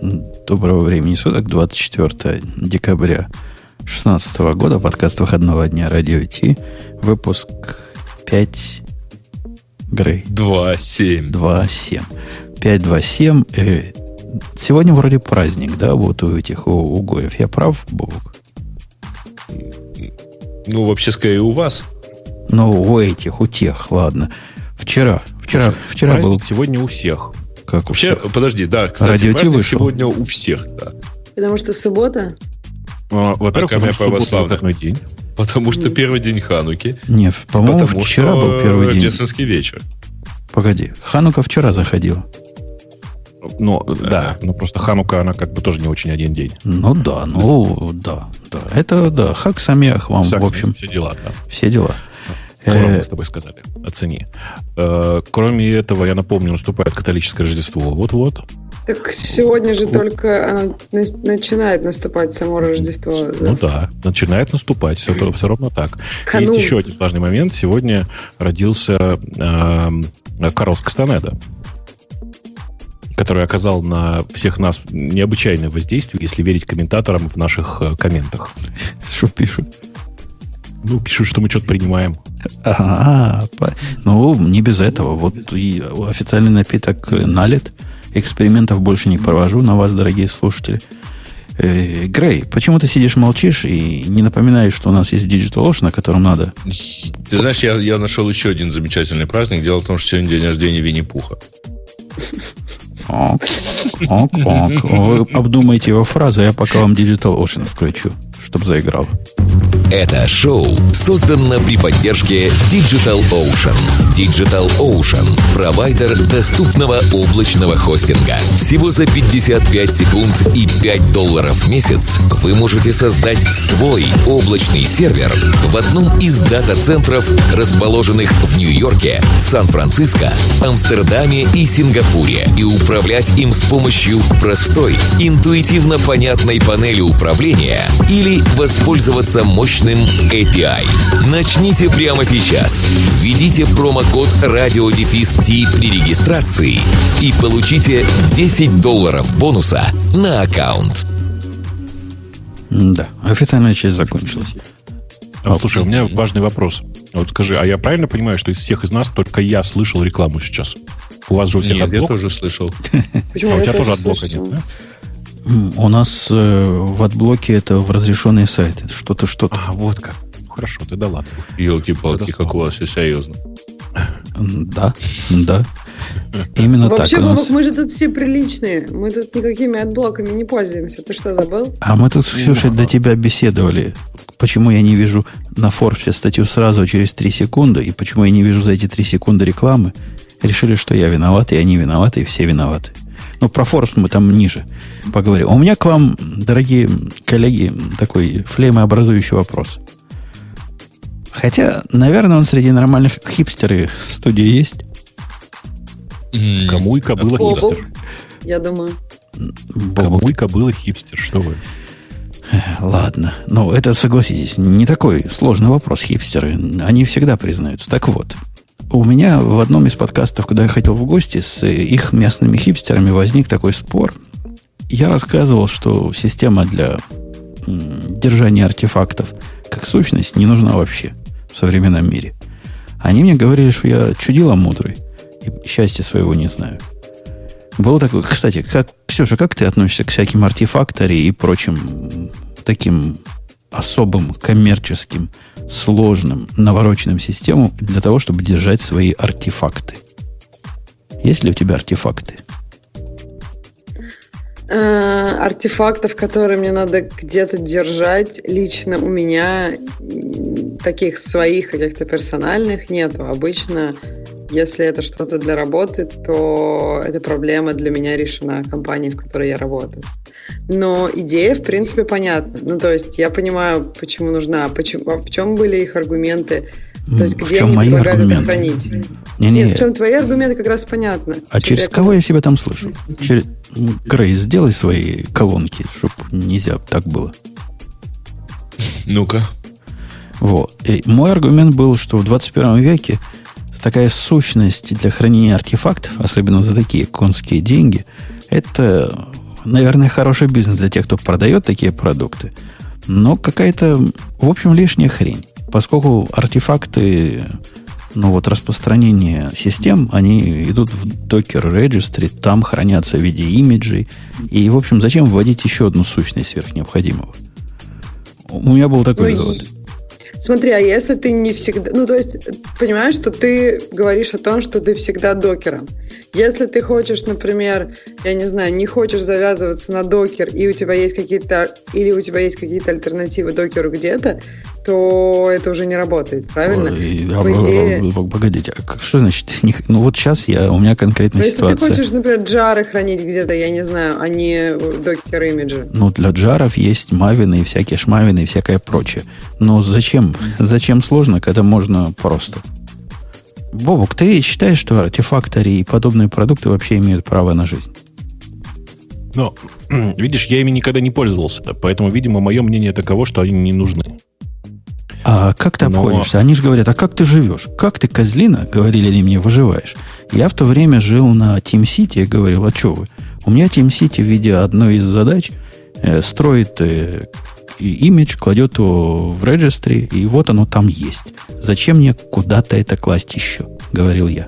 Доброго времени суток, 24 декабря 2016 года, подкаст выходного дня Радио Ти, выпуск 5, Грей. 2.7. 5.2.7. Сегодня вроде праздник, да, вот у этих, у Гоев. Я прав, Бобок? Ну, вообще, скорее, у вас. Ну, у этих, у тех, ладно. Вчера был... Сегодня у всех. Как вообще, у всех? Подожди, да, кстати, Радио Ти праздник вышел. сегодня у всех, да. Потому что суббота? Во-первых, потому что суббота выходной день. Потому что первый день Хануки. Нет, по-моему, вчера был первый день. Рождественский вечер. Погоди, Ханука вчера заходила. Ну, да, но просто Ханука, она как бы тоже не очень один день. Ну да. Это да, Хак Самеах вам, в общем. Все дела, да. Все дела. Мы с тобой сказали. Оцени. Кроме этого, я напомню, наступает католическое Рождество. Вот-вот. Так сегодня же только оно начинает наступать, само Рождество. Да? Ну да, начинает наступать. Все ровно так. Есть еще один важный момент. Сегодня родился Карлс Кастанеда, который оказал на всех нас необычайное воздействие, если верить комментаторам в наших комментах. Что пишут? Ну, пишут, что мы что-то принимаем. Ну, не без этого. Вот и официальный напиток налит. Экспериментов больше не провожу на вас, дорогие слушатели. Грей, почему ты сидишь, молчишь и не напоминаешь, что у нас есть DigitalOcean, на котором надо... Ты знаешь, я нашел еще один замечательный праздник. Дело в том, что сегодня день рождения Винни-Пуха. Вы обдумайте его фразу, а я пока вам DigitalOcean включу, чтобы заиграл. Это шоу создано при поддержке DigitalOcean. DigitalOcean – провайдер доступного облачного хостинга. Всего за 55 секунд и $5 в месяц вы можете создать свой облачный сервер в одном из дата-центров, расположенных в Нью-Йорке, Сан-Франциско, Амстердаме и Сингапуре, и управлять им с помощью простой, интуитивно понятной панели управления или воспользоваться мощным API. Начните прямо сейчас. Введите промокод RadioDefist при регистрации и получите $10 бонуса на аккаунт. Да, официальная часть закончилась. Слушай, у меня важный вопрос. Вот скажи, а я правильно понимаю, что из всех из нас только я слышал рекламу сейчас? У вас же у всех Нет, отблок? я тоже слышал. Почему? У тебя тоже отблока нет, да? У нас в отблоке это в разрешенные сайты. Что-то. Вот как. Хорошо, ты да ладно. Елки-палки, как у вас все серьезно. Да. Именно вообще, так у нас. Мы же тут все приличные. Мы тут никакими отблоками не пользуемся. Ты что, забыл? А мы тут, Ксюша, до тебя беседовали. Почему я не вижу на Форбсе статью сразу через 3 секунды, и почему я не вижу за эти 3 секунды рекламы. Решили, что я виноват, и они виноваты, и все виноваты. Но про Forbes мы там ниже поговорим. У меня к вам, дорогие коллеги, такой флеймообразующий вопрос. Хотя, наверное, он среди нормальных хипстеров в студии есть. Кому и кобыла хипстер? Я думаю. Кому и кобыла хипстер, что вы? Ладно. Ну, это, согласитесь, не такой сложный вопрос хипстеры. Они всегда признаются. Так вот, у меня в одном из подкастов, куда я хотел в гости, с их местными хипстерами возник такой спор. Я рассказывал, что система для держания артефактов как сущность не нужна вообще в современном мире. Они мне говорили, что я чудило мудрый и счастья своего не знаю. Было такое... Кстати, Ксюша, как ты относишься к всяким артефакторе и прочим таким особым коммерческим, сложным, навороченным системам для того, чтобы держать свои артефакты? Есть ли у тебя артефакты? Артефактов, которые мне надо где-то держать, лично у меня таких своих каких-то персональных нету. Обычно, если это что-то для работы, то эта проблема для меня решена компанией, в которой я работаю. Но идея, в принципе, понятна. Ну, то есть, я понимаю, почему нужна, в чем были их аргументы, то есть, где они предлагают это хранить. Нет, в чем твои аргументы, как раз понятно. А через кого я себя там слышу? Грей, сделай свои колонки, чтобы нельзя так было. Ну-ка. Вот. И мой аргумент был, что в 21 веке такая сущность для хранения артефактов, особенно за такие конские деньги, это наверное, хороший бизнес для тех, кто продает такие продукты. Но какая-то, в общем, лишняя хрень. Поскольку артефакты, распространение систем, они идут в Docker Registry, там хранятся в виде имиджей. И, в общем, зачем вводить еще одну сущность сверх необходимого? У меня был такой вывод. Смотри, а если ты не всегда... понимаешь, что ты говоришь о том, что ты всегда докером. Если ты хочешь, например, не хочешь завязываться на докер, и у тебя есть какие-то альтернативы докеру где-то, то это уже не работает, правильно? Погодите, а что значит? Сейчас у меня конкретная ситуация. Если ты хочешь, например, джары хранить где-то, а не докер-имиджи. Для джаров есть мавины и всякие шмавины и всякое прочее. Но зачем? Зачем сложно, когда можно просто? Бобук, ты считаешь, что артефакторы и подобные продукты вообще имеют право на жизнь? Видишь, я ими никогда не пользовался, поэтому, видимо, мое мнение таково, что они не нужны. А как ты обходишься? Они же говорят, а как ты живешь? Как ты, козлина, говорили они мне, выживаешь? Я в то время жил на TeamCity и говорил, а что вы? У меня TeamCity в виде одной из задач строит имидж, кладет его в registry, и вот оно там есть. Зачем мне куда-то это класть еще? Говорил я.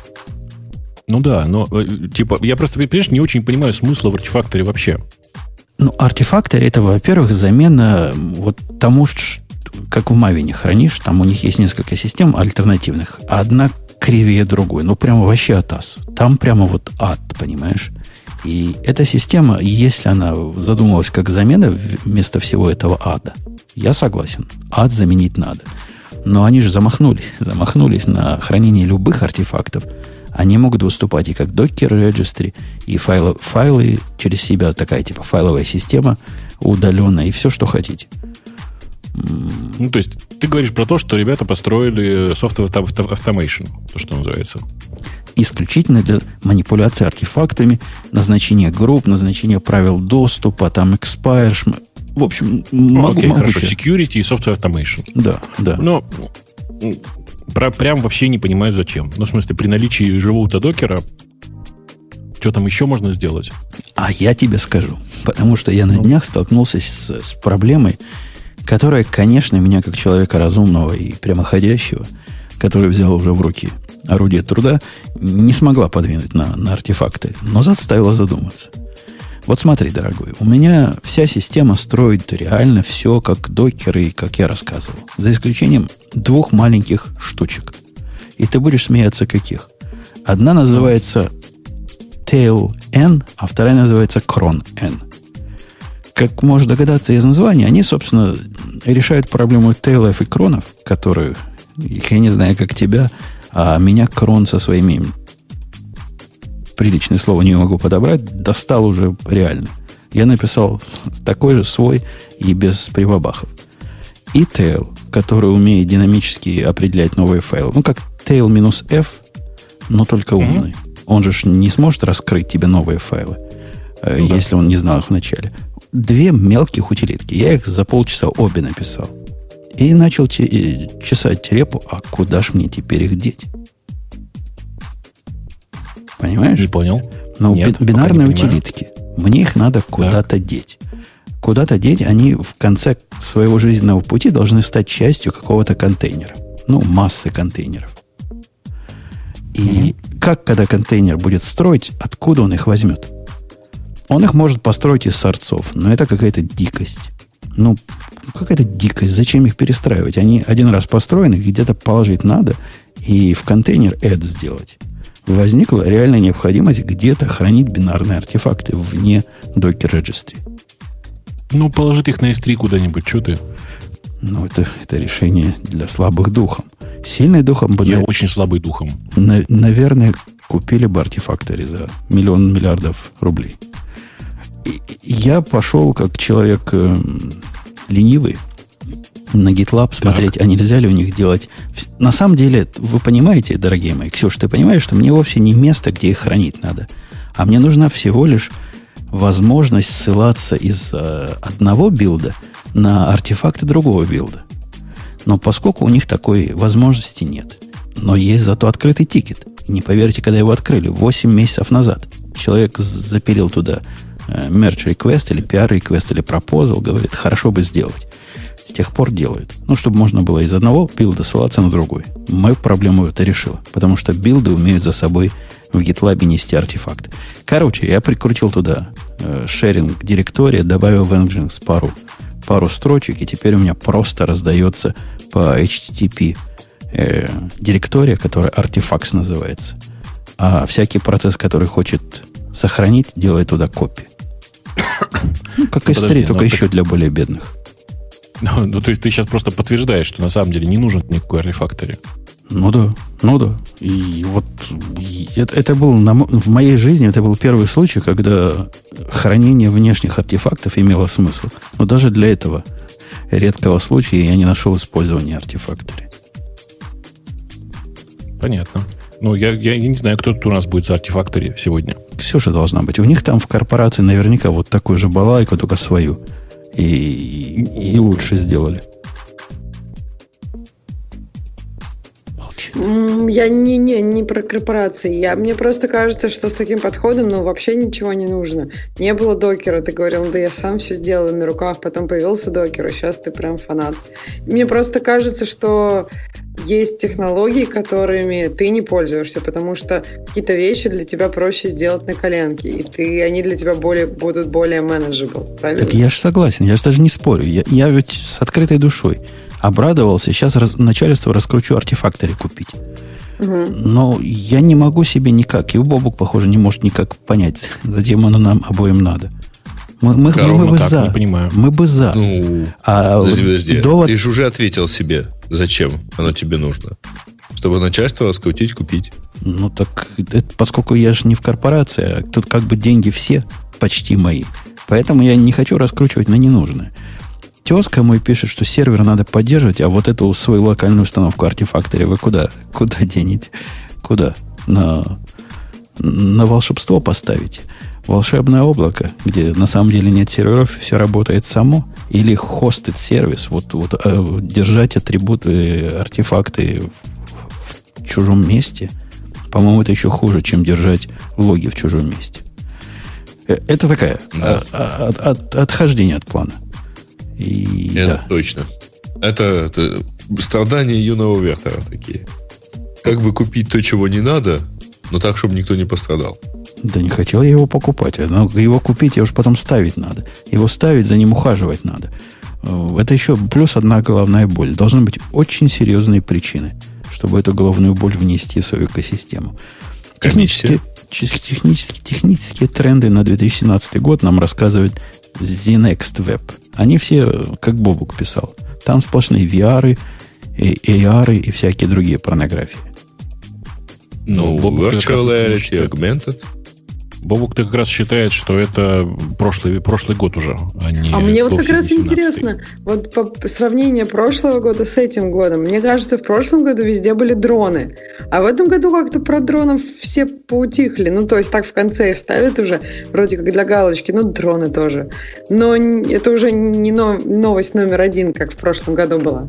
Я просто, понимаешь, не очень понимаю смысла в артефакторе вообще. Артефакторе это, во-первых, замена тому, как в Мавине хранишь, там у них есть несколько систем альтернативных. Одна кривее другой. Прямо вообще атас. Там прямо ад, понимаешь? И эта система, если она задумалась как замена вместо всего этого ада, я согласен. Ад заменить надо. Но они же замахнулись на хранение любых артефактов. Они могут выступать и как Docker Registry, и файлы через себя, такая типа файловая система удаленная, и все, что хотите. То есть, ты говоришь про то, что ребята построили software automation, то, что называется. Исключительно для манипуляции артефактами, назначения групп, назначения правил доступа, там expire. В общем, могу хорошо. Security и software automation. Да. Но прям вообще не понимаю, зачем. В смысле, при наличии живого-то докера, что там еще можно сделать? А я тебе скажу. Потому что я на днях столкнулся с проблемой, которая, конечно, меня как человека разумного и прямоходящего, который взял уже в руки орудие труда, не смогла подвинуть на артефакты, но заставила задуматься. Вот смотри, дорогой, у меня вся система строит реально все как докеры, как я рассказывал. За исключением двух маленьких штучек. И ты будешь смеяться, каких. Одна называется tail-n, а вторая называется cron-n. Как можно догадаться из названия, они, собственно, решают проблему тейлов и кронов, которые, я не знаю, как тебя, а меня крон со своими, приличное слово не могу подобрать, достал уже реально. Я написал такой же свой и без прибабахов. И tail, который умеет динамически определять новые файлы. Как tail-f, но только умный. Он же не сможет раскрыть тебе новые файлы, если он не знал их вначале. Две мелких утилитки. Я их за полчаса обе написал. И начал чесать репу, а куда ж мне теперь их деть? Понимаешь? Не понял. Нет, бинарные утилитки. Мне их надо куда-то деть. Куда-то деть, они в конце своего жизненного пути должны стать частью какого-то контейнера. Массы контейнеров. И как, когда контейнер будет строить, откуда он их возьмет? Он их может построить из сорцов, но это какая-то дикость. Какая-то дикость. Зачем их перестраивать? Они один раз построены, где-то положить надо и в контейнер add сделать. Возникла реальная необходимость где-то хранить бинарные артефакты вне Docker Registry. Положить их на S3 куда-нибудь, что ты? Это решение для слабых духом. Сильный духом бы... Я очень слабый духом. Наверное, купили бы артефакторы за миллиардов рублей. Я пошел, как человек ленивый, на GitLab смотреть, а нельзя ли у них делать... На самом деле, вы понимаете, дорогие мои, Ксюша, ты понимаешь, что мне вовсе не место, где их хранить надо, а мне нужна всего лишь возможность ссылаться из одного билда на артефакты другого билда. Но поскольку у них такой возможности нет, но есть зато открытый тикет. И не поверите, когда его открыли, 8 месяцев назад человек запилил туда merge request или PR request или proposal, говорит, хорошо бы сделать. С тех пор делают. Ну, чтобы можно было из одного билда ссылаться на другой. Мою проблему это решило. Потому что билды умеют за собой в GitLab нести артефакты. Короче, я прикрутил туда шеринг директория, добавил в Nginx пару строчек, и теперь у меня просто раздается по HTTP директория, которая Artifacts называется. А всякий процесс, который хочет сохранить, делает туда копии. Ну, как S3, только еще для более бедных. Ну, то есть ты сейчас просто подтверждаешь, что на самом деле не нужен никакой арифактори. Ну да. И вот это был в моей жизни это был первый случай, когда хранение внешних артефактов имело смысл. Но даже для этого редкого случая я не нашел использования артефактори. Понятно. Ну, я не знаю, кто тут у нас будет за артефактори сегодня. Ксюша должна быть. У них там в корпорации наверняка вот такую же балайку, только свою. И лучше сделали. Я не про корпорации. Мне просто кажется, что с таким подходом вообще ничего не нужно. Не было докера, ты говорил, да я сам все сделаю на руках, потом появился докер, и сейчас ты прям фанат. Мне просто кажется, что есть технологии, которыми ты не пользуешься, потому что какие-то вещи для тебя проще сделать на коленке, и они для тебя будут более manageable, правильно? Так я же согласен, я же даже не спорю. Я ведь с открытой душой обрадовался, сейчас начальство раскручу артефактори купить. Угу. Но я не могу себе никак, и Бобук, похоже, не может никак понять, зачем оно нам обоим надо. Мы бы за. Не понимаю. Мы бы за. Ну, подожди. Ты же уже ответил себе, зачем оно тебе нужно. Чтобы начальство раскрутить, купить. Ну так, поскольку я же не в корпорации, а тут как бы деньги все почти мои. Поэтому я не хочу раскручивать на ненужное. Тезка мой пишет, что сервер надо поддерживать, а вот эту свою локальную установку артефактори вы куда денете? Куда? На волшебство поставите. Волшебное облако, где на самом деле нет серверов, все работает само, или хостед сервис, вот держать атрибуты, артефакты в чужом месте, по-моему, это еще хуже, чем держать логи в чужом месте. Это такая отхождение от плана. Это точно. Это страдания юного вертера такие. Как бы купить то, чего не надо, но так, чтобы никто не пострадал. Да не хотел я его покупать. Но его купить, его же потом ставить надо. Его ставить, за ним ухаживать надо. Это еще плюс одна головная боль. Должны быть очень серьезные причины, чтобы эту головную боль внести в свою экосистему. Технические тренды на 2017 год нам рассказывает The Next Web. Они все, как Бобук писал. Там сплошные VR, AR и всякие другие порнографии. Ну, Virtual Reality, Augmented. Бобук-то как раз считает, что это прошлый год уже, а не... А мне вот как раз интересно, вот по сравнению прошлого года с этим годом, мне кажется, в прошлом году везде были дроны, а в этом году как-то про дронов все поутихли. Ну, то есть так в конце ставят уже, вроде как для галочки, дроны тоже. Но это уже не новость номер один, как в прошлом году была.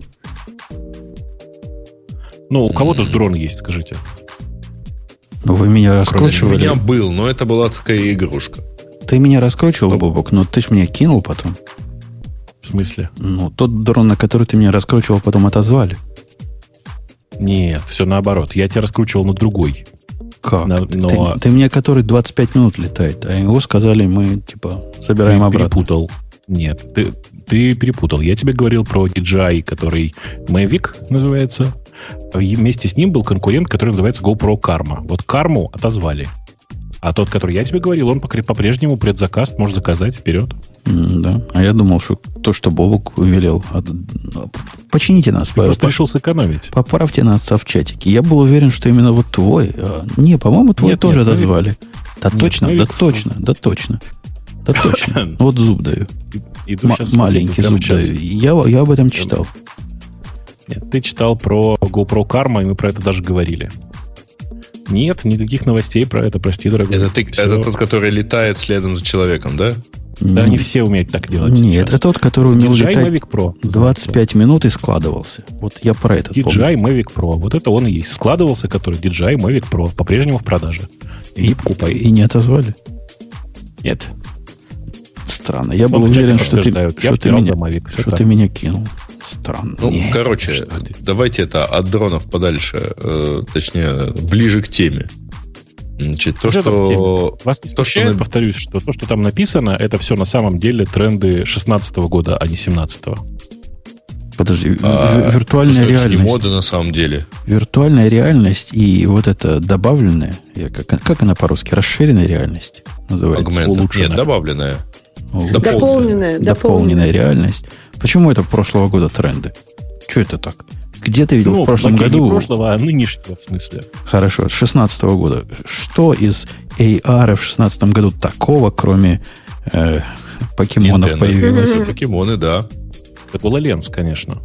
Ну, у кого тут дрон есть, скажите? Вы меня раскручивали. У меня был, но это была такая игрушка. Ты меня раскручивал, Бобок, но ты ж меня кинул потом. В смысле? Ну, тот дрон, на который ты меня раскручивал, потом отозвали. Нет, все наоборот. Я тебя раскручивал на другой. Как? Ты мне, который 25 минут летает, а его сказали, мы, забираем ты обратно. Перепутал. Нет, ты перепутал. Я тебе говорил про DJI, который Mavic называется. Вместе с ним был конкурент, который называется GoPro Karma. Вот Карму отозвали. А тот, который я тебе говорил, он по-прежнему предзаказ, можешь заказать вперед. Да. А я думал, что то, что Бобук велел. Почините нас. Ты просто решил сэкономить. Поправьте нас в чатике. Я был уверен, что именно вот твой. Не, по-моему, твой тоже отозвали. Да точно. Вот зуб даю. Маленький зуб даю. Я об этом читал. Нет, ты читал про GoPro Karma, и мы про это даже говорили. Нет, никаких новостей про это, прости, дорогой. Это тот, который летает следом за человеком, да? Да, не все умеют так делать. Нет, это тот, который умел DJI летать Mavic Pro, 25 минут и складывался. Вот я про этот DJI помню. Mavic Pro. Вот это он и есть. Складывался, который DJI Mavic Pro. По-прежнему в продаже. И не отозвали? Нет. Странно. Я был уверен, что ты меня кинул. Странно. Ну, короче, давайте это от дронов подальше, точнее, ближе к теме. Значит, Вас не смущает, повторюсь, что то, что там написано, это все на самом деле тренды 2016 года, а не 2017. Подожди, виртуальная реальность. Мода на самом деле. Виртуальная реальность и вот это добавленная, как она по-русски, расширенная реальность называется? Нет, добавленная. Дополненная реальность. Почему это прошлого года тренды? Что это так? Где ты видел в прошлом году? Не прошлого, а нынешнего в смысле. Хорошо, с 2016 года. Что из AR в 2016 году такого, кроме покемонов Nintendo появилось? Покемоны, да. Это HoloLens, конечно.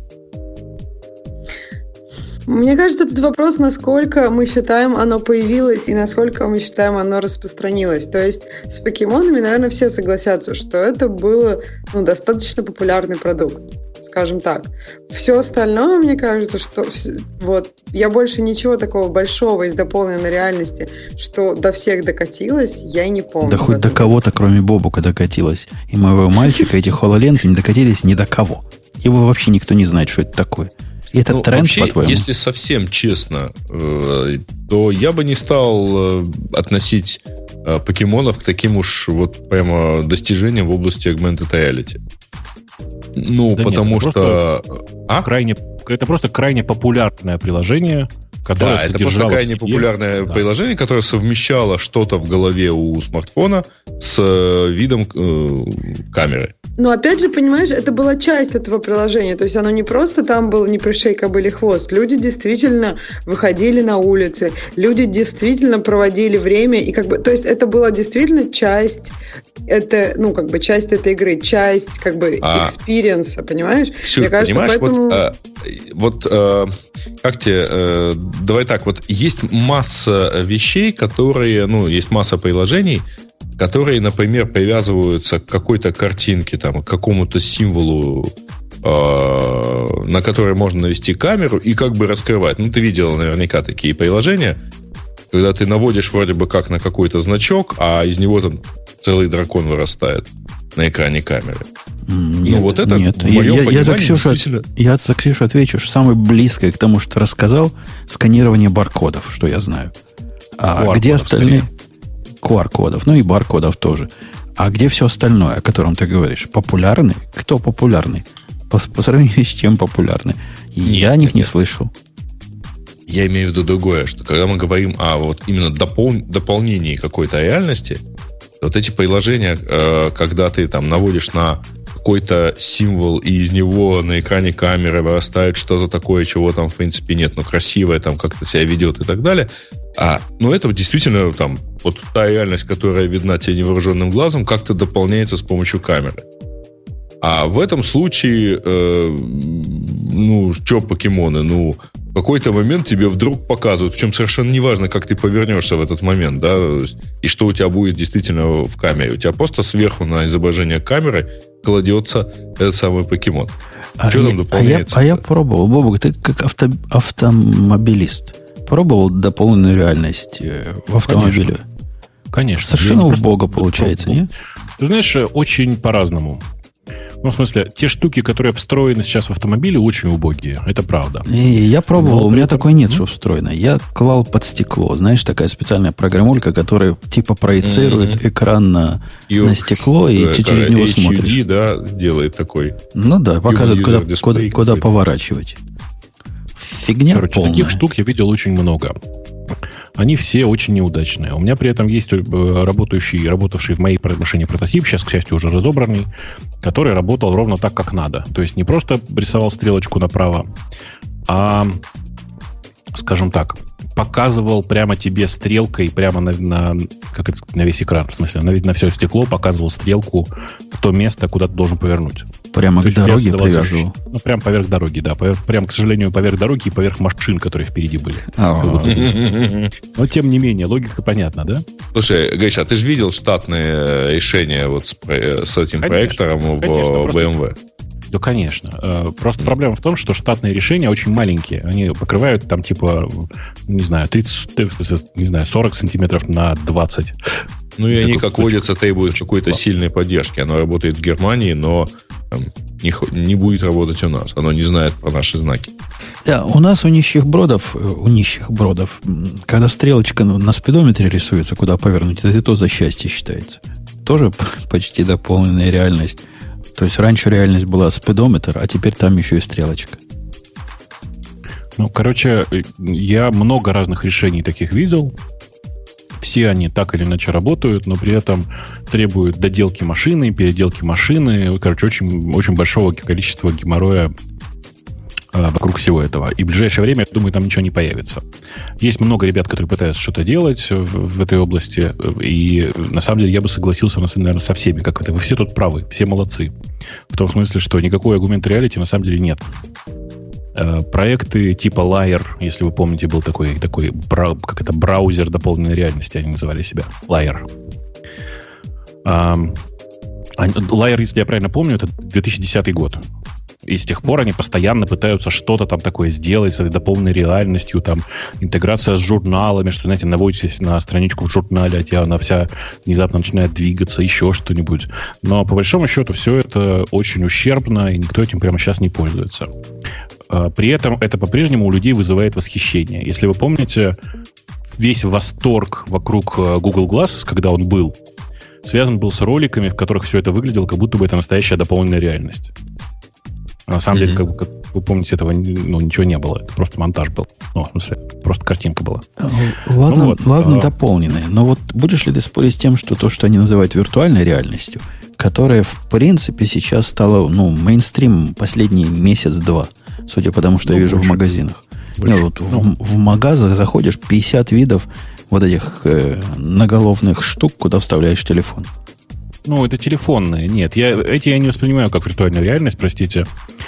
Мне кажется, этот вопрос, насколько мы считаем, оно появилось и насколько мы считаем, оно распространилось. То есть с покемонами, наверное, все согласятся, что это был достаточно популярный продукт, скажем так. Все остальное, мне кажется, что вот я больше ничего такого большого из дополненной реальности, что до всех докатилось, я и не помню. Да хоть до кого-то, кроме Бобука, докатилось. И моего мальчика эти HoloLens не докатились ни до кого. Его вообще никто не знает, что это такое. И это тренд, вообще, по-твоему? Если совсем честно, то я бы не стал относить покемонов к таким уж вот прямо достижениям в области augmented reality. Потому что... Это просто крайне популярное приложение, которое это просто крайне популярное приложение, которое совмещало что-то в голове у смартфона с видом камеры. Но опять же, понимаешь, это была часть этого приложения. То есть оно не просто там было не пришей, кобыли хвост. Люди действительно выходили на улицы, люди действительно проводили время. И то есть это была действительно часть, часть этой игры, часть экспириенса, понимаешь? Ксюш, мне кажется, понимаешь, поэтому... как тебе... давай так, вот есть масса вещей, которые... есть масса приложений, которые, например, привязываются к какой-то картинке, к какому-то символу, на который можно навести камеру и раскрывать. Ты видел наверняка такие приложения, когда ты наводишь вроде бы как на какой-то значок, а из него там целый дракон вырастает на экране камеры. Нет, вот это нет. В моем понимании действительно... Я за Ксюшу отвечу, что самое близкое к тому, что ты рассказал, сканирование баркодов, что я знаю. А где остальные... QR-кодов, и баркодов тоже. А где все остальное, о котором ты говоришь? Популярный? Кто популярный? По сравнению с чем популярный? Я о них не слышал. Я имею в виду другое, что когда мы говорим о вот именно дополнении какой-то реальности, вот эти приложения, когда ты наводишь на какой-то символ, и из него на экране камеры вырастает что-то такое, чего там в принципе нет, но красивое как-то себя ведет и так далее. Это действительно вот та реальность, которая видна тебе невооруженным глазом, как-то дополняется с помощью камеры. А в этом случае, что покемоны? В какой-то момент тебе вдруг показывают, причем совершенно неважно, как ты повернешься в этот момент, да, и что у тебя будет действительно в камере. У тебя просто сверху на изображение камеры кладется этот самый покемон. Что там дополняется? Я пробовал. Бобок, ты как автомобилист пробовал дополненную реальность в автомобиле? Конечно. Совершенно убого получается, нет? Ты знаешь, очень по-разному. В смысле, те штуки, которые встроены сейчас в автомобиле, очень убогие. Это правда. Я пробовал, у меня такой нет, что встроено. Я клал под стекло. Знаешь, такая специальная программулька, которая проецирует экран на стекло, и ты через него смотришь. HUD, да, делает такой. Показывает, куда поворачивать. Фигня полная. Таких штук я видел очень много. Они все очень неудачные. У меня при этом есть работавший в моей машине прототип, сейчас, к счастью, уже разобранный, который работал ровно так, как надо. То есть не просто рисовал стрелочку направо, а, скажем так, показывал прямо тебе стрелкой прямо на весь экран. В смысле, на все стекло показывал стрелку в то место, куда ты должен повернуть. Прямо к дороге привязывал? Прямо поверх дороги, да. Прямо, к сожалению, поверх дороги и поверх машин, которые впереди были. Но, тем не менее, логика понятна, да? Слушай, Гриша, а ты же видел штатные решения вот с этим проектором в BMW? Да, конечно. Просто проблема в том, что штатные решения очень маленькие. Они покрывают там типа, не знаю, 40 сантиметров на 20. Ну и они, как водится, требуют какой-то сильной поддержки. Оно работает в Германии, но не будет работать у нас. Оно не знает про наши знаки. Да, у нас у нищих бродов, когда стрелочка на спидометре рисуется, куда повернуть, это и то за счастье считается. Тоже почти дополненная реальность. То есть раньше реальность была спидометр, а теперь там еще и стрелочка. Ну, короче, я много разных решений таких видел. Все они так или иначе работают, но при этом требуют доделки машины, переделки машины. Короче, очень, очень большого количества геморроя вокруг всего этого. И в ближайшее время, я думаю, там ничего не появится. Есть много ребят, которые пытаются что-то делать в этой области. И на самом деле я бы согласился, наверное, со всеми. Как это? Вы все тут правы, все молодцы. В том смысле, что никакой Augmented Reality на самом деле нет. Проекты типа Liar, если вы помните, был такой как это, браузер дополненной реальности, они называли себя. Liar. Liar, если я правильно помню, это 2010 год. И с тех пор они постоянно пытаются что-то там такое сделать с этой дополненной реальностью, там, интеграция с журналами, что, знаете, наводитесь на страничку в журнале, а она вся внезапно начинает двигаться, еще что-нибудь. Но, по большому счету, все это очень ущербно, и никто этим прямо сейчас не пользуется. При этом это по-прежнему у людей вызывает восхищение. Если вы помните, весь восторг вокруг Google Glass, когда он был, связан был с роликами, в которых все это выглядело, как будто бы это настоящая дополненная реальность. На самом деле, как вы помните, этого ничего не было. Это просто монтаж был. Ну, в смысле, просто картинка была. Ладно, дополненная. Но вот будешь ли ты спорить с тем, что то, что они называют виртуальной реальностью, которая, в принципе, сейчас стала, мейнстрим последний месяц-два, судя по тому, что я вижу в магазинах. В магазах заходишь, 50 видов вот этих наголовных штук, куда вставляешь телефон. Ну, это телефонные. Нет, эти я не воспринимаю как виртуальную реальность, простите.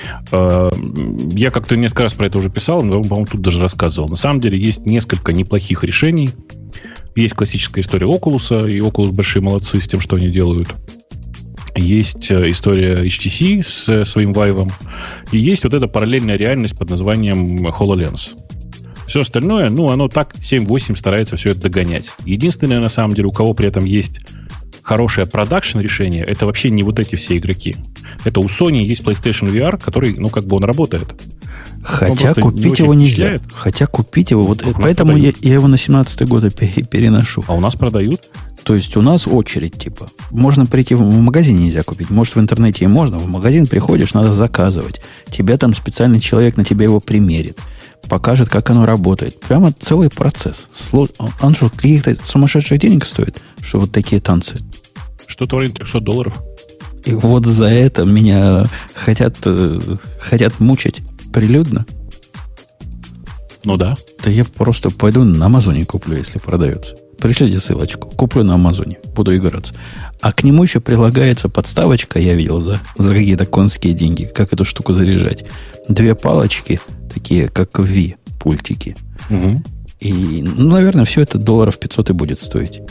Я как-то несколько раз про это уже писал, но, по-моему, тут даже рассказывал. На самом деле есть несколько неплохих решений. Есть классическая история Oculus, и Oculus большие молодцы с тем, что они делают. Есть история HTC с своим Vive. И есть вот эта параллельная реальность под названием HoloLens. Все остальное, оно так 7-8 старается все это догонять. Единственное, на самом деле, у кого при этом есть хорошее продакшн-решение, это вообще не вот эти все игроки. Это у Sony есть PlayStation VR, который, он работает. Хотя купить его нельзя. Хотя купить его, поэтому я его на 17-й год переношу. А у нас продают? То есть у нас очередь, типа. Можно прийти в магазин, нельзя купить. Может, в интернете и можно. В магазин приходишь, надо заказывать. Тебя там специальный человек на тебя его примерит. Покажет, как оно работает. Прямо целый процесс. Он что, каких-то сумасшедших денег стоит, что вот такие танцы? Что-то в районе $300. И вот за это меня хотят мучить прилюдно. Ну да. Да я просто пойду на Амазоне куплю, если продается. Пришлите ссылочку. Куплю на Амазоне. Буду играться. А к нему еще прилагается подставочка, я видел, за какие-то конские деньги. Как эту штуку заряжать. 2 палочки, такие как в Wii, пультики. Угу. И, наверное, все это $500 и будет стоить.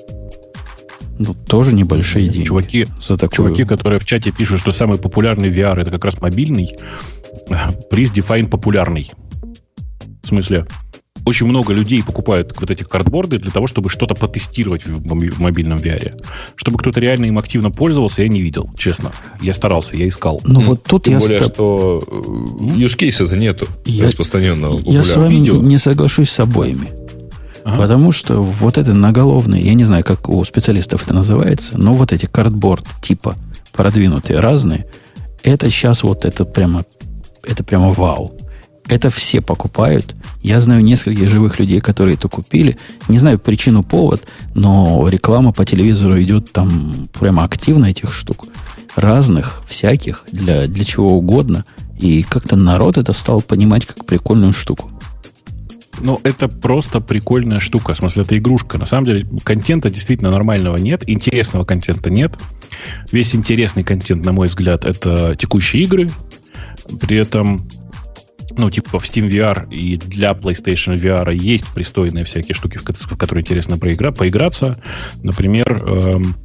Тоже небольшие деньги. Чуваки, которые в чате пишут, что самый популярный VR это как раз мобильный. Приз Define популярный. В смысле, очень много людей покупают вот эти картборды для того, чтобы что-то потестировать в мобильном VR. Чтобы кто-то реально им активно пользовался, я не видел, честно. Я старался, я искал. Вот тут Тем более, что use case-то нету распространенного. Я с вами не соглашусь с обоими. Потому что вот это наголовные, я не знаю, как у специалистов это называется, но вот эти картборд типа продвинутые, разные, это сейчас это прямо вау. Это все покупают. Я знаю нескольких живых людей, которые это купили. Не знаю причину, повод, но реклама по телевизору идет там прямо активно этих штук. Разных, всяких, для чего угодно. И как-то народ это стал понимать как прикольную штуку. Это просто прикольная штука. В смысле, это игрушка. На самом деле, контента действительно нормального нет. Интересного контента нет. Весь интересный контент, на мой взгляд, это текущие игры. При этом, в Steam VR и для PlayStation VR есть пристойные всякие штуки, в которые интересно поиграться. Например,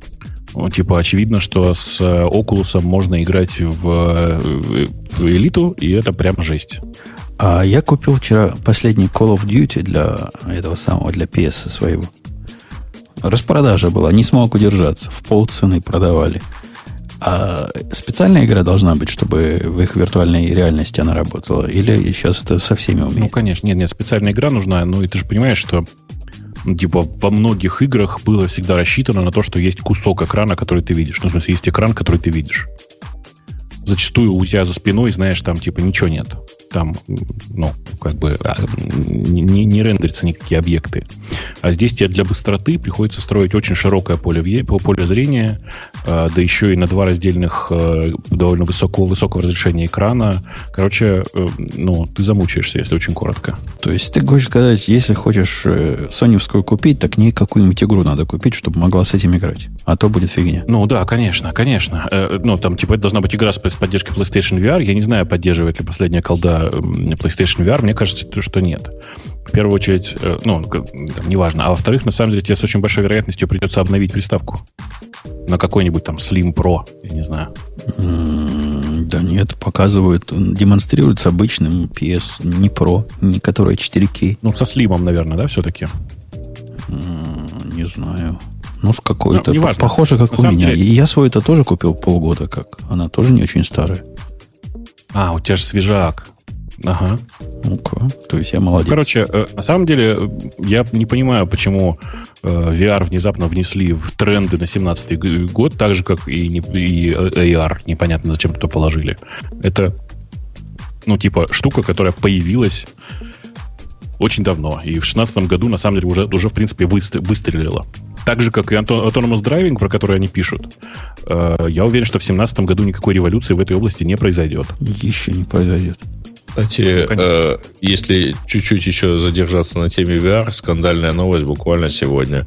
Типа, очевидно, что с Oculus можно играть в элиту, и это прямо жесть. А я купил вчера последний Call of Duty для этого самого, для PS своего. Распродажа была, не смог удержаться. В полцены продавали. А специальная игра должна быть, чтобы в их виртуальной реальности она работала? Или сейчас это со всеми умеет? Ну, конечно. Нет, специальная игра нужна. Но и ты же понимаешь, что типа во многих играх было всегда рассчитано на то, что есть кусок экрана, который ты видишь. Ну, в смысле, есть экран, который ты видишь. Зачастую у тебя за спиной, знаешь, там типа ничего нет. Там, ну, как бы не рендерятся никакие объекты. А здесь тебе для быстроты приходится строить очень широкое поле зрения, да еще и на два раздельных довольно высокого разрешения экрана. Короче, ну, ты замучаешься, если очень коротко. То есть ты хочешь сказать, если хочешь соневскую купить, так не какую-нибудь игру надо купить, чтобы могла с этим играть. А то будет фигня. Ну да, конечно. Ну, там, типа, это должна быть игра с поддержкой PlayStation VR. Я не знаю, поддерживает ли последняя колда PlayStation VR. Мне кажется, что нет. В первую очередь, ну, там, неважно. А во-вторых, на самом деле, тебе с очень большой вероятностью придется обновить приставку. На какой-нибудь там Slim Pro, я не знаю. Да нет, показывают, демонстрируют с обычным PS, не Pro, не которая 4K. Ну, со Slim, наверное, да, все-таки? Не знаю. Ну, с какой-то. Ну, похоже, как у меня. Деле... И я свой-то тоже купил полгода как. Она тоже не очень старая. А, у тебя же свежак. Ага. Ну-ка, то есть я молодец. Ну, короче, на самом деле, я не понимаю, почему VR внезапно внесли в тренды на 17-й год, так же, как и AR. Непонятно, зачем туда положили. Это, ну, типа, штука, которая появилась очень давно. И в 2016 году, на самом деле, уже в принципе, выстрелила. Так же, как и Autonomous Driving, про который они пишут. Я уверен, что в 2017 году никакой революции в этой области не произойдет. Еще не произойдет. Кстати, если чуть-чуть еще задержаться на теме VR, скандальная новость буквально сегодня.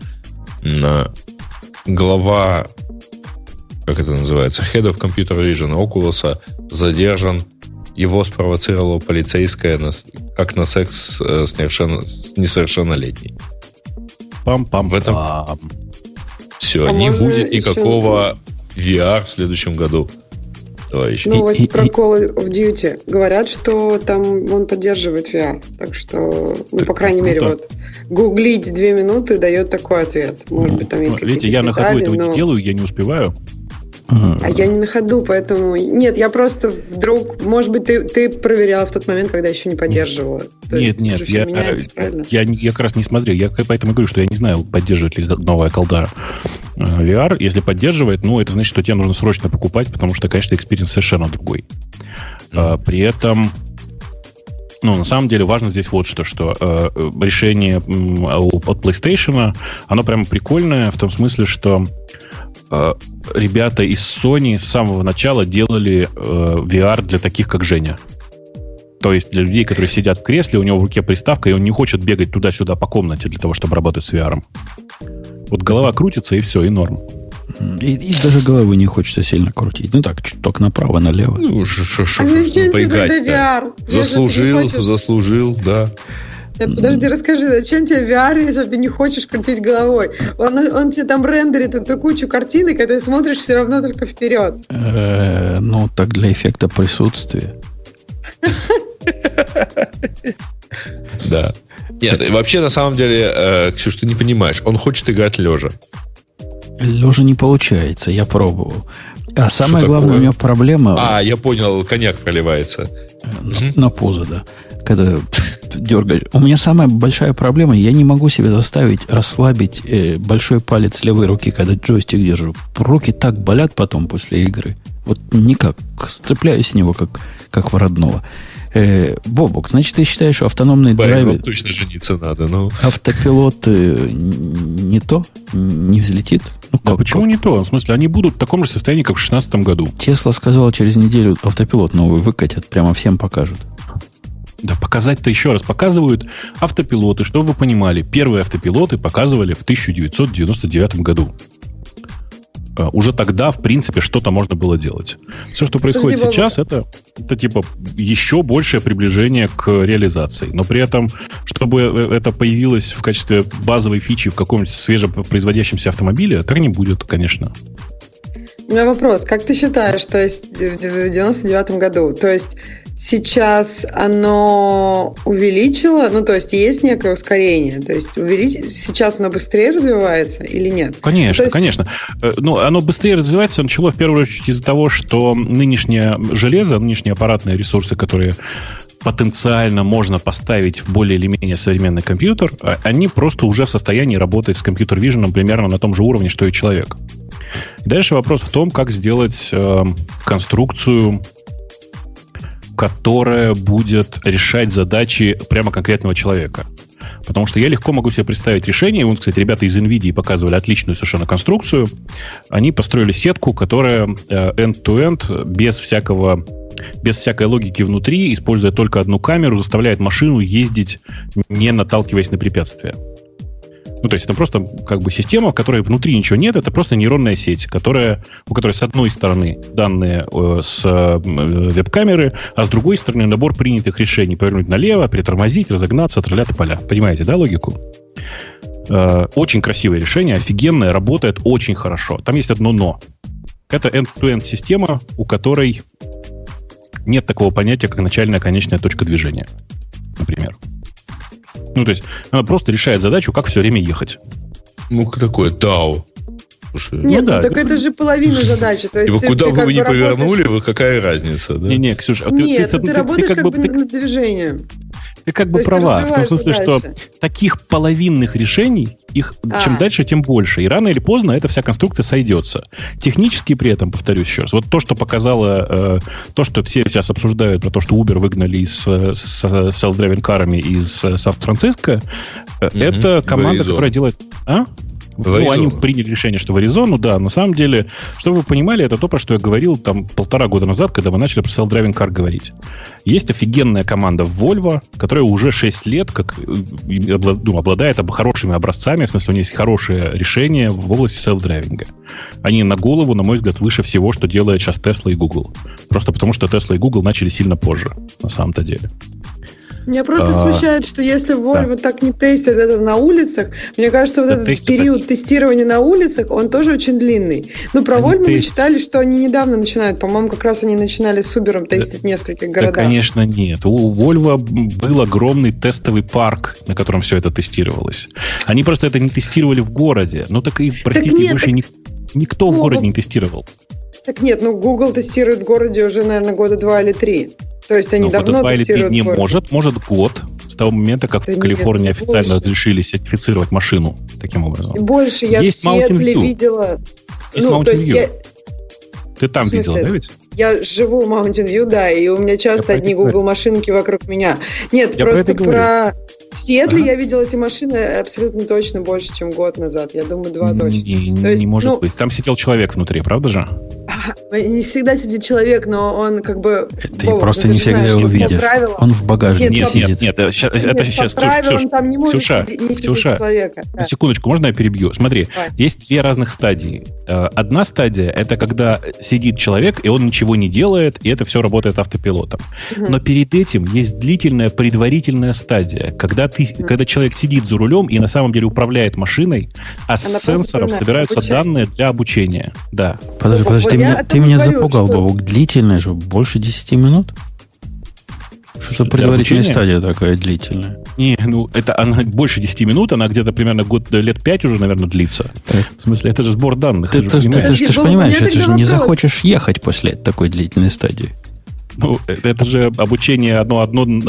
Глава, как это называется, Head of Computer Vision Oculus задержан. Его спровоцировала полицейская как на секс с несовершеннолетней. Пам-пам. В этом все, не будет никакого VR в следующем году. Новость про Call of Duty. Говорят, что там он поддерживает VR. Так что, ну, по крайней мере, вот гуглить 2 минуты дает такой ответ. Может быть, там есть какие-то детали. Я на ходу этого не делаю, я не успеваю. А я не на ходу, поэтому... Нет, я просто вдруг... Может быть, ты проверял в тот момент, когда еще не поддерживала. Нет, я как раз не смотрел. Я поэтому говорю, что я не знаю, поддерживает ли новая колда VR. Если поддерживает, ну, это значит, что тебе нужно срочно покупать, потому что, конечно, экспириенс совершенно другой. При этом... Ну, на самом деле важно здесь вот что решение от PlayStation, оно прямо прикольное в том смысле, что ребята из Sony с самого начала делали VR для таких, как Женя. То есть для людей, которые сидят в кресле, у него в руке приставка, и он не хочет бегать туда-сюда по комнате для того, чтобы работать с VR. Вот голова крутится, и все, и норм. И даже головы не хочется сильно крутить. Ну так, чуток направо-налево. Ну, поиграть. Заслужил, да. Подожди, расскажи, зачем тебе VR, если ты не хочешь крутить головой? Он тебе там рендерит эту кучу картинок, и ты смотришь все равно только вперед. Ну, так для эффекта присутствия. Да. Нет, вообще, на самом деле, Ксюш, ты не понимаешь, он хочет играть лежа. Лежа не получается, я пробовал. А самая главная у меня проблема... я понял, коньяк проливается. На пузо, да. Когда дергаешь. У меня самая большая проблема, я не могу себе заставить расслабить большой палец левой руки, когда джойстик держу. Руки так болят потом после игры. Вот никак. Цепляюсь с него, как в родного. Бобок, значит, ты считаешь, что автономный драйвер... точно жениться надо, но... Автопилот не то? Не взлетит? Ну, да почему не то? В смысле, они будут в таком же состоянии, как в 2016 году. Тесла сказала, через неделю автопилот новый выкатят, прямо всем покажут. Да показать-то еще раз. Показывают автопилоты, чтобы вы понимали. Первые автопилоты показывали в 1999 году. Уже тогда, в принципе, что-то можно было делать. Все, что происходит сейчас, это типа еще большее приближение к реализации. Но при этом, чтобы это появилось в качестве базовой фичи в каком-нибудь свежепроизводящемся автомобиле, так не будет, конечно. У меня вопрос. Как ты считаешь, то есть в 99-м году, то есть сейчас оно увеличило, ну, то есть есть некое ускорение, то есть сейчас оно быстрее развивается или нет? Конечно, есть... конечно. Ну, оно быстрее развивается, начало в первую очередь из-за того, что нынешнее железо, нынешние аппаратные ресурсы, которые потенциально можно поставить в более или менее современный компьютер, они просто уже в состоянии работать с компьютер-виженом примерно на том же уровне, что и человек. И дальше вопрос в том, как сделать конструкцию, которая будет решать задачи прямо конкретного человека. Потому что я легко могу себе представить решение. Вот, кстати, ребята из NVIDIA показывали отличную совершенно конструкцию. Они построили сетку, которая end-to-end, без всякой логики внутри, используя только одну камеру, заставляет машину ездить, не наталкиваясь на препятствия. Ну, то есть это просто как бы система, в которой внутри ничего нет, это просто нейронная сеть, у которой с одной стороны данные с веб-камеры, а с другой стороны набор принятых решений: повернуть налево, притормозить, разогнаться, тролля-тополя. Понимаете, да, логику? Очень красивое решение, офигенное, работает очень хорошо. Там есть одно «но». Это end-to-end система, у которой нет такого понятия, как начальная и конечная точка движения, например. Ну, то есть она просто решает задачу, как все время ехать. Ну, такое DAO. Слушай, нет, да, так это же половина задачи. То есть куда бы вы ни повернули, какая разница? Да? Не, Ксюша, нет, ты работаешь как бы над движением. Ты как бы права. В том смысле, что таких половинных решений, их чем дальше, тем больше. И рано или поздно эта вся конструкция сойдется. Технически при этом, повторюсь еще раз, вот то, что показало, то, что все сейчас обсуждают про то, что Uber выгнали с self-driving карами из Сан-Франциско, это команда, которая делает... Ну, они приняли решение, что в Аризону, да. На самом деле, чтобы вы понимали, это то, про что я говорил там 1,5 года назад, когда мы начали про self-driving car говорить. Есть офигенная команда в Volvo, которая уже 6 лет как обладает хорошими образцами, в смысле, у них есть хорошее решение в области self-driving. Они на голову, на мой взгляд, выше всего, что делает сейчас Tesla и Google. Просто потому, что Tesla и Google начали сильно позже, на самом-то деле. Меня просто смущает, что если Volvo так не тестит это на улицах, мне кажется, вот этот период тестирования на улицах, он тоже очень длинный. Ну, про Volvo мы читали, что они недавно начинают. По-моему, как раз они начинали с Uber тестить в нескольких городах. Да, конечно, нет. У Volvo был огромный тестовый парк, на котором все это тестировалось. Они просто это не тестировали в городе. Ну, так и, простите, больше никто в городе не тестировал. Так нет, Google тестирует в городе уже, наверное, года 2 или 3. То есть они давно тестируют не может год с того момента, как в Калифорнии официально разрешили сертифицировать машину таким образом. Больше я в Сиэтле видела. Есть Mountain View. Ты там видела, да, ведь? Я живу в Mountain View, да, и у меня часто одни Google машинки вокруг меня. Нет, я просто про... В Сиэтле я видел эти машины абсолютно точно больше, чем год назад. Я думаю, 2 точно. Не может быть. Там сидел человек внутри, правда же? Не всегда сидит человек, но он как бы... Ты просто не всегда его видишь. Он в багажнике сидит. Нет, это сейчас... По правилам там не может не сидеть человека. На секундочку, можно я перебью? Смотри, есть 2 разных стадии. Одна стадия — это когда сидит человек, и он ничего не делает, и это все работает автопилотом. Но перед этим есть длительная предварительная стадия, когда человек сидит за рулем и на самом деле управляет машиной, а с сенсоров собираются данные для обучения. Да. Подожди, ты меня запугал, Бобук. Длительная же, больше 10 минут? Что за предварительная стадия такая длительная? Не, это она больше 10 минут, она где-то примерно лет 5 уже, наверное, длится. В смысле, это же сбор данных. Ты же понимаешь, ты же не захочешь ехать после такой длительной стадии. Это же обучение одно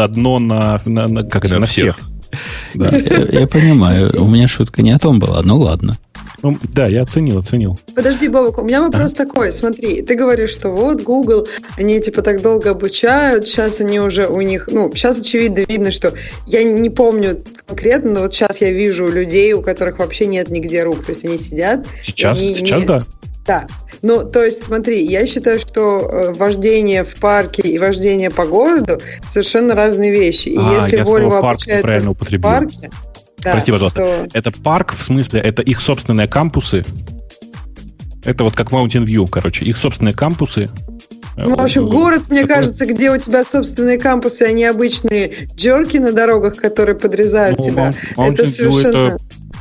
на всех. Да. Я понимаю. У меня шутка не о том была, но ладно. Да, я оценил. Подожди, Бобок, у меня вопрос такой. Смотри, ты говоришь, что вот Google, они типа так долго обучают, сейчас они уже у них, сейчас очевидно видно, что я не помню конкретно, но вот сейчас я вижу людей, у которых вообще нет нигде рук, то есть они сидят. Сейчас, да. Да. То есть, смотри, я считаю, что вождение в парке и вождение по городу совершенно разные вещи. И если Volvo обучает в парке... Да, прости, пожалуйста. Это парк, в смысле, это их собственные кампусы. Это вот как Mountain View, короче. Их собственные кампусы. В общем, город, мне кажется, где у тебя собственные кампусы, а не обычные джерки на дорогах, которые подрезают тебя. Это совершенно...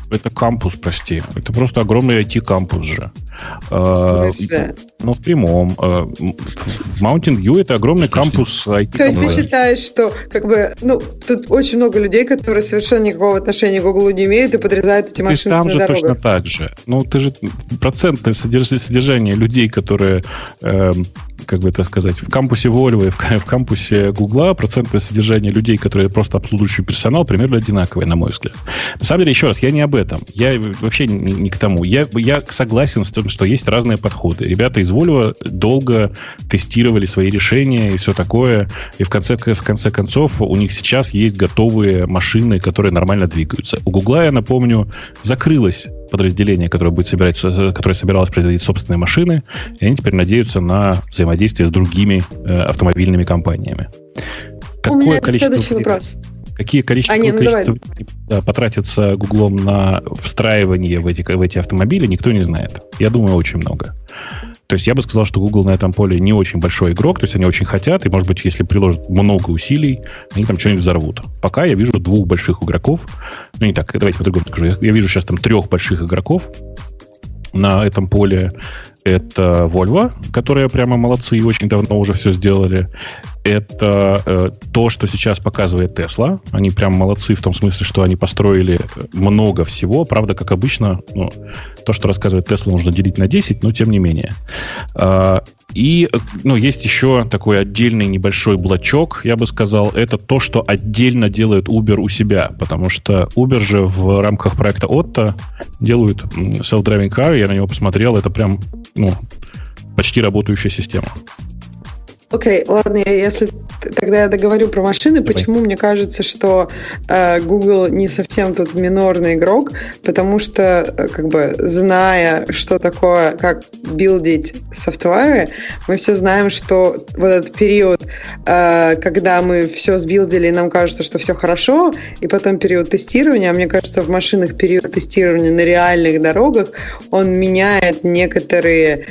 Это кампус, прости. Это просто огромный IT-кампус же. В смысле? В прямом. В Mountain View это огромный кампус IT-кампуса. То есть ты считаешь, что тут очень много людей, которые совершенно никакого отношения к Google не имеют и подрезают эти машины на дорогах. Там же точно так же. Ты же процентное содержание людей, которые, как бы это сказать, в кампусе Volvo и в кампусе Google, процентное содержание людей, которые просто обслуживающий персонал, примерно одинаковое, на мой взгляд. На самом деле, еще раз, я не об этом. Я вообще не к тому. Я согласен с тем, что есть разные подходы. Ребята из Volvo долго тестировали свои решения и все такое. И в конце концов у них сейчас есть готовые машины, которые нормально двигаются. У Google, я напомню, закрылось подразделение, которое собиралось производить собственные машины, и они теперь надеются на взаимодействие с другими автомобильными компаниями. У меня следующий вопрос. Какие количество времени потратится Гуглом на встраивание в эти автомобили, никто не знает. Я думаю, очень много. То есть я бы сказал, что Google на этом поле не очень большой игрок, то есть они очень хотят, и, может быть, если приложат много усилий, они там что-нибудь взорвут. Пока я вижу двух больших игроков, не так, давайте по-другому скажу, я вижу сейчас там 3 больших игроков на этом поле. Это Volvo, которые прямо молодцы и очень давно уже все сделали. Это то, что сейчас показывает Tesla. Они прям молодцы в том смысле, что они построили много всего. Правда, как обычно, то, что рассказывает Tesla, нужно делить на 10, но тем не менее. И есть еще такой отдельный небольшой блочок, я бы сказал, это то, что отдельно делает Uber у себя. Потому что Uber же в рамках проекта Otto делают self-driving car. Я на него посмотрел, это прям почти работающая система. Окей, ладно, если тогда я договорю про машины. Давай. Почему мне кажется, что Google не совсем тут минорный игрок, потому что, зная, что такое, как билдить софтвары, мы все знаем, что вот этот период, когда мы все сбилдили, и нам кажется, что все хорошо, и потом период тестирования, а мне кажется, в машинах период тестирования на реальных дорогах, он меняет некоторые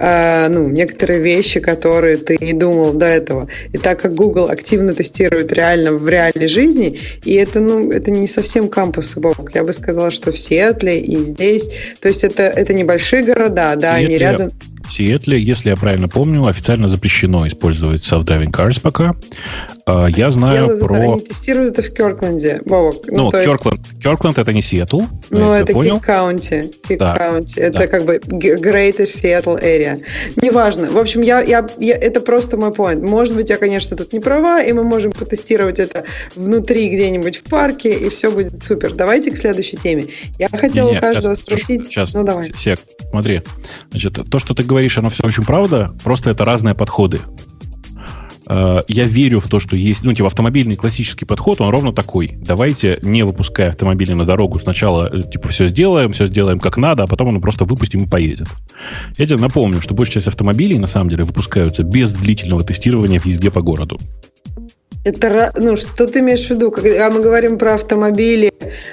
вещи, которые ты не думал до этого. И так как Google активно тестирует реально в реальной жизни, и это не совсем кампусы, Бог. Я бы сказала, что в Сиэтле и здесь. То есть это небольшие города, да, они рядом. В Сиэтле, если я правильно помню, официально запрещено использовать self-driving cars пока. Я знаю Они тестируют это в Кёркленде, Бобок. Кёркленд это не Сиэтл. Это Кик-Каунти. Это Greater Seattle Area. Неважно. В общем, это просто мой point. Может быть, я, конечно, тут не права, и мы можем потестировать это внутри где-нибудь в парке, и все будет супер. Давайте к следующей теме. Я хотела у каждого спросить... Сейчас, давай. Сек, смотри. Значит, то, что ты говоришь, оно все очень правда, просто это разные подходы. Я верю в то, что есть... автомобильный классический подход, он ровно такой. Давайте, не выпуская автомобили на дорогу, сначала все сделаем как надо, а потом просто выпустим и поедет. Я тебе напомню, что большая часть автомобилей, на самом деле, выпускаются без длительного тестирования в езде по городу. Это, что ты имеешь в виду? Когда мы говорим про автомобили,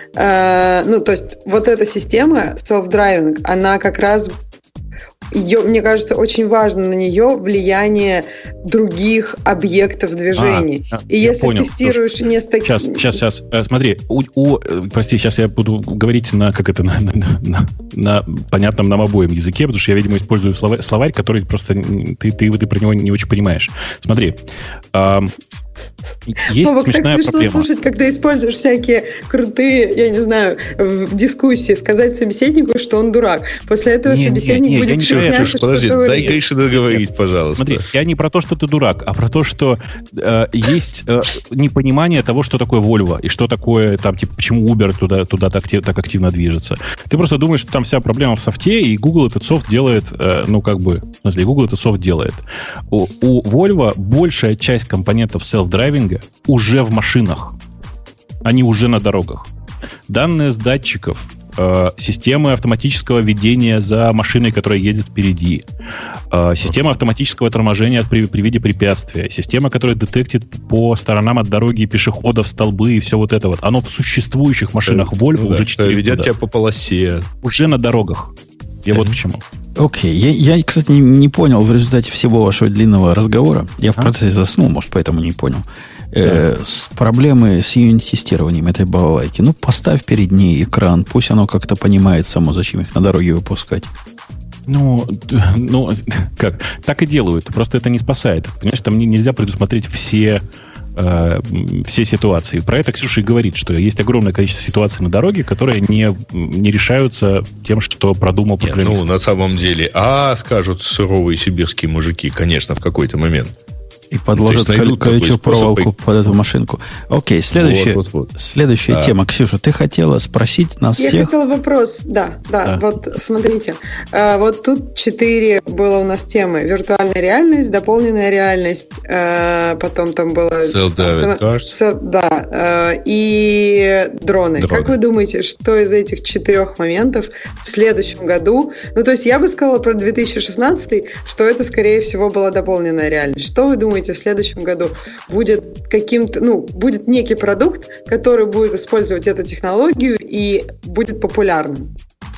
то есть вот эта система self-driving, она как раз... мне кажется, очень важно на нее влияние других объектов движения. И если понял. Тестируешь не с таким... Сейчас. Смотри, прости, сейчас я буду говорить на понятном нам обоим языке, потому что я, видимо, использую словарь, который просто ты про него не очень понимаешь. Смотри, есть смешная так смешно проблема. Слушать, когда используешь всякие крутые, я не знаю, в дискуссии, сказать собеседнику, что он дурак. После этого собеседник будет стесняться, подожди, дай Грише договорить, пожалуйста. Смотри, я не про то, что ты дурак, а про то, что есть непонимание того, что такое Volvo, и что такое, почему Uber туда так активно движется. Ты просто думаешь, что там вся проблема в софте, и Google этот софт делает, Google этот софт делает. У Volvo большая часть компонентов селф-драйвинга уже в машинах. Они уже на дорогах. Данные с датчиков, системы автоматического ведения за машиной, которая едет впереди, система автоматического торможения при виде препятствия, система, которая детектит по сторонам от дороги пешеходов, столбы и все вот это вот. Оно в существующих машинах Volvo уже 4 года. Ведет тебя по полосе. Уже на дорогах. Я вот к чему. Окей. Я, кстати, не понял в результате всего вашего длинного разговора. Я в процессе заснул, может, поэтому не понял. проблемы с юнит-тестированием этой балалайки. Ну, поставь перед ней экран, пусть оно как-то понимает само, зачем их на дороге выпускать. Ну, как? Так и делают. Просто это не спасает. Понимаешь, там нельзя предусмотреть все ситуации. Про это Ксюша и говорит, что есть огромное количество ситуаций на дороге, которые не решаются тем, что продумал программист. Ну, на самом деле, скажут суровые сибирские мужики, конечно, в какой-то момент. И подложат колючую проволоку под эту машинку. Окей, следующая тема. Ксюша, ты хотела спросить нас всех? Я хотела вопрос, да. Вот смотрите. Вот тут 4 было у нас темы. Виртуальная реальность, дополненная реальность, потом там было... Self-driving cars. Да, и дроны. Как вы думаете, что из этих 4 моментов в следующем году... Ну, то есть я бы сказала про 2016, что это, скорее всего, была дополненная реальность. Что вы думаете, в следующем году будет будет некий продукт, который будет использовать эту технологию и будет популярным?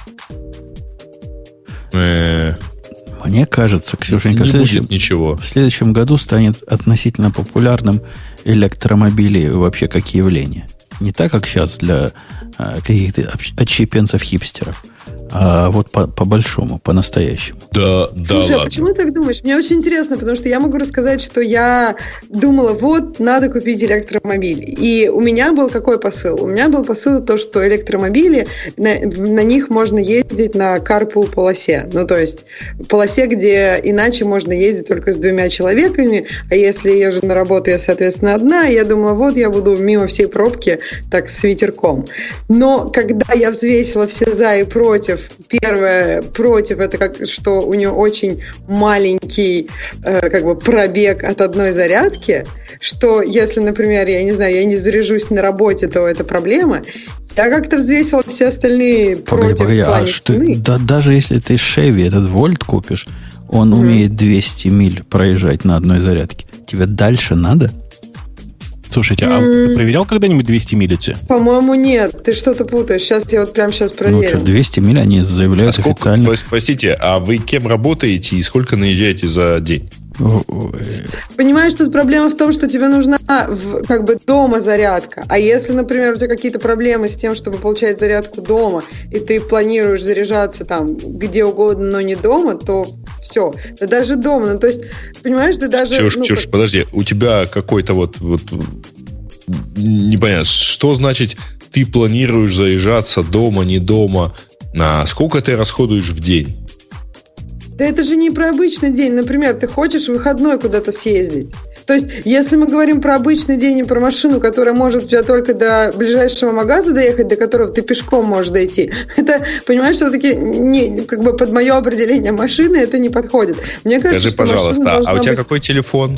Мне кажется, Ксюшенька, в следующем году станет относительно популярным электромобили вообще как явление. Не так, как сейчас для каких-то отщепенцев-хипстеров, а вот по-большому, по-настоящему. Да, Слушай, ладно. А почему ты так думаешь? Мне очень интересно, потому что я могу рассказать, что я думала, надо купить электромобиль. И у меня был какой посыл? У меня был посыл то, что электромобили, на них можно ездить на carpool полосе. Ну, то есть полосе, где иначе можно ездить только с 2 человеками, а если я езжу на работу, я, соответственно, одна, и я думала, я буду мимо всей пробки так с ветерком. Но когда я взвесила все за и против, первое против, это что у нее очень маленький пробег от одной зарядки, что если, например, я не заряжусь на работе, то это проблема. Я как-то взвесила все остальные против в плане цены. Даже если ты Chevy этот Volt купишь, он умеет 200 миль проезжать на одной зарядке. Тебе дальше надо? Слушайте, а ты проверял когда-нибудь 200 миль эти? По-моему, нет. Ты что-то путаешь. Сейчас я прямо сейчас проверю. 200 миль они заявляют официально. Простите, а вы кем работаете и сколько наезжаете за день? Понимаешь, тут проблема в том, что тебе нужна дома зарядка. А если, например, у тебя какие-то проблемы с тем, чтобы получать зарядку дома, и ты планируешь заряжаться там где угодно, но не дома, то все. Да даже дома. Ну, то есть, понимаешь, ты даже... Ксюш, подожди. У тебя какой-то непонятно, что значит ты планируешь заряжаться дома, не дома? На сколько ты расходуешь в день? Да это же не про обычный день. Например, ты хочешь в выходной куда-то съездить. То есть, если мы говорим про обычный день и про машину, которая может у тебя только до ближайшего магаза доехать, до которого ты пешком можешь дойти, это, понимаешь, все-таки под мое определение машины это не подходит. Мне кажется, скажи, пожалуйста, а у тебя какой телефон?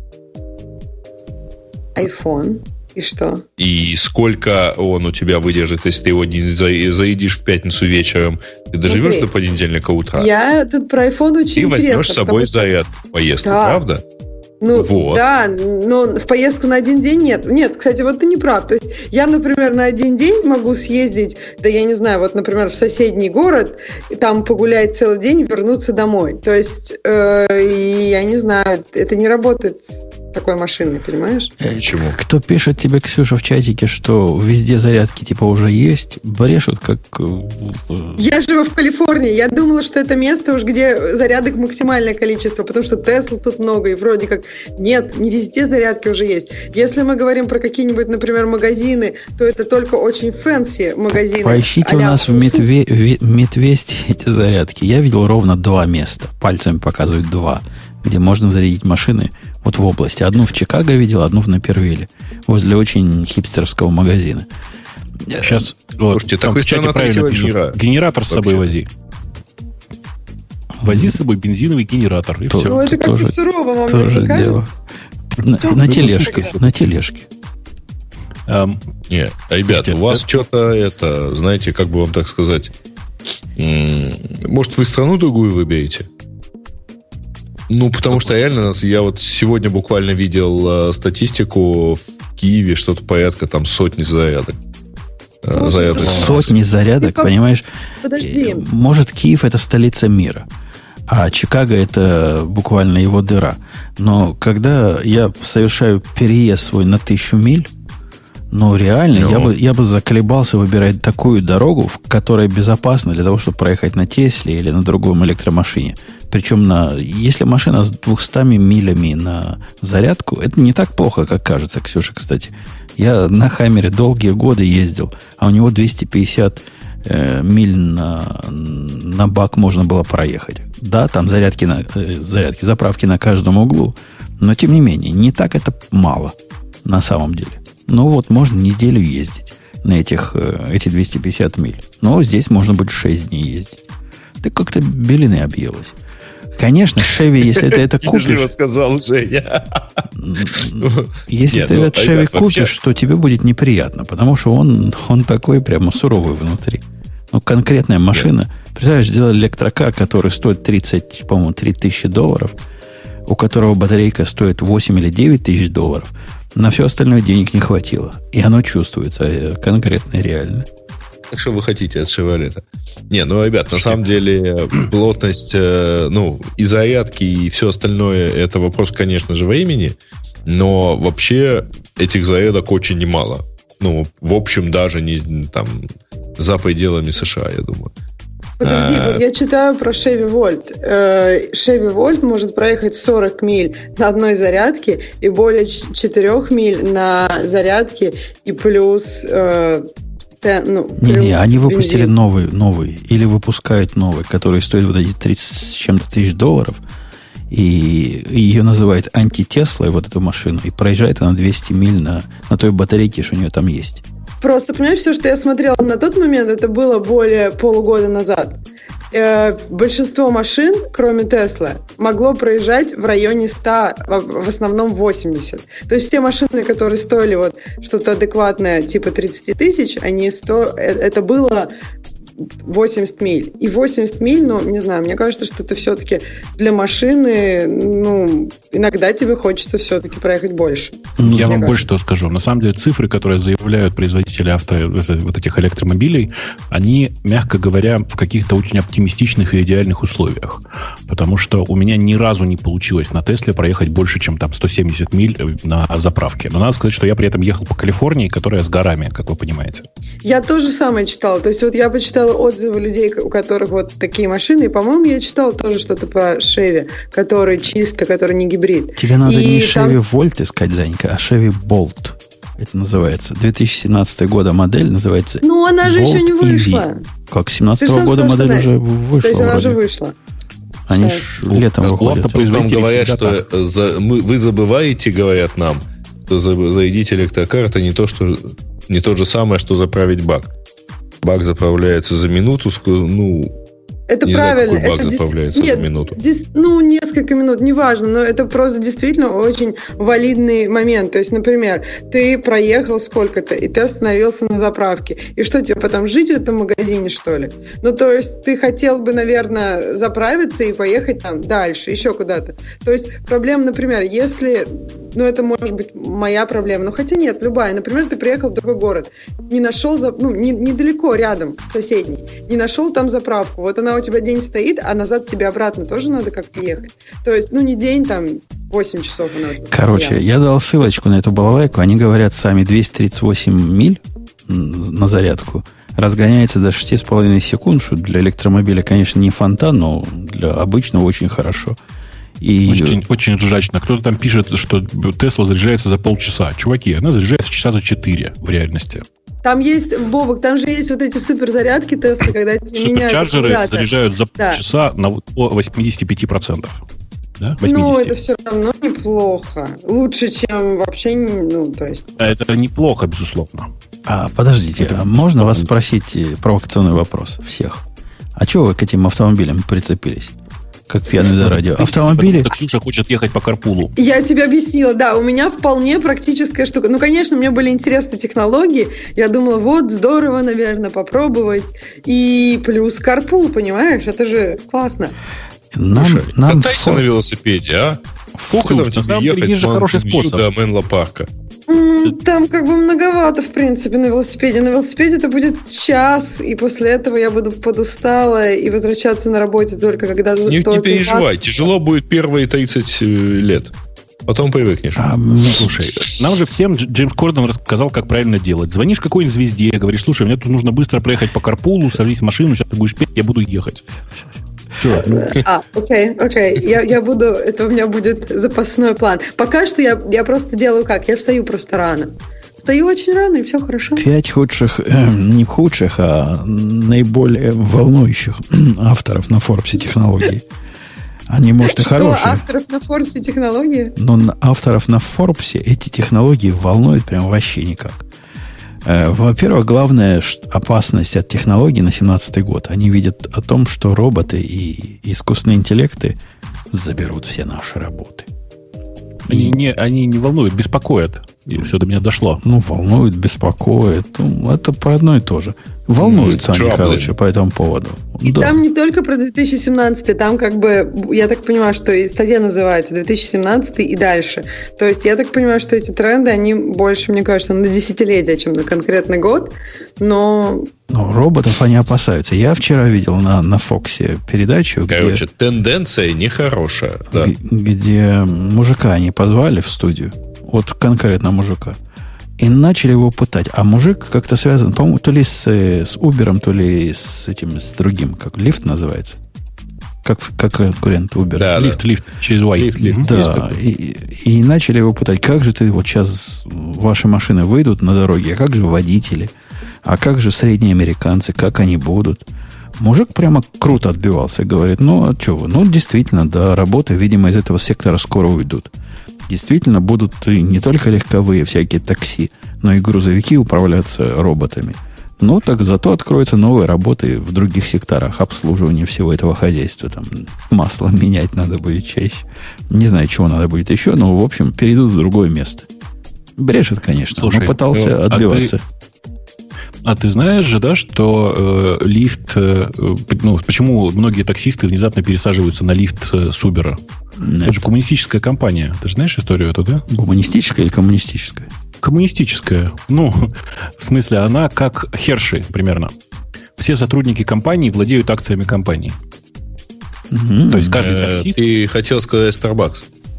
iPhone. И что? И сколько он у тебя выдержит, если ты его не заедишь в пятницу вечером? Ты доживешь до понедельника утра? Я тут про iPhone очень интересно. Ты возьмешь с собой заряд в поездку, правда? Да, но в поездку на один день нет. Нет, кстати, ты не прав. То есть я, например, на один день могу съездить, например, в соседний город, там погулять целый день и вернуться домой. То есть, я не знаю, это не работает с такой машиной, понимаешь? Почему? Кто пишет тебе, Ксюша, в чатике, что везде зарядки уже есть, брешут как... Я живу в Калифорнии. Я думала, что это место где зарядок максимальное количество, потому что Тесла тут много, и вроде как нет, не везде зарядки уже есть. Если мы говорим про какие-нибудь, например, магазины, то это только очень фэнси магазины. Поищите у нас в Медвесте эти зарядки. Я видел ровно 2 места. Пальцами показывают 2, где можно зарядить машины в области. Одну в Чикаго видел, одну в Напервилле, возле очень хипстерского магазина. Сейчас, слушайте, там в чате правильно пишут. Генератор с собой вози. Вози с собой бензиновый генератор, и все. Ну, это как-то сурово, вам тоже дело. На тележке. Не, ребят, у вас что-то знаете, как бы вам так сказать, может, вы страну другую выберете? Потому что реально, я сегодня буквально видел статистику в Киеве, что-то порядка сотни зарядок. Сотни зарядок, понимаешь? Подожди. Может, Киев это столица мира. А Чикаго – это буквально его дыра. Но когда я совершаю переезд свой на 1000 миль, ну, реально, я бы заколебался выбирать такую дорогу, которая безопасна для того, чтобы проехать на Тесле или на другом электромашине. Причем, если машина с 200 милями на зарядку, это не так плохо, как кажется, Ксюша, кстати. Я на Хаммере долгие годы ездил, а у него 250 миль на бак можно было проехать. Да, там заправки на каждом углу, но, тем не менее, не так это мало на самом деле. Ну вот, можно неделю ездить на эти 250 миль. Но здесь можно будет 6 дней ездить. Ты как-то белины объелась. Конечно, Chevy, если ты это купишь... Вежливо сказал Женя. Если ты этот Chevy купишь, то тебе будет неприятно, потому что он такой прямо суровый внутри. Ну, конкретная машина. Представляешь, сделали электрокар, который стоит 3000 долларов, у которого батарейка стоит 8 или 9 тысяч долларов. На все остальное денег не хватило. И оно чувствуется конкретно и реально. Так что вы хотите от Chevrolet? Не, ну, ребят, на самом деле плотность, и зарядки, и все остальное, это вопрос, конечно же, времени. Но вообще этих зарядок очень немало. Ну, в общем, даже не там за пределами США, я думаю. Подожди, вот я читаю про Chevy Volt. Chevy Volt может проехать 40 миль на одной зарядке и более 4 миль на зарядке и плюс... Не, они выпустили новый, или выпускают новый, который стоит вот эти 30 с чем-то тысяч долларов, и ее называют анти-Теслой, вот эту машину, и проезжает она 200 миль на той батарейке, что у нее там есть. Просто, понимаешь, все, что я смотрела на тот момент, это было более полугода назад. Большинство машин, кроме Тесла, могло проезжать в районе 100, в основном 80. То есть все машины, которые стоили вот что-то адекватное, типа 30 тысяч, это было 80 миль. И 80 миль, не знаю, мне кажется, что это все-таки для машины, иногда тебе хочется все-таки проехать больше. Я вам больше того скажу. На самом деле цифры, которые заявляют производители вот этих электромобилей, они, мягко говоря, в каких-то очень оптимистичных и идеальных условиях. Потому что у меня ни разу не получилось на Тесле проехать больше, чем там 170 миль на заправке. Но надо сказать, что я при этом ехал по Калифорнии, которая с горами, как вы понимаете. Я тоже самое читала. То есть вот я почитала отзывы людей, у которых вот такие машины, и, по-моему, я читала тоже что-то про Chevy, который не гибрид. Тебе надо не Chevy Volt искать, Занька, а Chevy Bolt. Это называется. 2017 года модель называется. Ну, она же еще не вышла. Как, 2017 года модель уже вышла? То есть она уже вышла. Они ж летом выходят. Вам говорят, что вы забываете, говорят нам, что зарядить электрокар это не то же самое, что заправить бак. Бак заправляется за минуту, это не правильно. Знаю, какой бак заправляется за минуту. Несколько минут, неважно, но это просто действительно очень валидный момент. То есть, например, ты проехал сколько-то, и ты остановился на заправке. И что, тебе потом жить в этом магазине, что ли? То есть, ты хотел бы, наверное, заправиться и поехать там дальше, еще куда-то. То есть, проблема, например, если... это может быть моя проблема. Хотя нет, любая. Например, ты приехал в другой город, не нашел, недалеко, рядом, соседний, не нашел там заправку. Вот она у тебя день стоит, а назад тебе обратно тоже надо как-то ехать. То есть, не день, там, 8 часов. Короче, я дал ссылочку на эту балалайку. Они говорят сами 238 миль на зарядку разгоняется до 6,5 секунд, что для электромобиля, конечно, не фонтан, но для обычного очень хорошо. И... Очень, очень ржачно. Кто-то там пишет, что Тесла заряжается за полчаса. Чуваки, она заряжается часа за 4 в реальности. Там есть, Бобок, там же есть вот эти суперзарядки Тесла, когда тебе меняют... Суперчарджеры заряжают за полчаса на 85%. Да? 80. Это все равно неплохо. Лучше, чем вообще, то есть... Это неплохо, безусловно. Подождите, можно вас спросить провокационный вопрос всех? А чего вы к этим автомобилям прицепились? Как пьяный до радио. Автомобили... Потому что Ксюша хочет ехать по карпулу. Я тебе объяснила, да, у меня вполне практическая штука. Конечно, мне были интересны технологии. Я думала, здорово, наверное, попробовать. И плюс карпул, понимаешь? Это же классно. Катайся на велосипеде, а? Сколько там тебе ехать же хороший способ. до Менло парка? Там как бы многовато, в принципе, на велосипеде. На велосипеде это будет час, и после этого я буду подустала и возвращаться на работе только когда... Не переживай, тяжело будет первые 30 лет. Потом привыкнешь. Слушай, нам же всем Джеймс Кордон рассказал, как правильно делать. Звонишь какой-нибудь звезде, говоришь, слушай, мне тут нужно быстро проехать по карпулу, садись в машину, сейчас ты будешь петь, я буду ехать. Окей. Я буду, это у меня будет запасной план. Пока что я просто делаю как? Я встаю просто рано. Встаю очень рано, и все хорошо. 5 худших, не худших, а наиболее волнующих авторов на Форбсе технологий. Они, может, и хорошие. Что, авторов на Форбсе технологии? Но авторов на Форбсе эти технологии волнуют прям вообще никак. Во-первых, главная опасность от технологий на 2017 год. Они видят о том, что роботы и искусственные интеллекты заберут все наши работы. Они не волнуют, беспокоят. И все до меня дошло. Волнуют, беспокоят. Это про одно и то же. Волнуются они, короче, по этому поводу. Да. Там не только про 2017, там как бы, я так понимаю, что и статья называется 2017 и дальше. То есть я так понимаю, что эти тренды, они больше, мне кажется, на десятилетия, чем на конкретный год. Но роботов они опасаются. Я вчера видел на Фоксе передачу, короче, тенденция нехорошая. Да. Где мужика они позвали в студию. Вот конкретно мужика. И начали его пытать. А мужик как-то связан, по-моему, то ли с Uber, то ли с другим, как лифт называется. Как конкурент Uber. Да, лифт, через Y. Лифт. Да, и начали его пытать. Как же ты вот сейчас ваши машины выйдут на дороге, а как же водители? А как же средние американцы? Как они будут? Мужик прямо круто отбивался. Говорит, а что вы? Действительно, да, работы, видимо, из этого сектора скоро уйдут. Действительно, будут не только легковые всякие такси, но и грузовики управляться роботами. Так зато откроются новые работы в других секторах обслуживания всего этого хозяйства. Там масло менять надо будет чаще. Не знаю, чего надо будет еще, но, в общем, перейдут в другое место. Брешет, конечно, но пытался отбиваться. А ты знаешь же, да, что лифт... почему многие таксисты внезапно пересаживаются на лифт с Uber? Это же коммунистическая компания. Ты же знаешь историю эту, да? Гуманистическая или коммунистическая? Коммунистическая. В смысле, она как Hershey примерно. Все сотрудники компании владеют акциями компании. То есть каждый таксист... Ты хотел сказать Starbucks?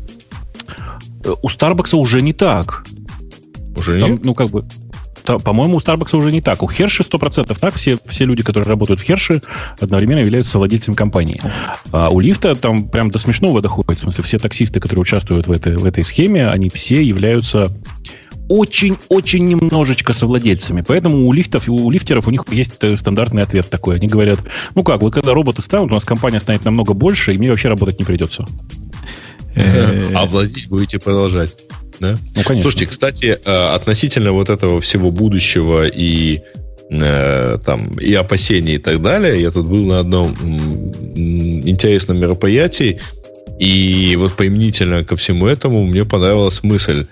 У Starbucks уже не так. Уже нет? По-моему, у Starbucks уже не так. У Hershey 100% так. Все люди, которые работают в Hershey, одновременно являются владельцами компании. А у лифта там прям до смешного доходит. В смысле, все таксисты, которые участвуют в этой схеме, они все являются очень-очень немножечко совладельцами. Поэтому у лифтеров у них есть стандартный ответ такой. Они говорят, когда роботы станут, у нас компания станет намного больше, и мне вообще работать не придется. А владеть будете продолжать. Да? Конечно. Слушайте, кстати, относительно вот этого всего будущего и опасений и так далее, я тут был на одном интересном мероприятии, и вот применительно ко всему этому мне понравилась мысль.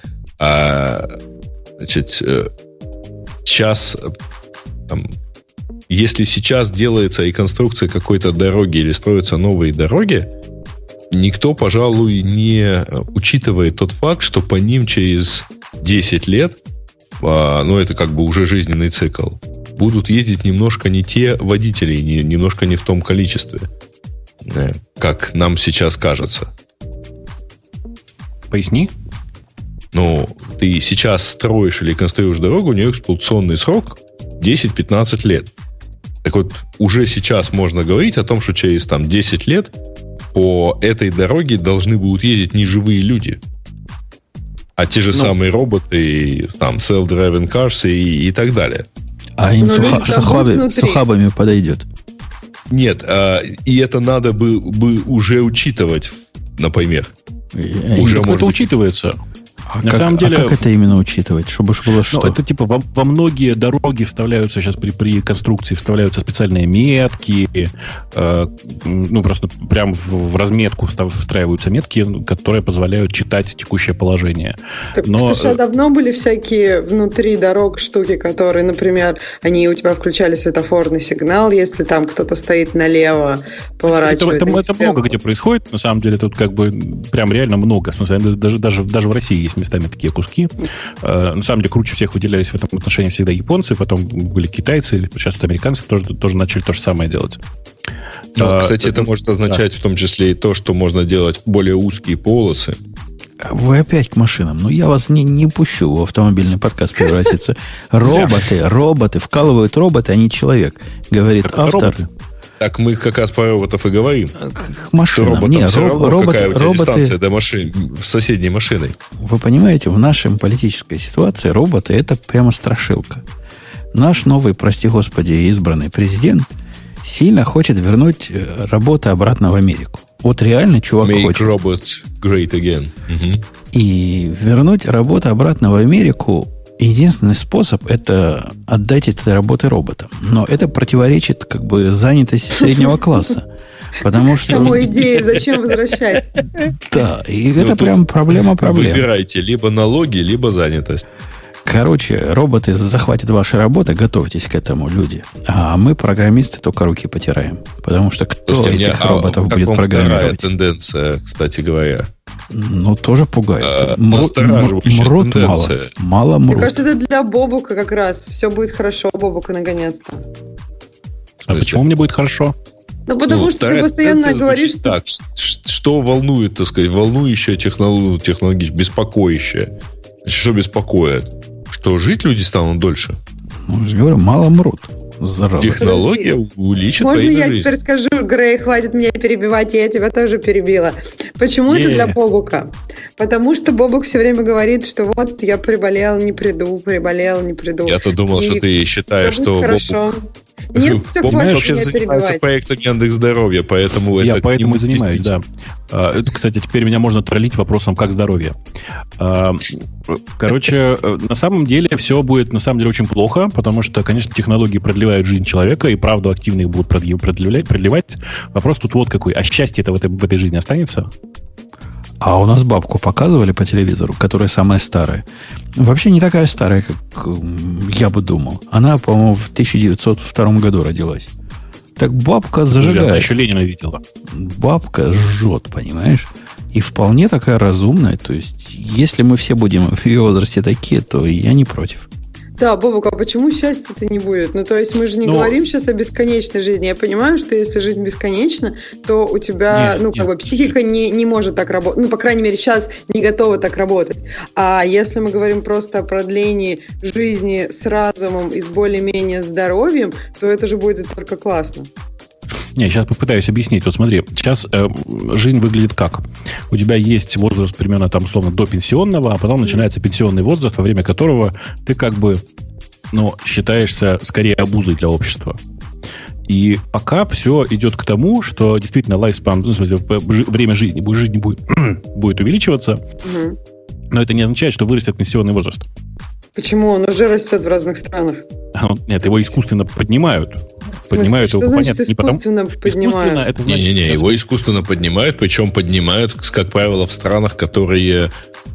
Если сейчас делается реконструкция какой-то дороги или строятся новые дороги, никто, пожалуй, не учитывает тот факт, что по ним через 10 лет, это как бы уже жизненный цикл, будут ездить немножко не те водители, немножко не в том количестве, как нам сейчас кажется. Поясни. Ты сейчас строишь или конструируешь дорогу, у нее эксплуатационный срок 10-15 лет. Так вот, уже сейчас можно говорить о том, что через 10 лет по этой дороге должны будут ездить не живые люди, а те же самые роботы, self-driving cars и так далее. А им с ухабами подойдет. Нет, и это надо бы уже учитывать, например. Это учитывается. На самом деле, как это именно учитывать? Чтобы было что? Это во многие дороги вставляются сейчас при конструкции, вставляются специальные метки, просто прям в разметку встраиваются метки, которые позволяют читать текущее положение. Слушай, давно были всякие внутри дорог штуки, которые, например, они у тебя включали светофорный сигнал, если там кто-то стоит налево, поворачивает. Это много где происходит, на самом деле, тут прям реально много. В смысле, даже в России есть есть местами такие куски. На самом деле, круче всех выделялись в этом отношении всегда японцы, потом были китайцы, сейчас вот американцы тоже начали то же самое делать. Кстати, это может означать в том числе и то, что можно делать более узкие полосы. Вы опять к машинам. Ну, я вас не пущу в автомобильный подкаст превратиться. Роботы, вкалывают роботы, а не человек, говорит автор. Так мы как раз про роботов и говорим. К машинам. Нет, какая у тебя дистанция до машины, с соседней машиной. Вы понимаете, в нашей политической ситуации роботы – это прямо страшилка. Наш новый, прости господи, избранный президент сильно хочет вернуть работы обратно в Америку. Вот реально чувак хочет. Make robots great again. Угу. И вернуть работу обратно в Америку единственный способ – это отдать эти работы роботам. Но это противоречит как бы занятости среднего класса. Потому что... Самой идеи зачем возвращать? Да, и это прям проблема. Выбирайте либо налоги, либо занятость. Короче, роботы захватят ваши работы, готовьтесь к этому, люди. А мы, программисты, только руки потираем. Потому что кто этих роботов будет программировать? Вторая тенденция, кстати говоря. Ну, тоже пугает. Настораживающая мрут тенденция. Мало мрут. Мне кажется, это для Бобука как раз. Все будет хорошо, Бобука, наконец-то. А почему мне будет хорошо? Ну, потому что ты постоянно говоришь, что... Так, что волнует, так сказать, волнующее технологически, беспокоящее. Что беспокоит? Что жить люди станут дольше? Ну, я же говорю, мало мрут. Зараза. Технология увеличит Можно время я жизни. теперь скажу, Грей, хватит меня перебивать, я тебя тоже перебила. Почему это для Бобука? Потому что Бобук все время говорит, что вот я приболел, не приду. Я-то думал, что ты считаешь, что хорошо. Нет, все, Бобук хватит вообще меня занимается перебивать. проектом Яндекс.Здоровья, поэтому я это... поэтому и занимаюсь, да. Кстати, теперь меня можно троллить вопросом, как здоровье. Короче, на самом деле все будет на самом деле очень плохо, потому что, конечно, технологии продлевают жизнь человека, и правда активно их будут продлевать. Вопрос тут вот какой. А счастье-то в этой жизни останется? А у нас бабку показывали по телевизору, которая самая старая. Вообще не такая старая, как я бы думал. Она, по-моему, в 1902 году родилась. Так бабка зажигает. Она еще Ленина видела. Бабка жжет, понимаешь? И вполне такая разумная. То есть, если мы все будем в ее возрасте такие, то я не против. Да, Бобук, а почему счастья-то не будет? Ну, то есть мы же не говорим сейчас о бесконечной жизни. Я понимаю, что если жизнь бесконечна, то у тебя, психика не может так работать. Ну, по крайней мере, сейчас не готова так работать. А если мы говорим просто о продлении жизни с разумом и с более-менее здоровьем, то это же будет только классно. Не, сейчас попытаюсь объяснить. Вот смотри, сейчас жизнь выглядит как? У тебя есть возраст примерно там, условно, до пенсионного, а потом начинается пенсионный возраст, во время которого ты как бы, считаешься скорее обузой для общества. И пока все идет к тому, что действительно лайфспан, время жизни будет увеличиваться, но это не означает, что вырастет пенсионный возраст. Почему? Он уже растет в разных странах. Нет, его искусственно поднимают. Поднимают его, понятно, не потому... Искусственно, это значит... его искусственно поднимают, причем поднимают, как правило, в странах, которые,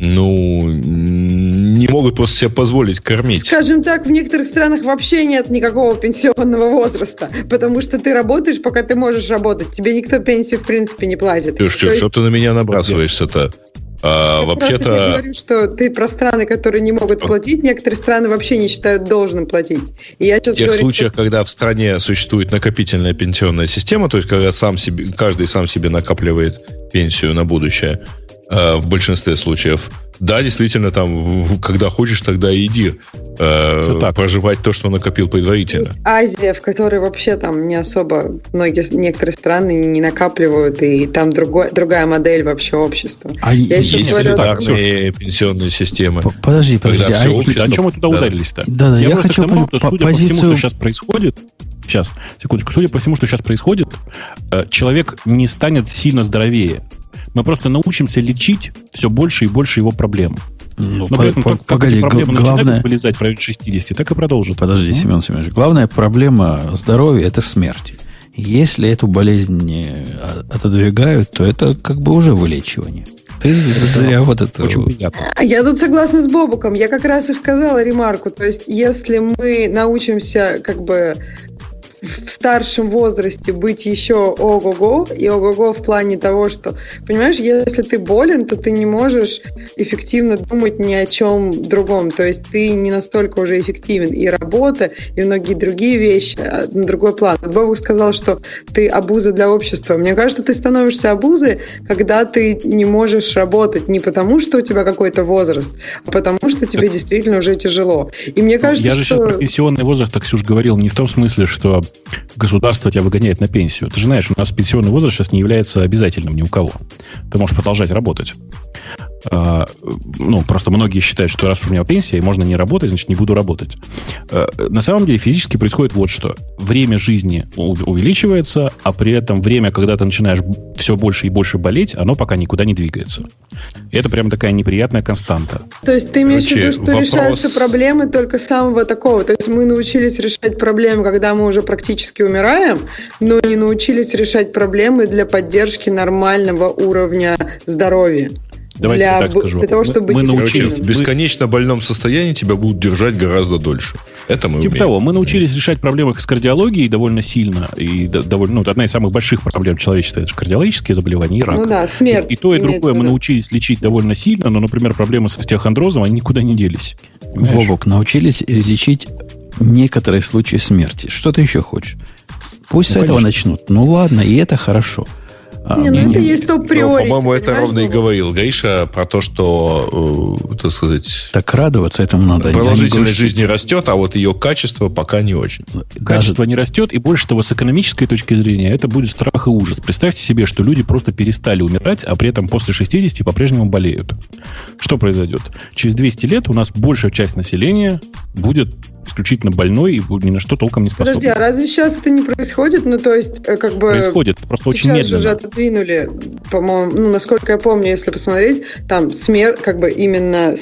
не могут просто себе позволить кормить. Скажем так, в некоторых странах вообще нет никакого пенсионного возраста, потому что ты работаешь, пока ты можешь работать. Тебе никто пенсию, в принципе, не платит. Что ты на меня набрасываешься-то? Вообще-то... Я говорю, что ты про страны, которые не могут платить, некоторые страны вообще не считают должным платить. И я сейчас в тех случаях, когда в стране существует накопительная пенсионная система, то есть когда каждый сам себе накапливает пенсию на будущее, в большинстве случаев, да, действительно, там, когда хочешь, тогда и иди проживать то, что накопил предварительно. Есть Азия, в которой вообще там не особо некоторые страны не накапливают, и там другая модель вообще общества. Есть солидарные пенсионные системы. Подожди. О чем мы туда ударились-то? Да, я хочу судя по всему, что сейчас происходит, судя по всему, что сейчас происходит, человек не станет сильно здоровее. Мы просто научимся лечить все больше и больше его проблем. Но при этом, как эти проблемы начинают вылезать в районе 60, так и продолжат. Подожди, Семен Семенович. Главная проблема здоровья – это смерть. Если эту болезнь отодвигают, то это как бы уже вылечивание. Ты зря вот это... Очень приятно. Я тут согласна с Бобуком. Я как раз и сказала ремарку. То есть, если мы научимся как бы в старшем возрасте быть еще ого-го, и ого-го в плане того, что, понимаешь, если ты болен, то ты не можешь эффективно думать ни о чем другом, то есть ты не настолько уже эффективен, и работа, и многие другие вещи на другой план. Бобук сказал, что ты обуза для общества. Мне кажется, ты становишься обузой, когда ты не можешь работать не потому, что у тебя какой-то возраст, а потому, что тебе действительно уже тяжело. И мне кажется, я же сейчас про пенсионный возраст, так, Ксюш, говорил не в том смысле, что государство тебя выгоняет на пенсию. Ты же знаешь, у нас пенсионный возраст сейчас не является обязательным ни у кого. Ты можешь продолжать работать. Просто многие считают, что раз уж у меня пенсия, и можно не работать, значит, не буду работать. На самом деле физически происходит вот что. Время жизни увеличивается, а при этом время, когда ты начинаешь все больше и больше болеть, оно пока никуда не двигается. И это прям такая неприятная константа. То есть ты имеешь в виду, что решаются проблемы только самого такого. То есть мы научились решать проблемы, когда мы уже практически умираем, но не научились решать проблемы для поддержки нормального уровня здоровья. Давайте я так скажу. Для того, чтобы мы научились в бесконечно больном состоянии тебя будут держать гораздо дольше. Это мы типа умеем. Того, мы научились решать проблемы с кардиологией довольно сильно. И довольно, одна из самых больших проблем человечества — это же кардиологические заболевания и рак. Ну да, смерть. И то, и другое мы научились лечить довольно сильно, но, например, проблемы с остеохондрозом, они никуда не делись. Бобок, научились лечить некоторые случаи смерти. Что ты еще хочешь? Пусть с этого начнут. Ну ладно, и это хорошо. Это есть топ-приорити. По-моему, это ровно и говорил Гриша про то, что, так сказать... Так радоваться этому надо. Продолжительность жизни растет, а вот ее качество пока не очень. Качество не растет, и больше того, с экономической точки зрения, это будет страх и ужас. Представьте себе, что люди просто перестали умирать, а при этом после 60 по-прежнему болеют. Что произойдет? Через 200 лет у нас большая часть населения будет исключительно больной и ни на что толком не способен. Подожди, а разве сейчас это не происходит? Ну, то есть, как бы... Происходит, просто очень медленно. Сейчас уже отодвинули, по-моему, насколько я помню, если посмотреть, там как бы именно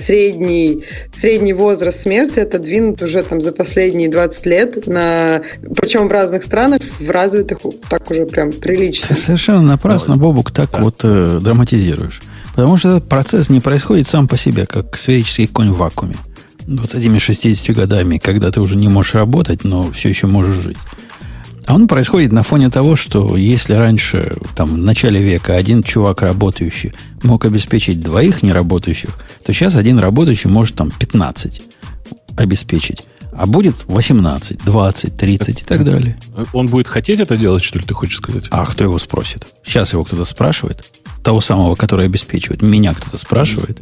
средний возраст смерти отодвинут уже там за последние 20 лет, причем в разных странах, в развитых, так уже прям прилично. Ты совершенно напрасно, Бобук, так драматизируешь. Потому что этот процесс не происходит сам по себе, как сферический конь в вакууме. 20-60 годами, когда ты уже не можешь работать, но все еще можешь жить. А он происходит на фоне того, что если раньше, в начале века, один чувак работающий мог обеспечить 2 неработающих, то сейчас один работающий может 15 обеспечить. А будет 18, 20, 30 и так далее. Он будет хотеть это делать, что ли, ты хочешь сказать? А кто его спросит? Сейчас его кто-то спрашивает. Того самого, который обеспечивает. Меня кто-то спрашивает.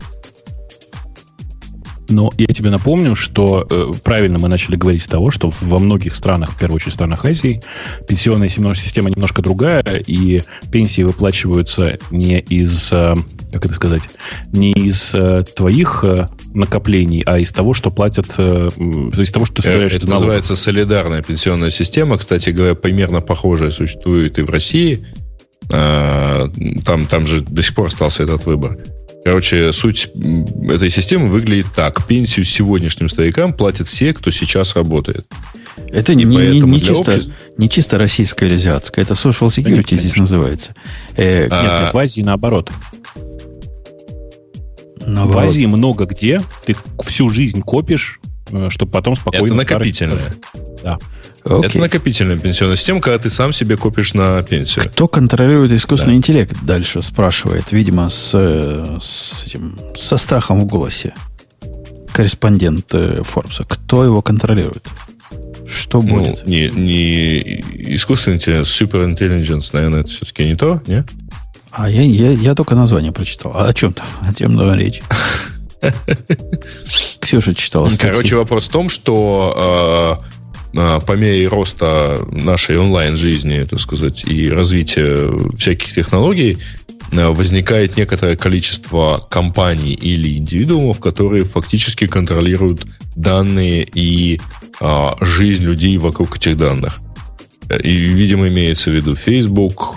Но я тебе напомню, что правильно мы начали говорить с того, что во многих странах, в первую очередь в странах Азии, пенсионная система немножко другая, и пенсии выплачиваются не из, не из твоих накоплений, а из того, что платят, из того, что ты собираешь. Это называется солидарная пенсионная система. Кстати говоря, примерно похожая существует и в России. Там же до сих пор остался этот выбор. Короче, суть этой системы выглядит так. Пенсию сегодняшним старикам платят все, кто сейчас работает. Это не чисто российское или азиатское. Это social security конечно. Здесь называется. Нет, в Азии наоборот. В Азии много где ты всю жизнь копишь, чтобы потом спокойно... Это накопительное. Да. Okay. Это накопительная пенсионная система, когда ты сам себе копишь на пенсию. Кто контролирует искусственный интеллект? Дальше спрашивает, видимо, со страхом в голосе корреспондент Forbes. Кто его контролирует? Что будет? Не искусственный интеллект, super intelligence, наверное, это все-таки не то, не? А я только название прочитал. А о чем там? О чем речь? Ксюша читала статьи. Короче, вопрос в том, что по мере роста нашей онлайн-жизни, так сказать, и развития всяких технологий, возникает некоторое количество компаний или индивидуумов, которые фактически контролируют данные и жизнь людей вокруг этих данных. И, видимо, имеется в виду Facebook,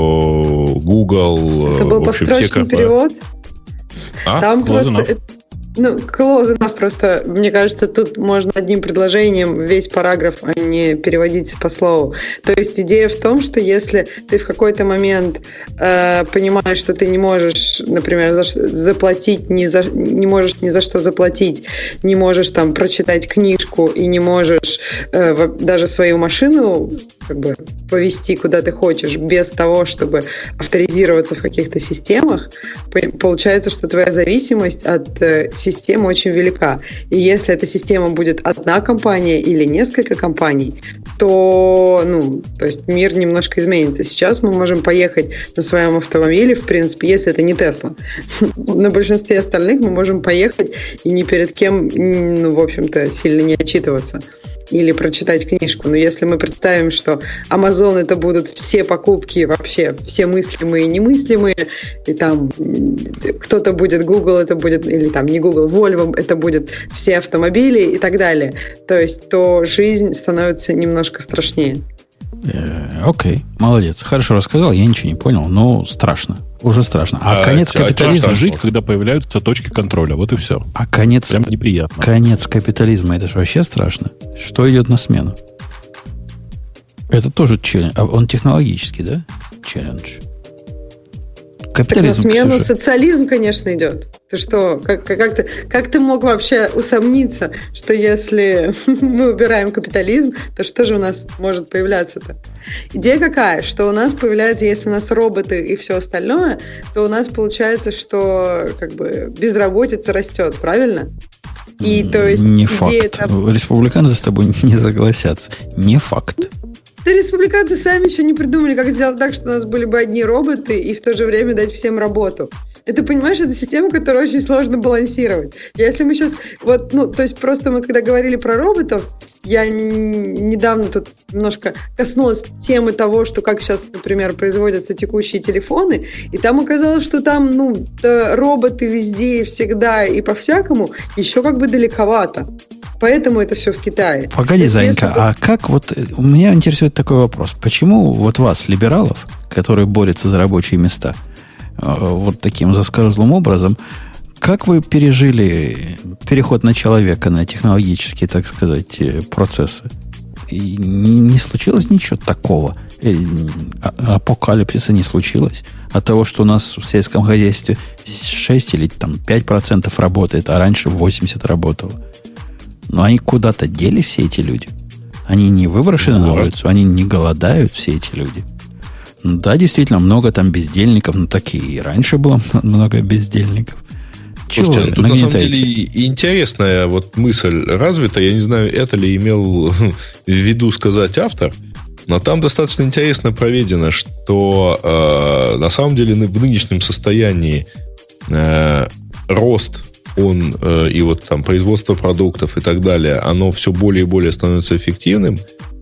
Google. Это был построчный перевод? А? Там просто... close enough просто, мне кажется, тут можно одним предложением весь параграф, а не переводить по слову. То есть идея в том, что если ты в какой-то момент понимаешь, что ты не можешь, например, заплатить, не можешь ни за что заплатить, не можешь там прочитать книжку и не можешь даже свою машину как бы повезти куда ты хочешь без того, чтобы авторизироваться в каких-то системах, получается, что твоя зависимость от системы очень велика. И если эта система будет одна компания или несколько компаний, то, то есть мир немножко изменится. Сейчас мы можем поехать на своем автомобиле, в принципе, если это не Тесла. На большинстве остальных мы можем поехать и ни перед кем, в общем-то, сильно не отчитываться. Или прочитать книжку. Но если мы представим, что Amazon это будут все покупки, вообще все мыслимые и немыслимые, и там кто-то будет Google, это будет, или там не Google, Volvo, это будет все автомобили и так далее. То есть, то жизнь становится немножко страшнее. Окей, молодец. Хорошо рассказал, я ничего не понял, но страшно. Уже страшно. А конец капитализма... жить, когда появляются точки контроля. Вот и все. А конец... Прям неприятно. Конец капитализма, это же вообще страшно. Что идет на смену? Это тоже челлендж. А он технологический, да? Челлендж. Капитализм, так на смену Ксюша. Социализм, конечно, идет. Ты что, как ты мог вообще усомниться, что если мы убираем капитализм, то что же у нас может появляться-то? Идея какая? Что у нас появляется, если у нас роботы и все остальное, то у нас получается, что как бы безработица растет, правильно? И то есть не факт. Республиканцы с тобой не согласятся. Не факт. Да республиканцы сами еще не придумали, как сделать так, что у нас были бы одни роботы и в то же время дать всем работу. Это, понимаешь, это система, которую очень сложно балансировать. Если мы сейчас... то есть просто мы когда говорили про роботов, я недавно тут немножко коснулась темы того, что как сейчас, например, производятся текущие телефоны, и там оказалось, что там, роботы везде и всегда и по-всякому еще как бы далековато. Поэтому это все в Китае. Погоди, Занька, а как меня интересует такой вопрос. Почему вас, либералов, которые борются за рабочие места, вот таким заскорузлым образом, как вы пережили переход на человека, на технологические, так сказать, процессы? И не случилось ничего такого? Апокалипсиса не случилось? От того, что у нас в сельском хозяйстве 6 или 5% работает, а раньше 80% работало? Но они куда-то дели, все эти люди. Они не выброшены на улицу, они не голодают, все эти люди. Да, действительно, много там бездельников, такие и раньше было много бездельников. Слушайте, тут на самом деле интересная мысль развита. Я не знаю, это ли имел в виду сказать автор, но там достаточно интересно проведено, что на самом деле в нынешнем состоянии рост и производство продуктов и так далее, оно все более и более становится эффективным.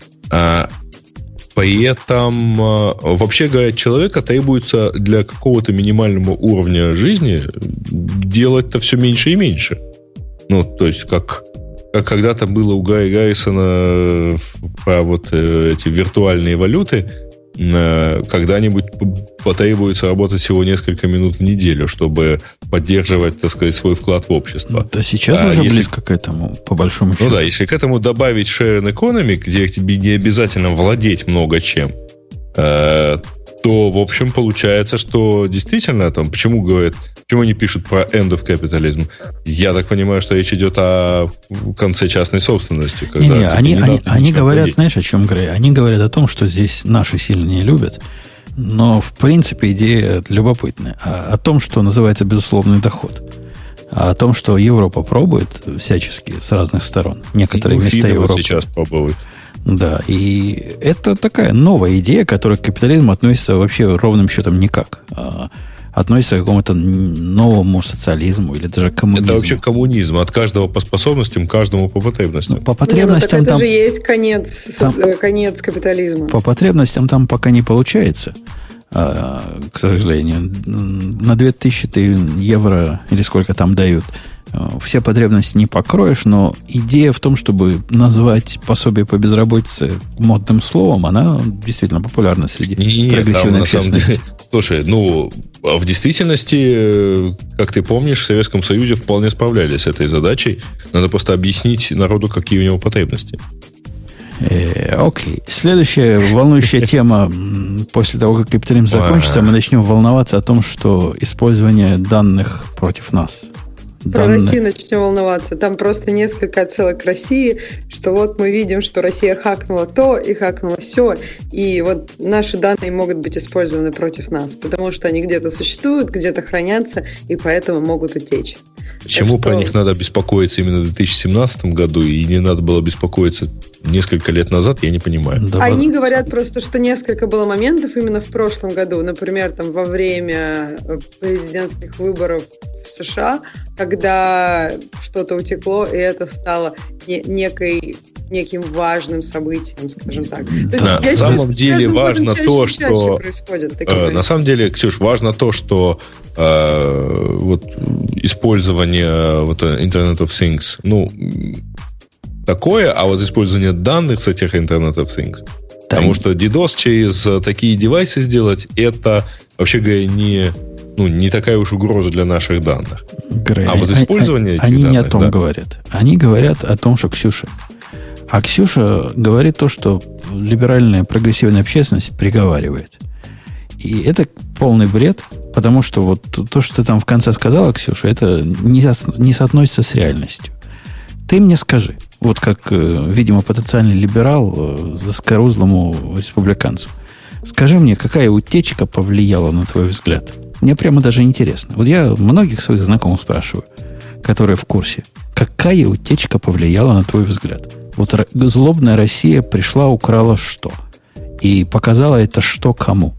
При этом, вообще говоря, человека требуется для какого-то минимального уровня жизни делать-то все меньше и меньше. То есть, как когда-то было у Гарри Гаррисона про эти виртуальные валюты, когда-нибудь потребуется работать всего несколько минут в неделю, чтобы поддерживать, так сказать, свой вклад в общество. Да сейчас уже близко к этому, по большому счету. Если к этому добавить sharing economy, где тебе не обязательно владеть много чем, то, в общем, получается, что действительно, почему они пишут про end of capitalism? Я так понимаю, что речь идет о конце частной собственности. Они говорят, знаешь, о чем говорят? Они говорят о том, что здесь наши сильно не любят, но, в принципе, идея любопытная. О том, что называется безусловный доход. О том, что Европа пробует всячески с разных сторон. Некоторые места Европы сейчас пробуют. Да, и это такая новая идея, которая к капитализму относится вообще ровным счетом никак. Относится к какому-то новому социализму или даже коммунизму. Это вообще коммунизм. От каждого по способностям, каждому по потребностям. По потребностям это же есть конец капитализма. По потребностям там пока не получается. К сожалению. На 2000 евро или сколько там дают Все потребности не покроешь, но идея в том, чтобы назвать пособие по безработице модным словом, она действительно популярна среди прогрессивной общественности. Слушай, в действительности, как ты помнишь, в Советском Союзе вполне справлялись с этой задачей. Надо просто объяснить народу, какие у него потребности. Окей. Следующая волнующая тема. После того, как капитализм закончится, мы начнем волноваться о том, что использование данных против нас. Про Россию начнем волноваться. Там просто несколько отсылок к России, что вот мы видим, что Россия хакнула то и хакнула все, и вот наши данные могут быть использованы против нас, потому что они где-то существуют, где-то хранятся, и поэтому могут утечь. Почему про них надо беспокоиться именно в 2017 году, и не надо было беспокоиться несколько лет назад, я не понимаю. Да, они говорят просто, что несколько было моментов именно в прошлом году, например, там во время президентских выборов в США, когда что-то утекло, и это стало неким важным событием, скажем так. Да, на самом деле важно то, что... На самом деле, Ксюш, важно то, что вот использование вот Internet of Things, такое, а вот использование данных с этих Internet of Things, потому что DDoS через такие девайсы сделать, это, вообще говоря, не такая уж угроза для наших данных. А вот использование этих данных... Они не о том говорят. Они говорят о том, что Ксюша. А Ксюша говорит то, что либеральная прогрессивная общественность приговаривает. И это полный бред, потому что вот то, что ты там в конце сказала, Ксюша, это не соотносится с реальностью. Ты мне скажи, вот как, видимо, потенциальный либерал заскорузлому республиканцу, скажи мне, какая утечка повлияла на твой взгляд? Мне прямо даже интересно. Вот я многих своих знакомых спрашиваю, которые в курсе, какая утечка повлияла на твой взгляд? Вот злобная Россия пришла, украла что? И показала это что кому?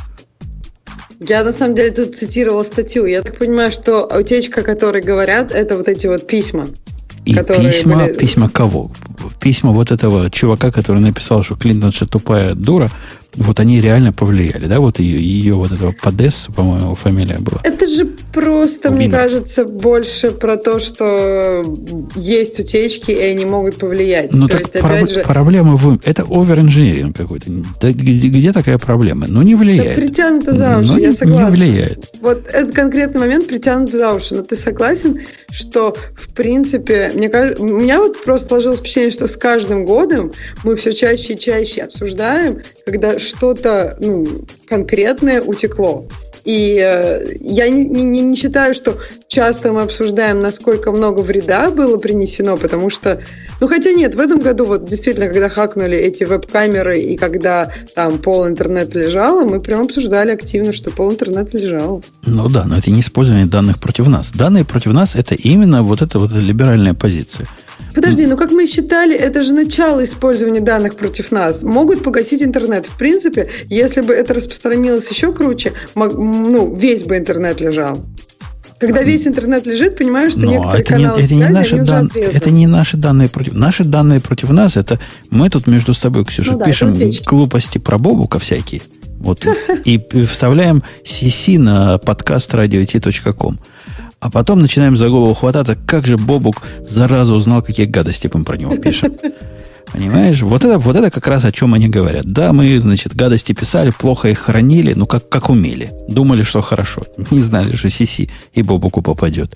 Я, на самом деле, тут цитировала статью. Я так понимаю, что утечка, о которой говорят, это вот эти вот письма. И письма кого? Письма вот этого чувака, который написал, что Клинтонша тупая дура, вот они реально повлияли, да? Вот ее вот этого Подесса, по-моему, фамилия была. Это же просто, мне кажется, больше про то, что есть утечки, и они могут повлиять. Ну, то так есть, опять же... проблема это овер-инжиниринг какой-то. Да, где такая проблема? Не влияет. Да притянуто за уши, я согласна. Не влияет. Вот этот конкретный момент притянут за уши. Но ты согласен, что, в принципе, мне кажется, у меня вот просто сложилось впечатление, что с каждым годом мы все чаще и чаще обсуждаем, когда что-то конкретное утекло. И я не считаю, что часто мы обсуждаем, насколько много вреда было принесено, потому что, хотя нет, в этом году вот действительно, когда хакнули эти веб-камеры и когда там пол интернета лежало, мы прям обсуждали активно, что пол интернета лежало. Ну да, но это не использование данных против нас. Данные против нас — это именно вот эта либеральная позиция. Подожди, как мы считали, это же начало использования данных против нас. Могут погасить интернет. В принципе, если бы это распространилось еще круче, весь бы интернет лежал. Когда весь интернет лежит, понимаешь, что некоторые каналы связи, они уже отрезаны. Это не наши данные против... Наши данные против нас, это мы тут между собой, Ксюша, пишем глупости про Бобука всякие. Вот, и вставляем CC на подкаст radio.t.com. А потом начинаем за голову хвататься, как же Бобук зараза узнал, какие гадости мы про него пишем. Понимаешь? Вот это как раз о чем они говорят. Да, мы, гадости писали, плохо их хранили, как умели. Думали, что хорошо. Не знали, что CC и Бобуку попадет.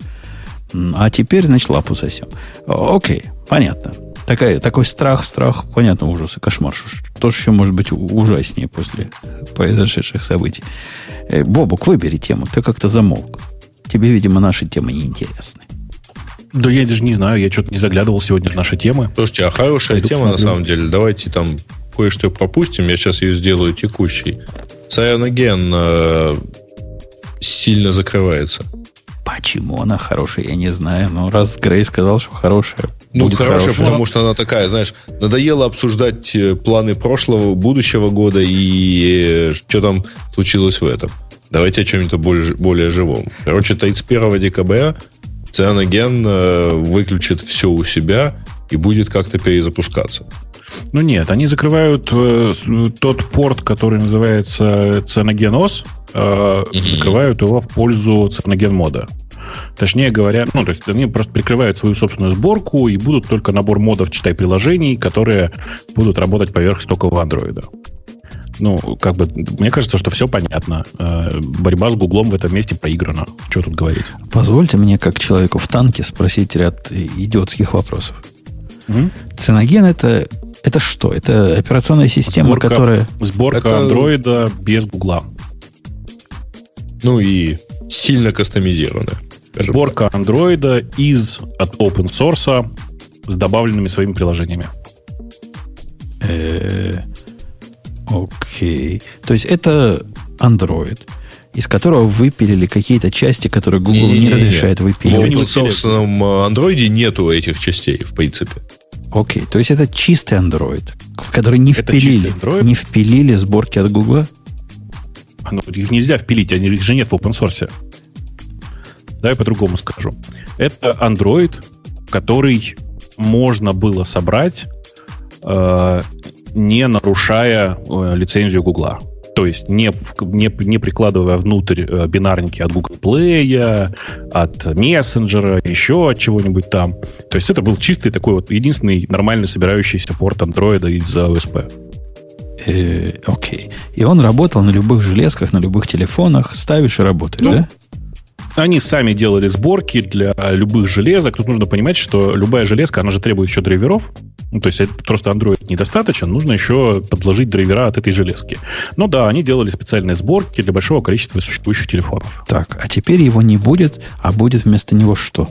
А теперь, лапу сосем. Окей, понятно. Такой страх, понятно, ужас и кошмар. Что ж еще может быть ужаснее после произошедших событий. Бобук, выбери тему. Ты как-то замолк. Тебе, видимо, наши темы неинтересны. Да я даже не знаю, я что-то не заглядывал сегодня в наши темы. Слушайте, а хорошая тема на самом деле. Давайте там кое-что пропустим. Я сейчас ее сделаю текущей. Cyanogen сильно закрывается. Почему она хорошая, я не знаю. Но раз Грей сказал, что хорошая, будет хорошая, потому что она такая, знаешь, надоело обсуждать планы прошлого, будущего года и что там случилось в этом. Давайте о чем-то более живом. 31 декабря Cyanogen выключит все у себя и будет как-то перезапускаться. Нет, они закрывают тот порт, который называется Cyanogen OS, закрывают его в пользу Cyanogen мода. Точнее говоря, то есть они просто прикрывают свою собственную сборку и будут только набор модов, читай, приложений, которые будут работать поверх стокового Android. Мне кажется, что все понятно. Борьба с Гуглом в этом месте проиграна. Что тут говорить? Позвольте мне, как человеку в танке, спросить ряд идиотских вопросов. Cyanogen это что? Это операционная система, которая... Сборка Андроида без Гугла. И сильно кастомизированная. Сборка Андроида от open source с добавленными своими приложениями. Окей. То есть это Android, из которого выпилили какие-то части, которые Google не разрешает выпиливать. В open source Android нету этих частей, в принципе. Окей. То есть это чистый Android, в который не впилили сборки от Google? Их нельзя впилить, их же нет в open source. Давай по-другому скажу. Это Android, который можно было собрать, не нарушая лицензию Гугла. То есть не прикладывая внутрь бинарники от Google Play, от мессенджера, еще от чего-нибудь там. То есть это был чистый такой вот единственный нормально собирающийся порт Android из OSP. Окей. И он работал на любых железках, на любых телефонах. Ставишь и работает, да? Они сами делали сборки для любых железок. Тут нужно понимать, что любая железка, она же требует еще драйверов. То есть это просто Android недостаточно, нужно еще подложить драйвера от этой железки. Но да, они делали специальные сборки для большого количества существующих телефонов. Так, а теперь его не будет, а будет вместо него что?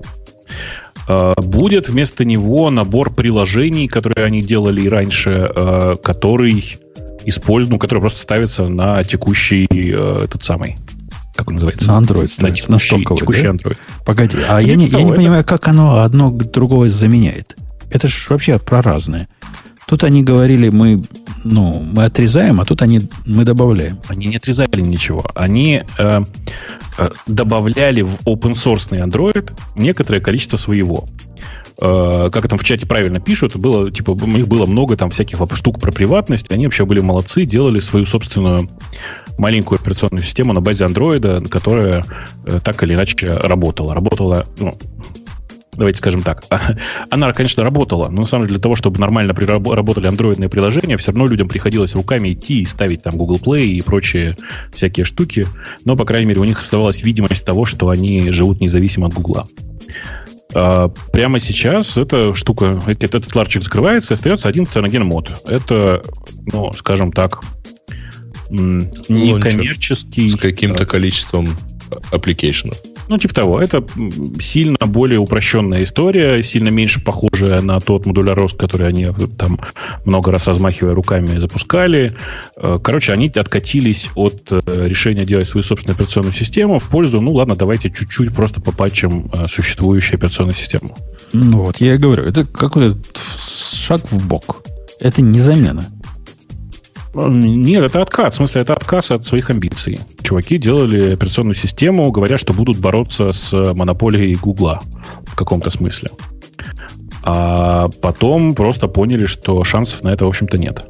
Будет вместо него набор приложений, которые они делали и раньше, который просто ставится на текущий этот самый... Как он называется? На Android ставится, на текущий Android. Погоди, я не понимаю, как оно одно другого заменяет. Это же вообще про разное. Тут они говорили, мы отрезаем, а тут мы добавляем. Они не отрезали ничего. Они добавляли в open-source Android некоторое количество своего. Как там в чате правильно пишут, у них было много там всяких штук про приватность. Они вообще были молодцы, делали свою собственную маленькую операционную систему на базе Android, которая так или иначе работала, давайте скажем так. Она, конечно, работала, но на самом деле для того, чтобы нормально работали андроидные приложения, все равно людям приходилось руками идти и ставить там Google Play и прочие всякие штуки. Но, по крайней мере, у них оставалась видимость того, что они живут независимо от Гугла. Прямо сейчас эта штука, этот ларчик закрывается, и остается один Cyanogen мод. Это, скажем так, некоммерческий... С каким-то количеством аппликейшенов. Типа того. Это сильно более упрощенная история, сильно меньше похожая на тот модуляр рост, который они там много раз размахивая руками запускали. Короче, они откатились от решения делать свою собственную операционную систему в пользу, давайте чуть-чуть просто попатчим существующую операционную систему. Я и говорю, это какой-то шаг в бок. Это не замена. Нет, это отказ. В смысле, это отказ от своих амбиций. Чуваки делали операционную систему, говоря, что будут бороться с монополией Гугла в каком-то смысле. А потом просто поняли, что шансов на это, в общем-то, нет.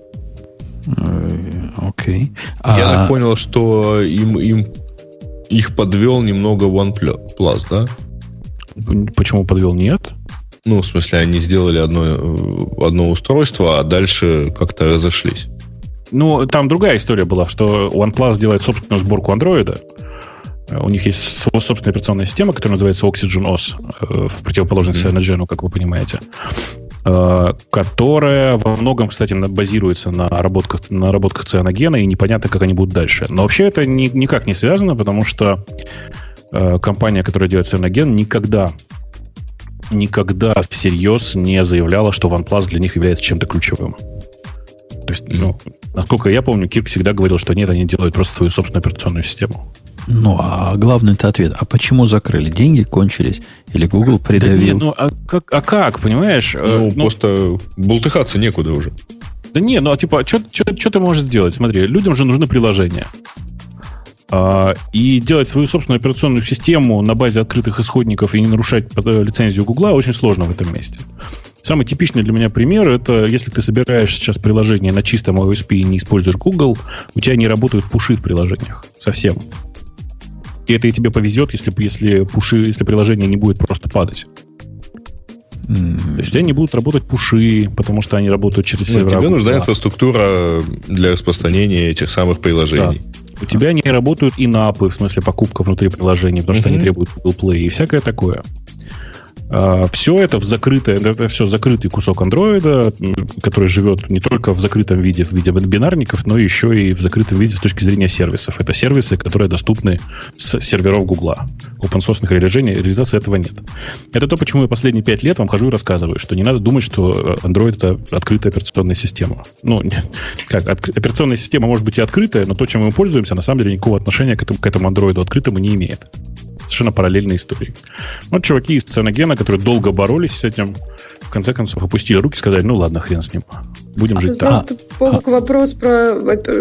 Окей. Я так понял, что их подвел немного OnePlus, да? Почему подвел? Нет. В смысле, они сделали одно устройство, а дальше как-то разошлись. Там другая история была, что OnePlus делает собственную сборку Android. У них есть собственная операционная система, которая называется Oxygen OS, в противоположность Cyanogen, как вы понимаете, которая во многом, кстати, базируется на наработках Cyanogen, и непонятно, как они будут дальше. Но вообще это никак не связано, потому что компания, которая делает Cyanogen, никогда всерьез не заявляла, что OnePlus для них является чем-то ключевым. То есть, насколько я помню, Кирк всегда говорил, что нет, они делают просто свою собственную операционную систему. А главный-то ответ. А почему закрыли? Деньги кончились? Или Google придавил? Да нет, как, понимаешь? Просто бултыхаться некуда уже. Да не, что ты можешь сделать? Смотри, людям же нужны приложения. И делать свою собственную операционную систему на базе открытых исходников и не нарушать лицензию Гугла очень сложно в этом месте. Самый типичный для меня пример — это если ты собираешь сейчас приложение на чистом OSP и не используешь Google, у тебя не работают пуши в приложениях совсем. И это и тебе повезет, если приложение не будет просто падать. То есть у тебя не будут работать пуши, потому что они работают через сервера. Тебе нужна инфраструктура для распространения этих самых приложений. Да. У тебя не работают инапы, в смысле покупка внутри приложения, потому что они требуют Google Play и всякое такое. Все это все закрытый кусок андроида, который живет не только в закрытом виде, в виде бинарников, но еще и в закрытом виде с точки зрения сервисов. Это сервисы, которые доступны с серверов Гугла. Open-source реализации этого нет. Это то, почему я последние 5 лет вам хожу и рассказываю, что не надо думать, что Android — это открытая операционная система. Операционная система может быть и открытая, но то, чем мы пользуемся, на самом деле никакого отношения к этому Android открытому не имеет. Совершенно параллельные истории. Вот чуваки из Ценогена, которые долго боролись с этим, в конце концов опустили руки и сказали, ну ладно, хрен с ним. Будем жить так. Просто вопрос про...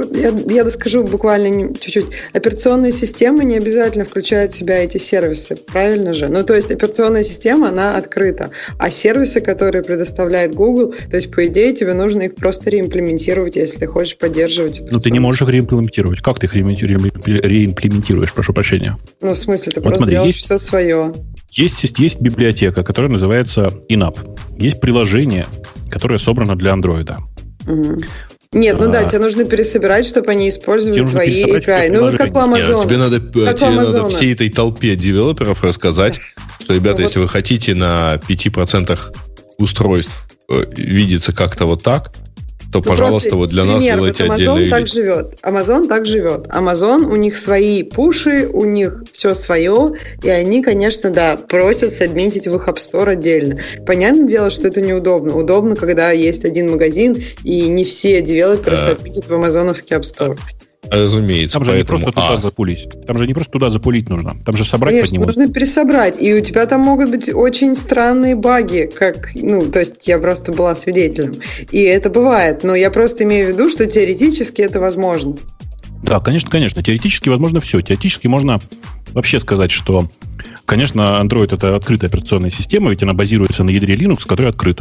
Я доскажу буквально чуть-чуть. Операционная система не обязательно включает в себя эти сервисы. Правильно же? То есть операционная система, она открыта. А сервисы, которые предоставляет Google, то есть, по идее, тебе нужно их просто реимплементировать, если ты хочешь поддерживать. Но ты не можешь их реимплементировать. Как ты их реимплементируешь, прошу прощения? В смысле, ты просто делаешь все свое. Есть библиотека, которая называется Inap. Есть приложение, которое собрано для Андроида. Угу. Нет, тебе нужно пересобирать, чтобы они использовали твои API. Как у Amazon. Тебе надо всей этой толпе девелоперов рассказать, что, ребята, если вы хотите на 5% устройств видеться как-то вот так, то, пожалуйста, вот для нас делайте отдельный релиз. Amazon так живет. Amazon, у них свои пуши, у них все свое, и они, конечно, просят сабмитить в их App Store отдельно. Понятное дело, что это неудобно. Удобно, когда есть один магазин, и не все девелоперы сабмитят в амазоновский App Store. Разумеется. Там же не просто туда запулить. Там же не просто туда запулить нужно. Там же собрать Конечно, под него. Нужно пересобрать. И у тебя там могут быть очень странные баги, то есть я просто была свидетелем. И это бывает. Но я просто имею в виду, что теоретически это возможно. Да, конечно. Теоретически возможно все. Теоретически можно вообще сказать, что, конечно, Android — это открытая операционная система, ведь она базируется на ядре Linux, который открыт.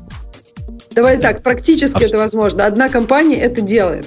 Давай так, практически это возможно. Одна компания это делает.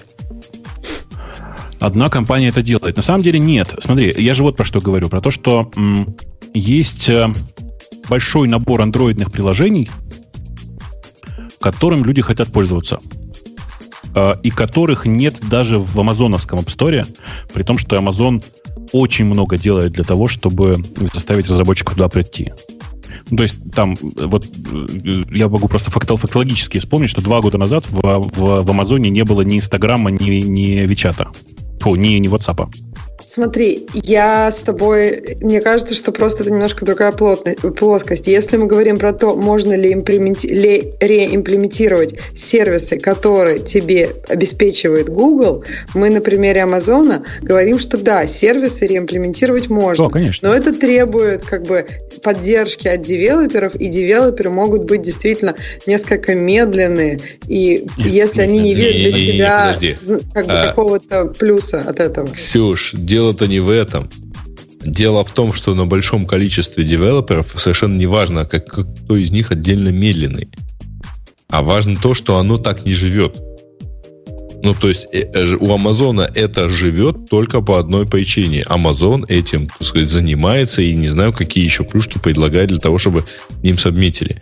Одна компания это делает. На самом деле нет. Смотри, я же вот про что говорю. Про то, что есть большой набор андроидных приложений, которым люди хотят пользоваться. И которых нет даже в амазоновском App Store, при том, что Amazon очень много делает для того, чтобы заставить разработчиков туда прийти. То есть там, вот я могу просто фактологически вспомнить, что 2 года назад в Амазоне не было ни Инстаграма, ни Вичата. Не WhatsApp. Смотри, я с тобой... Мне кажется, что просто это немножко другая плоскость. Если мы говорим про то, можно ли реимплементировать сервисы, которые тебе обеспечивает Google, мы на примере Амазона говорим, что да, сервисы реимплементировать можно. О, конечно. Но это требует поддержки от девелоперов, и девелоперы могут быть действительно несколько медленные. И если они не видят для себя какого-то плюса от этого. Ксюш, дело-то не в этом. Дело в том, что на большом количестве девелоперов совершенно не важно, кто из них отдельно медленный. А важно то, что оно так не живет. То есть у Амазона это живет только по одной причине. Амазон этим, так сказать, занимается, и не знаю, какие еще плюшки предлагает для того, чтобы им сабмитили.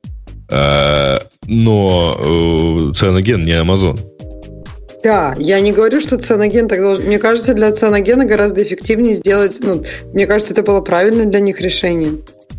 Но Cyanogen не Амазон. Да, я не говорю, что Cyanogen так должен... Мне кажется, для Cyanogen гораздо эффективнее сделать... мне кажется, это было правильно для них решение.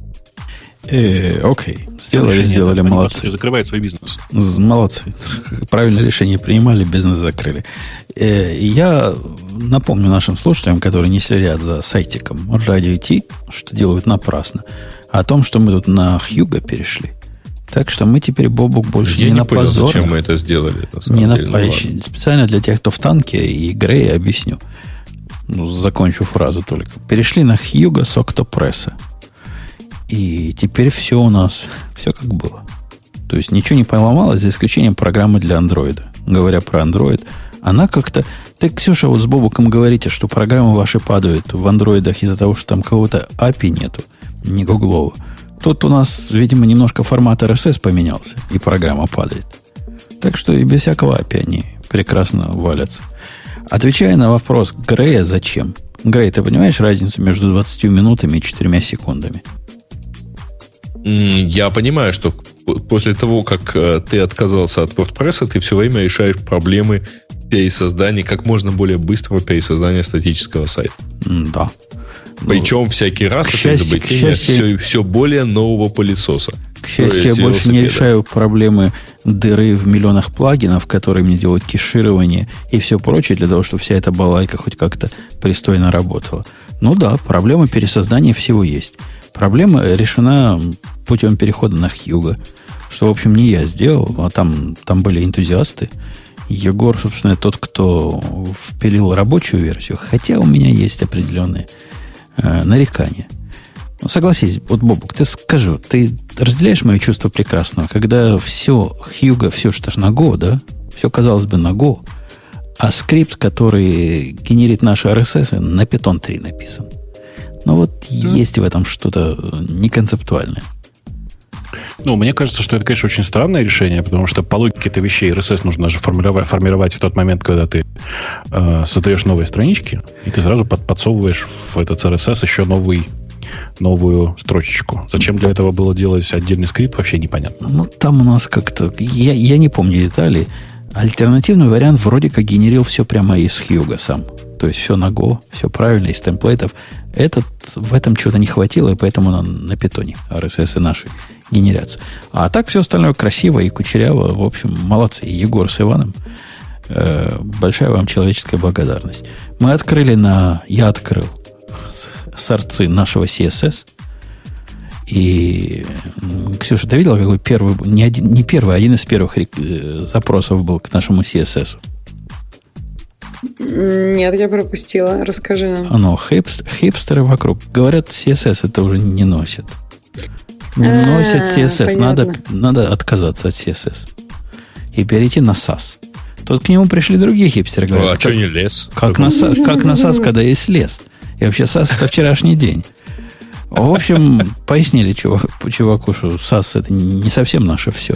Окей. Сделали, молодцы. Закрывает свой бизнес. Молодцы. Правильное решение принимали, бизнес закрыли. Я напомню нашим слушателям, которые не следят за сайтиком Радио Ти, что делают напрасно, о том, что мы тут на Хьюго перешли. Так что мы теперь, Бобук, больше не на позорах. Я не понял, зачем мы это сделали. Специально для тех, кто в танке и Грея объясню. Закончу фразу только. Перешли на Хьюго с Октопресса. И теперь все у нас, все как было. То есть ничего не поломалось, за исключением программы для Андроида. Говоря про Android, она как-то... Ты, Ксюша, вот с Бобуком говорите, что программы ваши падают в андроидах из-за того, что там какого-то API нету, не гуглового. Тут у нас, видимо, немножко формат RSS поменялся, и программа падает. Так что и без всякого API они прекрасно валятся. Отвечая на вопрос Грея, зачем? Грей, ты понимаешь разницу между 20 минутами и 4 секундами? Я понимаю, что после того, как ты отказался от WordPress, ты все время решаешь проблемы пересоздания, как можно более быстрого пересоздания статического сайта. Да. Причем всякий раз это изобретение все более нового пылесоса. К счастью, я больше не решаю проблемы дыры в миллионах плагинов, которые мне делают кеширование и все прочее, для того, чтобы вся эта балайка хоть как-то пристойно работала. Ну да, проблема пересоздания всего есть. Проблема решена путем перехода на Hugo, что, в общем, не я сделал, а там были энтузиасты. Егор, собственно, тот, кто впилил рабочую версию, хотя у меня есть определенные нарекания. Ну, согласись, вот, Бобук, ты скажи, ты разделяешь мое чувство прекрасного, когда все Hugo, все что ж на Go, да? Все, казалось бы, на Go, а скрипт, который генерит наши RSS, на Python 3 написан. Ну вот есть в этом что-то неконцептуальное. Ну, мне кажется, что это, конечно, очень странное решение, потому что по логике-то вещей RSS нужно же формировать в тот момент, когда ты создаешь новые странички, и ты сразу подсовываешь в этот RSS еще новую строчечку. Зачем для этого было делать отдельный скрипт, вообще непонятно. Ну, там у нас как-то... Я не помню деталей. Альтернативный вариант вроде как генерил все прямо из Hugo сам. То есть все на Go, все правильно, из темплейтов. В этом чего-то не хватило, и поэтому на питоне RSS наши генерятся. А так все остальное красиво и кучеряво. В общем, молодцы. Егор с Иваном. Большая вам человеческая благодарность. Я открыл сорцы нашего CSS. И, Ксюша, ты видела, какой первый... Не первый, а один из первых запросов был к нашему CSS? Нет, я пропустила. Расскажи нам. Хипстеры вокруг. Говорят, CSS это уже не носят. Не носят CSS. Надо отказаться от CSS. И перейти на SAS. Тут к нему пришли другие хипстеры. Говорят, что не лес? Как на SAS, когда есть лес. И вообще SAS это вчерашний день. В общем, пояснили чуваку, что SAS это не совсем наше все.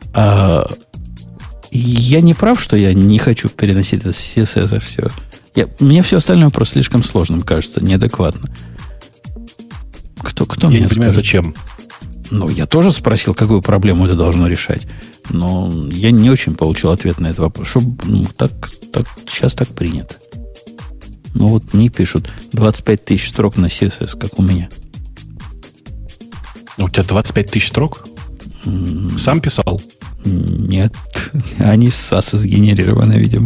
Я не прав, что я не хочу переносить это с CSS все. Мне все остальное просто слишком сложным кажется, неадекватно. Кто я не понимаю, зачем? Ну, я тоже спросил, какую проблему это должно решать. Но я не очень получил ответ на этот вопрос. Сейчас так принято. Ну, вот мне пишут 25 тысяч строк на CSS, как у меня. У тебя 25 тысяч строк? Сам писал? Нет. Они с SAS сгенерированы, видимо.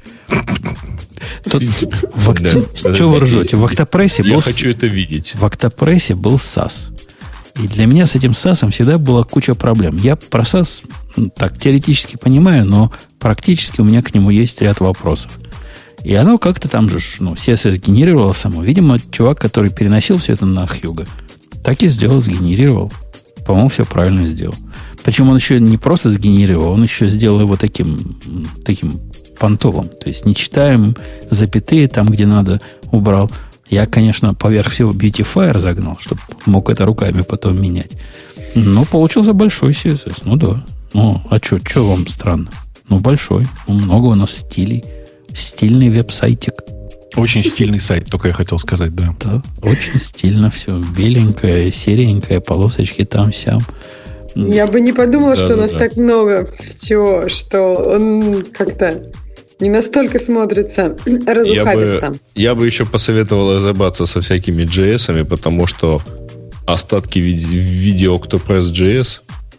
Чего вы ржете? В Октопрессе был... Я хочу это видеть. В Октопрессе был SAS. И для меня с этим SAS всегда была куча проблем. Я про SAS так теоретически понимаю, но практически у меня к нему есть ряд вопросов. И оно как-то там же, CSS генерировало само. Видимо, чувак, который переносил все это на Hugo, так и сделал, сгенерировал. По-моему, все правильно сделал. Причем он еще не просто сгенерировал, он еще сделал его таким понтовым. То есть не читаем запятые там, где надо, убрал. Я, конечно, поверх всего Beautifier загнал, чтобы мог это руками потом менять. Но получился большой CSS. Ну да. Ну, а что вам странно? Ну, большой. Много у нас стилей. Стильный веб-сайтик. Очень стильный сайт, только я хотел сказать, да. Да, очень стильно все. Беленькое, серенькое, полосочки там-сям. Я бы не подумала, что у нас так много всего, что он как-то не настолько смотрится разухабисто. Я бы еще посоветовал разобраться со всякими JS-ами, потому что остатки в виде Octopress.js...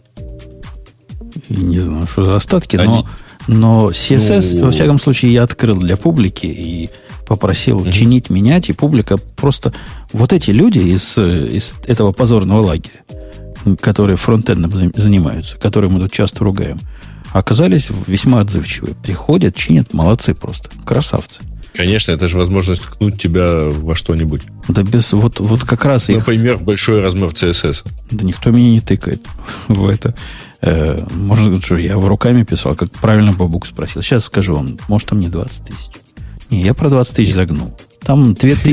Не знаю, что за остатки, но CSS, во всяком случае, я открыл для публики и попросил чинить, менять, и публика просто... Вот эти люди из этого позорного лагеря, которые фронтендом занимаются, которые мы тут часто ругаем, оказались весьма отзывчивые. Приходят, чинят, молодцы просто. Красавцы. Конечно, это же возможность ткнуть тебя во что-нибудь. Да без... Вот как раз их... Например, большой размер CSS. Да никто меня не тыкает в это. Может, что я руками писал, как правильно Бабук спросил. Сейчас скажу вам, может, там не 20 тысяч. Не, я про 20 тысяч загнул. Там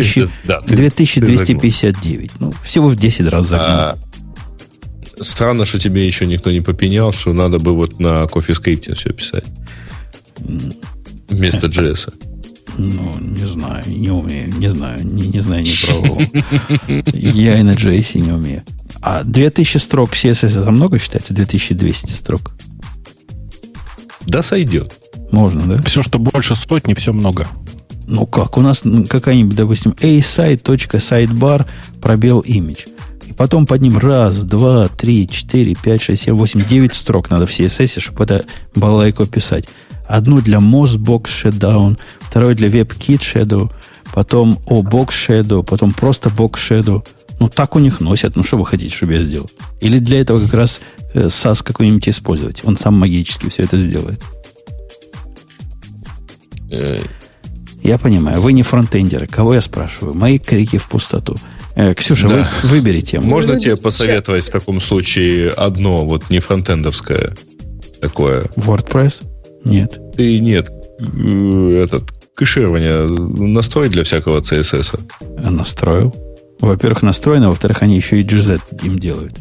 2259. Ну, всего в 10 раз загнул. Странно, что тебе еще никто не попенял, что надо бы вот на CoffeeScript все писать. Вместо JS. Ну, не знаю, не умею. Не знаю, не пробовал. Я и на JS не умею. А 2000 строк CSS это много считается? 2200 строк? Да, сойдет. Можно, да? Все, что больше сотни, все много. Ну как? У нас какая-нибудь, допустим, asite.sidebar пробел image. И потом под ним 1, 2, 3, 4, 5, 6, 7, 8, 9 строк надо в CSS, чтобы это балалайку писать. Одну для Mossbox Shadow, вторую для WebKit Shadow, потом Box Shadow, потом просто Box Shadow. Ну, так у них носят. Ну, что вы хотите, чтобы я сделал? Или для этого как раз SAS какой-нибудь использовать? Он сам магически все это сделает. Я понимаю, вы не фронтендеры. Кого я спрашиваю? Мои крики в пустоту. Ксюша, да. Выбери тему. Можно тебе посоветовать в таком случае одно, вот не фронтендовское такое? WordPress? Нет. И нет. Кэширование настрой для всякого CSS. Настроил. Во-первых, настроено, во-вторых, они еще и GZ им делают.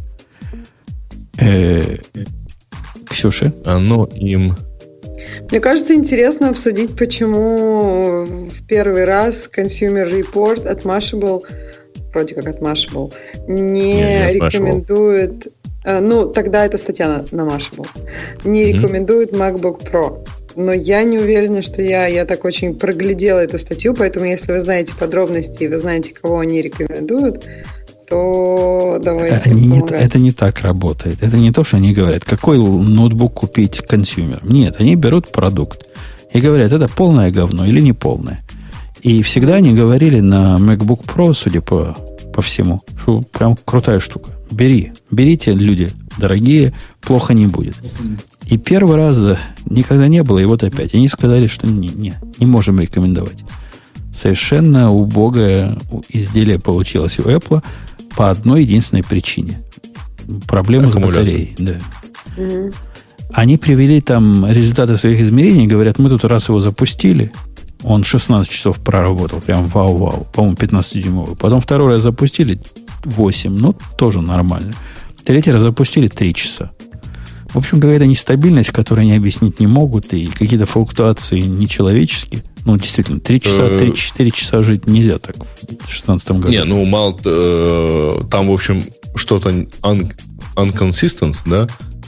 Ксюша? Оно им... Мне кажется, интересно обсудить, почему в первый раз Consumer Report от Mashable, вроде как от Mashable, не рекомендует... Ну, тогда это статья на Mashable. Не рекомендует MacBook Pro. Но я не уверена, что я так очень проглядела эту статью, поэтому если вы знаете подробности и вы знаете, кого они рекомендуют, то давайте помогать. Это не так работает. Это не то, что они говорят, какой ноутбук купить консюмерам. Нет, они берут продукт и говорят, это полное говно или не полное. И всегда они говорили на MacBook Pro, судя по всему, что прям крутая штука. Берите, люди дорогие, плохо не будет. И первый раз никогда не было, и вот опять. Они сказали, что не можем рекомендовать. Совершенно убогое изделие получилось у Apple по одной единственной причине. Проблема с батареей. Да. Они привели там результаты своих измерений, говорят, мы тут раз его запустили, он 16 часов проработал, прям вау-вау, по-моему, 15-дюймовый. Потом второй раз запустили 8, ну, тоже нормально. Третий раз запустили 3 часа. В общем, какая-то нестабильность, которую они объяснить не могут, и какие-то флуктуации нечеловеческие. Ну, действительно, 3-4 часа жить нельзя так в 2016 году. Не, ну, мало... Там, в общем, что-то unconsistent, да?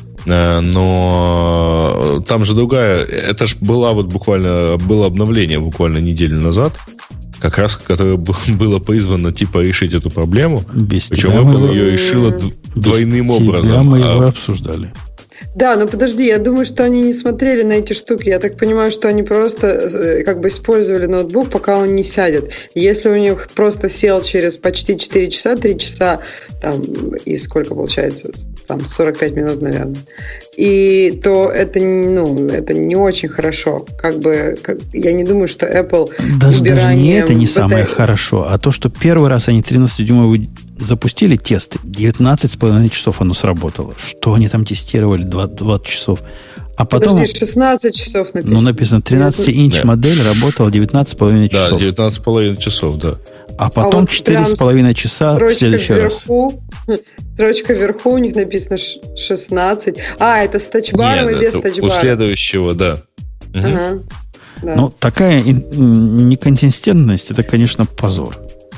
Но там же другая... Это же было обновление буквально неделю назад, как раз которое было призвано типа решить эту проблему. Причем Apple ее решила двойным образом. Мы его обсуждали. Да, но подожди, я думаю, что они не смотрели на эти штуки. Я так понимаю, что они просто как бы использовали ноутбук, пока он не сядет. Если у них просто сел через почти 4 часа, 3 часа, там, и сколько получается? Там 45 минут, наверное. И то это не очень хорошо. Я не думаю, что Apple даже не это не самое хорошо, а то, что первый раз они 13-дюймовый запустили тесты, 19,5 часов оно сработало. Что они там тестировали 20 часов? А потом... Подожди, 16 часов написано. Ну, написано, 13-инч модель работала 19,5 часов. Да, 19,5 часов, да. А потом 4,5 часа в следующий раз. Строчка вверху у них написано 16. Это с тачбаром и без тачбара. У следующего, да. Ага, да. Ну, такая неконсистентность, это, конечно, позор.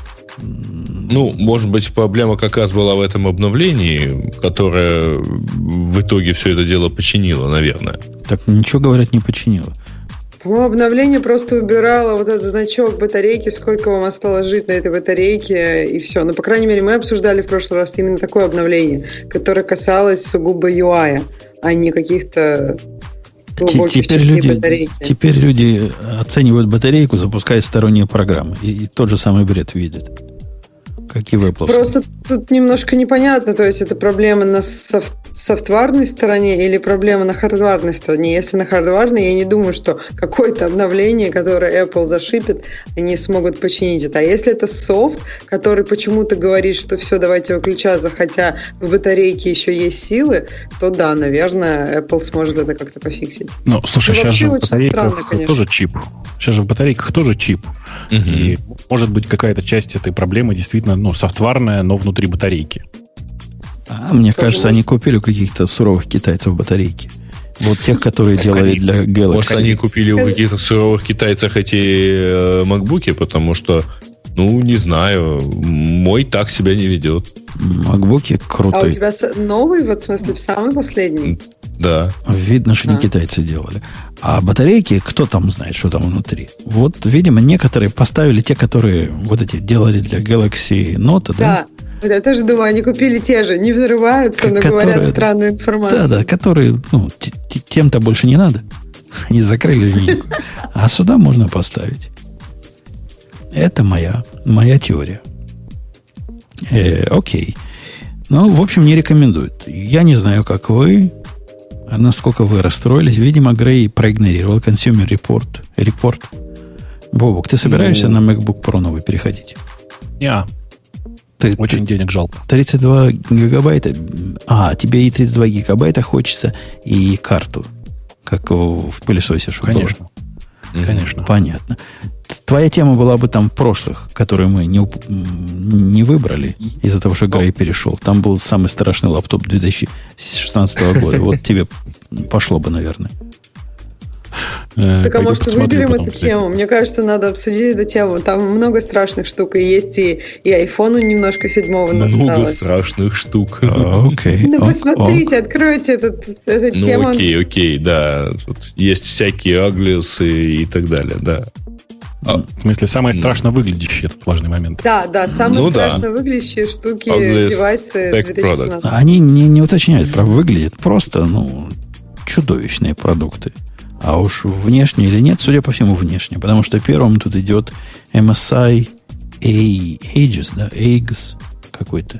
Ну, может быть, проблема как раз была в этом обновлении, которое в итоге все это дело починило, наверное. Так ничего, говорят, не починило. По-моему, обновление просто убирало вот этот значок батарейки, сколько вам осталось жить на этой батарейке, и все. Но, по крайней мере, мы обсуждали в прошлый раз именно такое обновление, которое касалось сугубо UI, а не каких-то глубоких частей батарейки. Теперь люди оценивают батарейку, запуская сторонние программы, и тот же самый бред видят. Как и в Apple. Просто тут немножко непонятно, то есть это проблема на софтварной стороне или проблема на хардварной стороне. Если на хардварной, я не думаю, что какое-то обновление, которое Apple зашипит, они смогут починить это. А если это софт, который почему-то говорит, что все, давайте выключаться, хотя в батарейке еще есть силы, то да, наверное, Apple сможет это как-то пофиксить. Ну, слушай, сейчас же в батарейках тоже чип. Сейчас же в батарейках тоже чип. И может быть какая-то часть этой проблемы действительно софтварная, но внутри батарейки. Мне кажется, они купили у каких-то суровых китайцев батарейки. Вот тех, которые делали для Galaxy. Может, они купили у каких-то суровых китайцев эти макбуки, потому что, не знаю, мой так себя не ведет. Макбуки крутые. А у тебя новый, в смысле, самый последний? Да. Видно, что не китайцы делали. А батарейки, кто там знает, что там внутри? Вот, видимо, некоторые поставили те, которые вот эти делали для Galaxy Note, да? Да, я тоже думаю, они купили те же, не взрываются, но говорят странную информацию. Да, которые, тем-то больше не надо. Они закрыли линейку. А сюда можно поставить. Это моя теория. Окей. В общем, не рекомендуют. Я не знаю, как вы, насколько вы расстроились. Видимо, Грей проигнорировал Consumer Report. Бобок, ты собираешься на MacBook Pro новый переходить? Очень денег жалко. 32 гигабайта. Тебе и 32 гигабайта хочется, и карту, как в пылесосе, чтобы Конечно. было. Конечно. Понятно. Твоя тема была бы там в прошлых, которые мы не выбрали из-за того, что Грей перешел. Там был самый страшный лаптоп 2016 года. Вот тебе пошло бы, наверное. Так, а может, выберем эту тему? Мне кажется, надо обсудить эту тему. Там много страшных штук. И есть и айфону немножко 7-го насталось. Много страшных штук. Окей. Посмотрите, откройте эту тему. Окей, да. Тут есть всякие аглисы и так далее, да. В смысле, самое страшно выглядящее, тут важный момент. Да, самые страшно выглядящие штуки, девайсы 2017. Они не уточняют, про выглядят. Просто, чудовищные продукты. А уж внешне или нет, судя по всему, внешне. Потому что первым тут идет MSI Aegis, да? Aegis какой-то.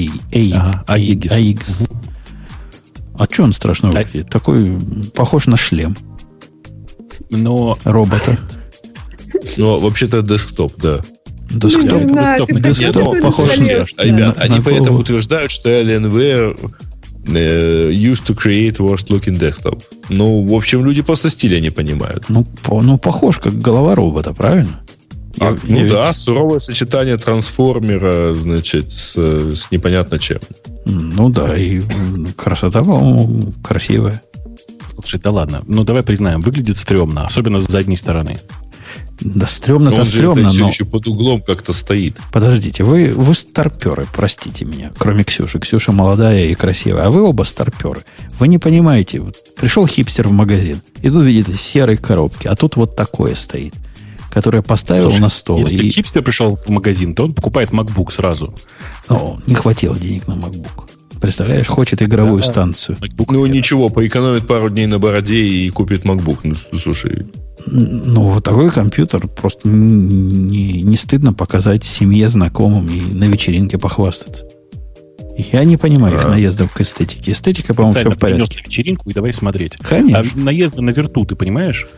Aegis. А что он страшно выглядит? Такой, похож на шлем. Но... Робота. Вообще-то десктоп, да. Десктоп похож на... Ребят, они поэтому утверждают, что Alienware used to create worst looking desktop. В общем, люди просто стиля не понимают. Похож, как голова робота, правильно? Да, суровое сочетание трансформера, значит, с непонятно чем. Да, и красота, по-моему, красивая. Слушай, да ладно. Давай признаем, выглядит стрёмно, особенно с задней стороны. Да, стрёмно-то стрёмно, но... еще под углом как-то стоит. Подождите, вы старперы, простите меня, кроме Ксюши. Ксюша молодая и красивая, а вы оба старперы. Вы не понимаете, пришел хипстер в магазин, и тут видите серые коробки, а тут вот такое стоит, которое поставил на стол. Если хипстер пришел в магазин, то он покупает MacBook сразу. Не хватило денег на MacBook. Представляешь, хочет игровую станцию. Ничего, поэкономит пару дней на бороде и купит MacBook. Слушай... вот такой компьютер просто не стыдно показать семье, знакомым и на вечеринке похвастаться. Я не понимаю их наездов к эстетике. Эстетика, по-моему, все в порядке. На вечеринку и давай смотреть. Конечно. А наезды на верту, ты понимаешь?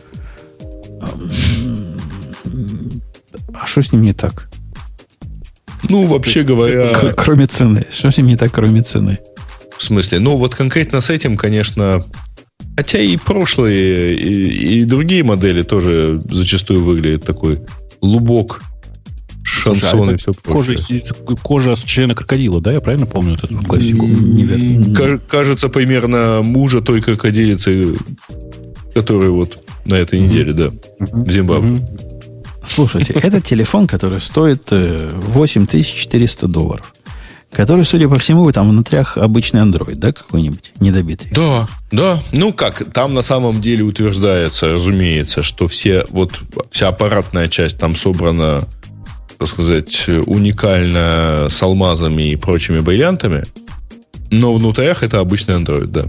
А что с ним не так? Вообще говоря... Кроме цены. Что с ним не так, кроме цены? В смысле? Вот конкретно с этим, конечно... Хотя и прошлые, и другие модели тоже зачастую выглядят такой лубок, шансон и все прочее. Кожа с члена крокодила, да? Я правильно помню эту классику? Кажется, примерно мужа той крокодилицы, который вот на этой неделе, да, в Зимбабве. Слушайте, это телефон, который стоит $8400. Который, судя по всему, там внутрях обычный Android, да, какой-нибудь недобитый? Да. Там на самом деле утверждается, разумеется, что вся аппаратная часть там собрана, так сказать, уникально с алмазами и прочими бриллиантами, но внутрях это обычный Android, да.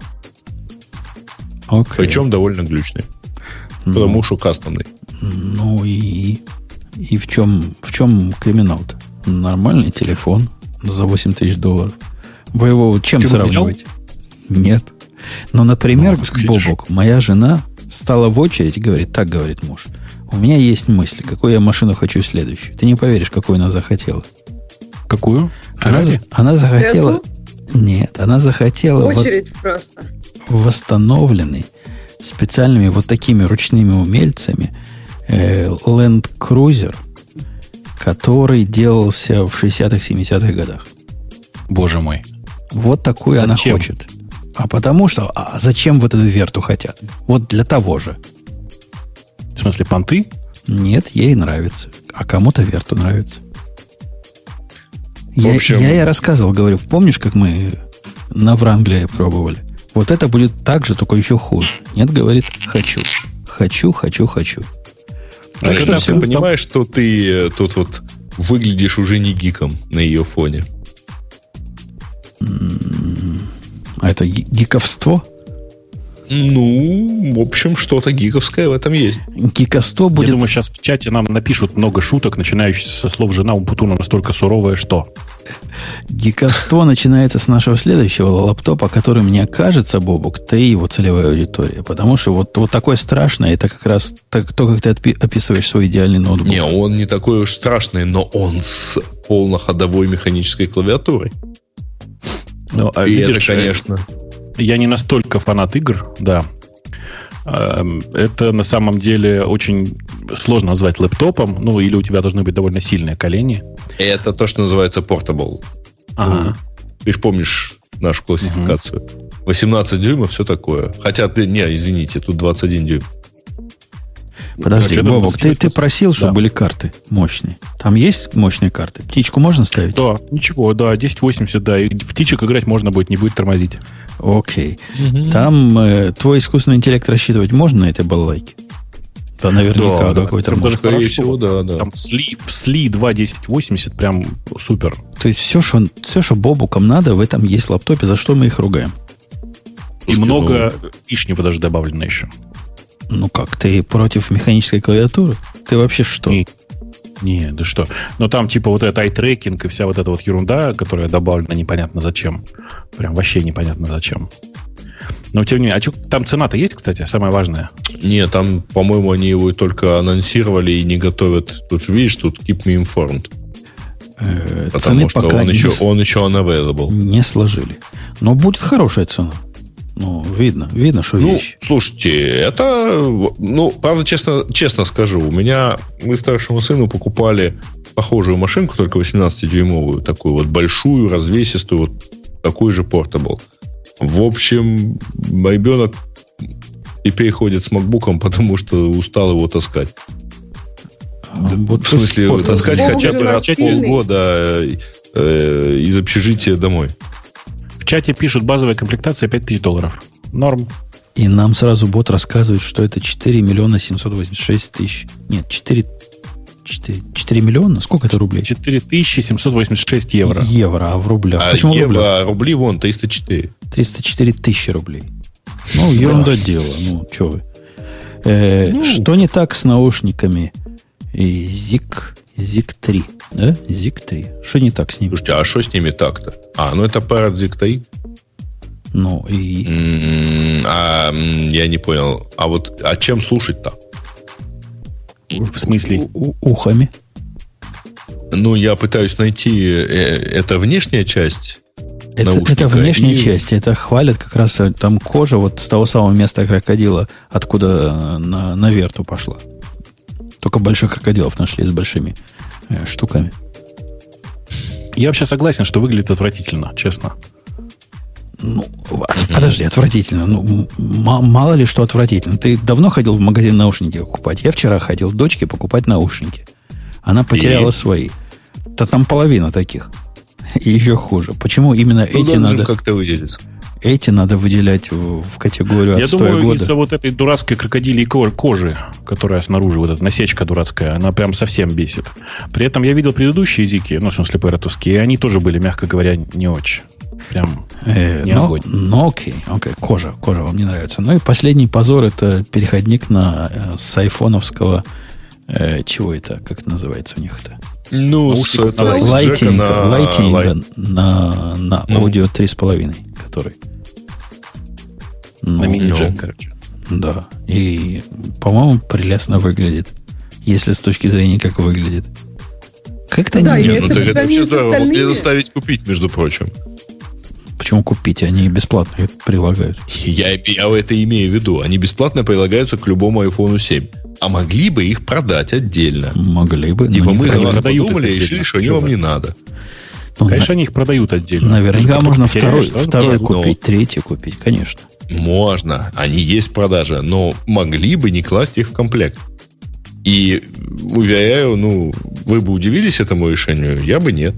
Okay. Причем довольно глючный. Потому что кастомный. И в чем криминал-то? Нормальный телефон за $8000. Вы его чем сравниваете? Нет. Но, например, Бобок, моя жена стала в очередь и говорит, так говорит муж, у меня есть мысль, какую я машину хочу следующую. Ты не поверишь, какую она захотела. Какую? Она захотела... Нет, она захотела... Очередь просто. Восстановленный специальными вот такими ручными умельцами Land Cruiser, который делался в 60-х, 70-х годах. Боже мой. Вот такую она хочет. А потому что... А зачем вот эту верту хотят? Вот для того же. В смысле, понты? Нет, ей нравится. А кому-то верту нравится. В общем... Я ей рассказывал, говорю, помнишь, как мы на Вранглере пробовали? Вот это будет так же, только еще хуже. Нет, говорит, хочу. Хочу. Так что ты понимаешь, что ты тут вот выглядишь уже не гиком на ее фоне? А это гиковство? Ну, в общем, что-то гиковское в этом есть. Гиковство будет... Я думаю, сейчас в чате нам напишут много шуток, начинающихся со слов «жена у Путуна настолько суровая, что...» Гиковство начинается с нашего следующего лаптопа, который, мне кажется, Бобук, ты его целевая аудитория. Потому что вот такое страшное, это как раз то, как ты описываешь свой идеальный ноутбук. Не, он не такой уж страшный, но он с полноходовой механической клавиатурой. Ну, а и видишь, это, конечно... Я не настолько фанат игр, да. Это на самом деле очень сложно назвать лэптопом. Ну, или у тебя должны быть довольно сильные колени. Это то, что называется Portable. Ага. Ты же помнишь нашу классификацию. 18 дюймов, все такое. Хотя, не, извините, тут 21 дюйм. Подожди, Бобок, ты просил, чтобы были карты мощные. Там есть мощные карты? Птичку можно ставить? Да, ничего, да, 1080, да. И в птичек играть можно будет, не будет тормозить. Окей. Там твой искусственный интеллект рассчитывать можно на этой балалайке? Да, наверняка какой-то даже скорее всего, да. Там в сли 2 1080 прям супер. То есть все, что Бобукам надо, в этом есть в лаптопе, за что мы их ругаем. И много лишнего даже добавлено еще. Ну как, ты против механической клавиатуры? Ты вообще что? Не, да что. Но там типа вот этот ай-трекинг и вся вот эта вот ерунда, которая добавлена непонятно зачем. Прям вообще непонятно зачем. Но тем не менее, там цена-то есть, кстати, самое важное? Нет, там, по-моему, они его только анонсировали и не готовят. Тут, видишь, тут keep me informed. Потому что он еще unavailable. Не сложили. Но будет хорошая цена. Ну, видно, что вещь. Слушайте, это... Ну, правда, честно скажу, мы старшему сыну покупали похожую машинку, только 18-дюймовую, такую вот большую, развесистую, вот такой же Portable. В общем, ребенок теперь ходит с макбуком, потому что устал его таскать. В смысле, таскать хотя бы раз в полгода из общежития домой. В чате пишут, базовая комплектация $5000. Норм. И нам сразу бот рассказывает, что это 4 миллиона 786 тысяч. Нет, 4 миллиона? Сколько это рублей? 4786 евро. Евро, а в рублях? А почему евро, рубля? Рубли вон 304. 304 тысячи рублей. Ну, ерунда дело. Ну, что вы. Что не так с наушниками ZIG 3? Да? ZIG 3. Что не так с ними? Слушайте, а что с ними так-то? Это Parrot ZIG 3? Ну, и... Я не понял. А чем слушать-то? В смысле? Ухами. Ну, я пытаюсь найти... Это внешняя часть наушника? Это внешняя часть. Это хвалят как раз там кожа вот с того самого места крокодила, откуда на верту пошла. Только больших крокодилов нашли с большими штуками. Я вообще согласен, что выглядит отвратительно, честно. Ну, подожди, отвратительно. Ну, мало ли что отвратительно. Ты давно ходил в магазин наушники покупать? Я вчера ходил к дочке покупать наушники. Она потеряла свои. Да там половина таких. И еще хуже. Почему именно эти надо... как-то выделиться. Эти надо выделять в категорию отстоя года. Я думаю, из-за вот этой дурацкой крокодилей кожи, которая снаружи, вот эта насечка дурацкая, она прям совсем бесит. При этом я видел предыдущие зики, ну, в смысле, паратовские, и они тоже были, мягко говоря, не очень. Прям не огонь. Ну, окей, кожа вам не нравится. Ну и последний позор — это переходник с айфоновского... чего это? Как это называется у них это? Ну, лайтинга на аудио 3,5, который... На мини-джек, короче. Да. И, по-моему, прелестно выглядит. Если с точки зрения, как выглядит. Как-то да, не... Ну, так это вообще здорово. Вот мне заставить купить, между прочим. Почему купить? Они бесплатно прилагают. Я это имею в виду. Они бесплатно прилагаются к любому iPhone 7. А могли бы их продать отдельно. Могли бы. Типа мы за вас подумали и решили, что они вам не надо. Ну, конечно, они их продают отдельно. Наверняка можно второй купить, третий купить, конечно. Можно, они есть в продаже, но могли бы не класть их в комплект. И, уверяю, вы бы удивились этому решению, я бы нет.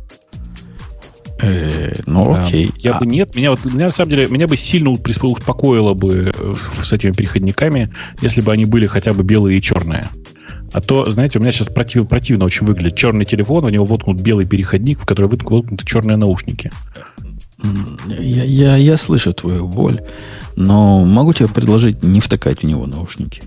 Окей. Я бы нет. Меня на самом деле, меня бы сильно успокоило бы с этими переходниками, если бы они были хотя бы белые и черные. А то, знаете, у меня сейчас противно очень выглядит. Черный телефон, в него воткнут белый переходник, в который воткнуты черные наушники. Я слышу твою боль, но могу тебе предложить не втыкать в него наушники.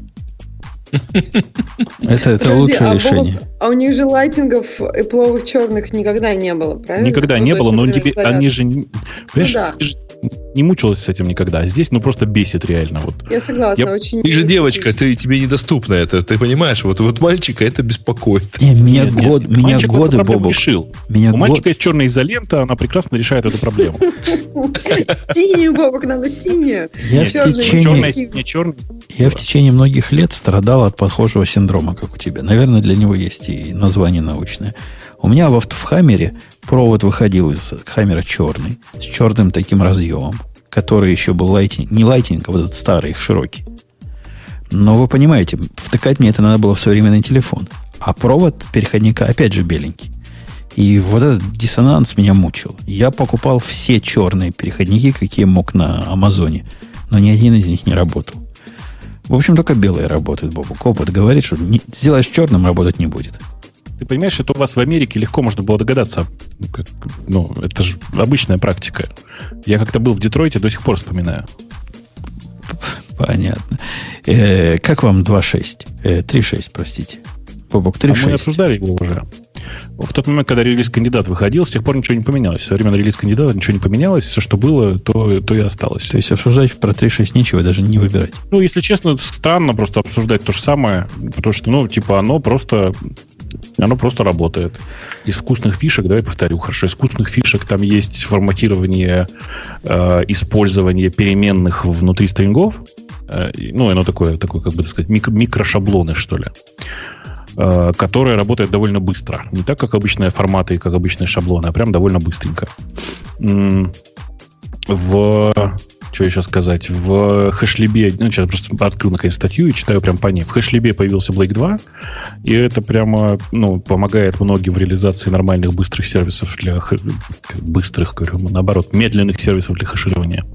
Это лучшее решение. А у них же лайтингов и пловых черных никогда не было, правильно? Никогда не было, но они же... Понимаешь, не мучилась с этим никогда. А здесь, просто бесит реально. Я согласна, очень... Ты же девочка, тебе недоступно это. Ты понимаешь, вот мальчика это беспокоит. Меня годы, Бобок. У мальчика есть черная изолента, она прекрасно решает эту проблему. Синюю, Бобок, надо синюю. Я в течение многих лет страдал от подхожего синдрома, как у тебя. Наверное, для него есть и название научное. У меня в Хаммере провод выходил из Хаммера черный, с черным таким разъемом, который еще был не лайтинг, а вот этот старый, их широкий. Но вы понимаете, втыкать мне это надо было в современный телефон. А провод переходника опять же беленький. И вот этот диссонанс меня мучил. Я покупал все черные переходники, какие мог на Амазоне, но ни один из них не работал. В общем, только белые работают, Бобук. Опыт говорит, что сделаешь черным, работать не будет. Ты понимаешь, что у вас в Америке легко можно было догадаться. Это же обычная практика. Я как-то был в Детройте, до сих пор вспоминаю. Понятно. Как вам 2.6? 3.6, простите. Бобок, 3.6. Мы обсуждали его уже. В тот момент, когда релиз-кандидат выходил, с тех пор ничего не поменялось. Со времен релиз-кандидата ничего не поменялось. Все, что было, то и осталось. То есть обсуждать про 3.6 нечего, даже не выбирать. Если честно, странно просто обсуждать то же самое. Потому что, оно просто работает. Из вкусных фишек, давай повторю, хорошо, из вкусных фишек там есть форматирование, использование переменных внутри стрингов. Оно такое, как бы так сказать, микрошаблоны, что ли. Которая работает довольно быстро. Не так, как обычные форматы и как обычные шаблоны, а прям довольно быстренько. Что еще сказать? В хэшлибе... сейчас просто открыл, наконец, статью и читаю прям по ней. В хэшлибе появился Blake 2, и это прямо помогает многим в реализации нормальных быстрых сервисов для... Быстрых, говорю, наоборот, медленных сервисов для хэширования.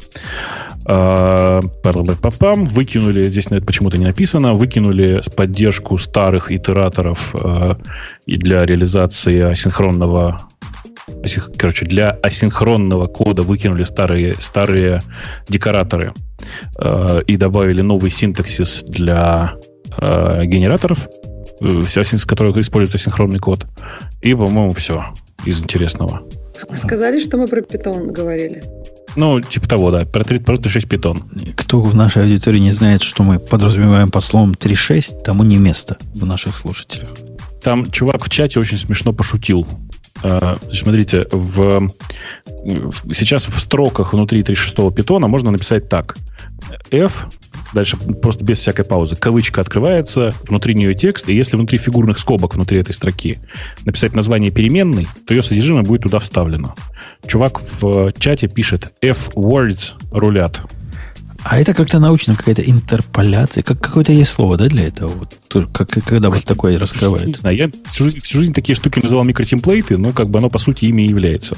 Выкинули, здесь на это почему-то не написано, выкинули поддержку старых итераторов и для реализации асинхронного... для асинхронного кода выкинули старые декораторы и добавили новый синтаксис для генераторов, которые используют асинхронный код. И, по-моему, все из интересного. Вы сказали, что мы про Python говорили? Типа того, да. Про 3.6 Python. Кто в нашей аудитории не знает, что мы подразумеваем под словом 3.6, тому не место в наших слушателях. Там чувак в чате очень смешно пошутил. Смотрите, сейчас в строках внутри 3.6 Python можно написать так. F, дальше просто без всякой паузы, кавычка открывается, внутри нее текст, и если внутри фигурных скобок внутри этой строки написать название переменной, то ее содержимое будет туда вставлено. Чувак в чате пишет F-words рулят. А это как-то научно, какая-то интерполяция. Какое-то есть слово, да, для этого? Когда вот такое раскрывает? Не знаю, я всю жизнь такие штуки называл микротемплейты, но как бы оно, по сути, ими и является.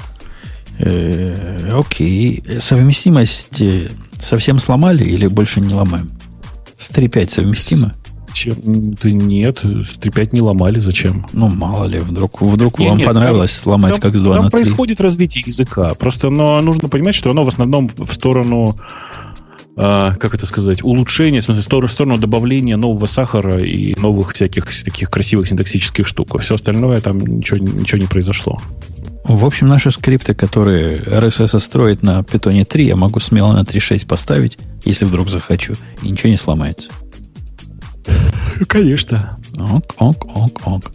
Окей. Совместимость совсем сломали или больше не ломаем? С 3.5 совместимо? Нет, с 3.5 не ломали. Зачем? Мало ли, вдруг вам понравилось сломать как с 2 на 3. Там происходит развитие языка. Просто нужно понимать, что оно в основном в сторону... как это сказать, улучшение, в смысле, в сторону добавления нового сахара и новых всяких таких красивых синтаксических штук. Все остальное там ничего не произошло. В общем, наши скрипты, которые RSS строят на Python 3, я могу смело на 3.6 поставить, если вдруг захочу, и ничего не сломается. Конечно. Ок.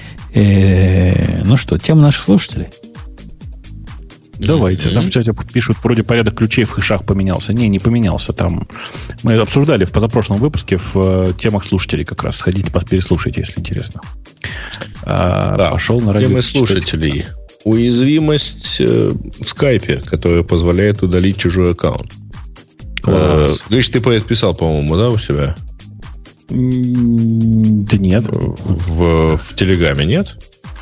Что, тема наших слушателей? Давайте. Там в чате пишут, вроде порядок ключей в хэшах поменялся. Не поменялся. Там мы обсуждали в позапрошлом выпуске в темах слушателей как раз. Сходите, переслушайте, если интересно. Пошел на радио. Темы слушателей. уязвимость в скайпе, которая позволяет удалить чужой аккаунт. Говоришь, ты писал, по-моему, да, у себя? Да нет. В Телеграме нет?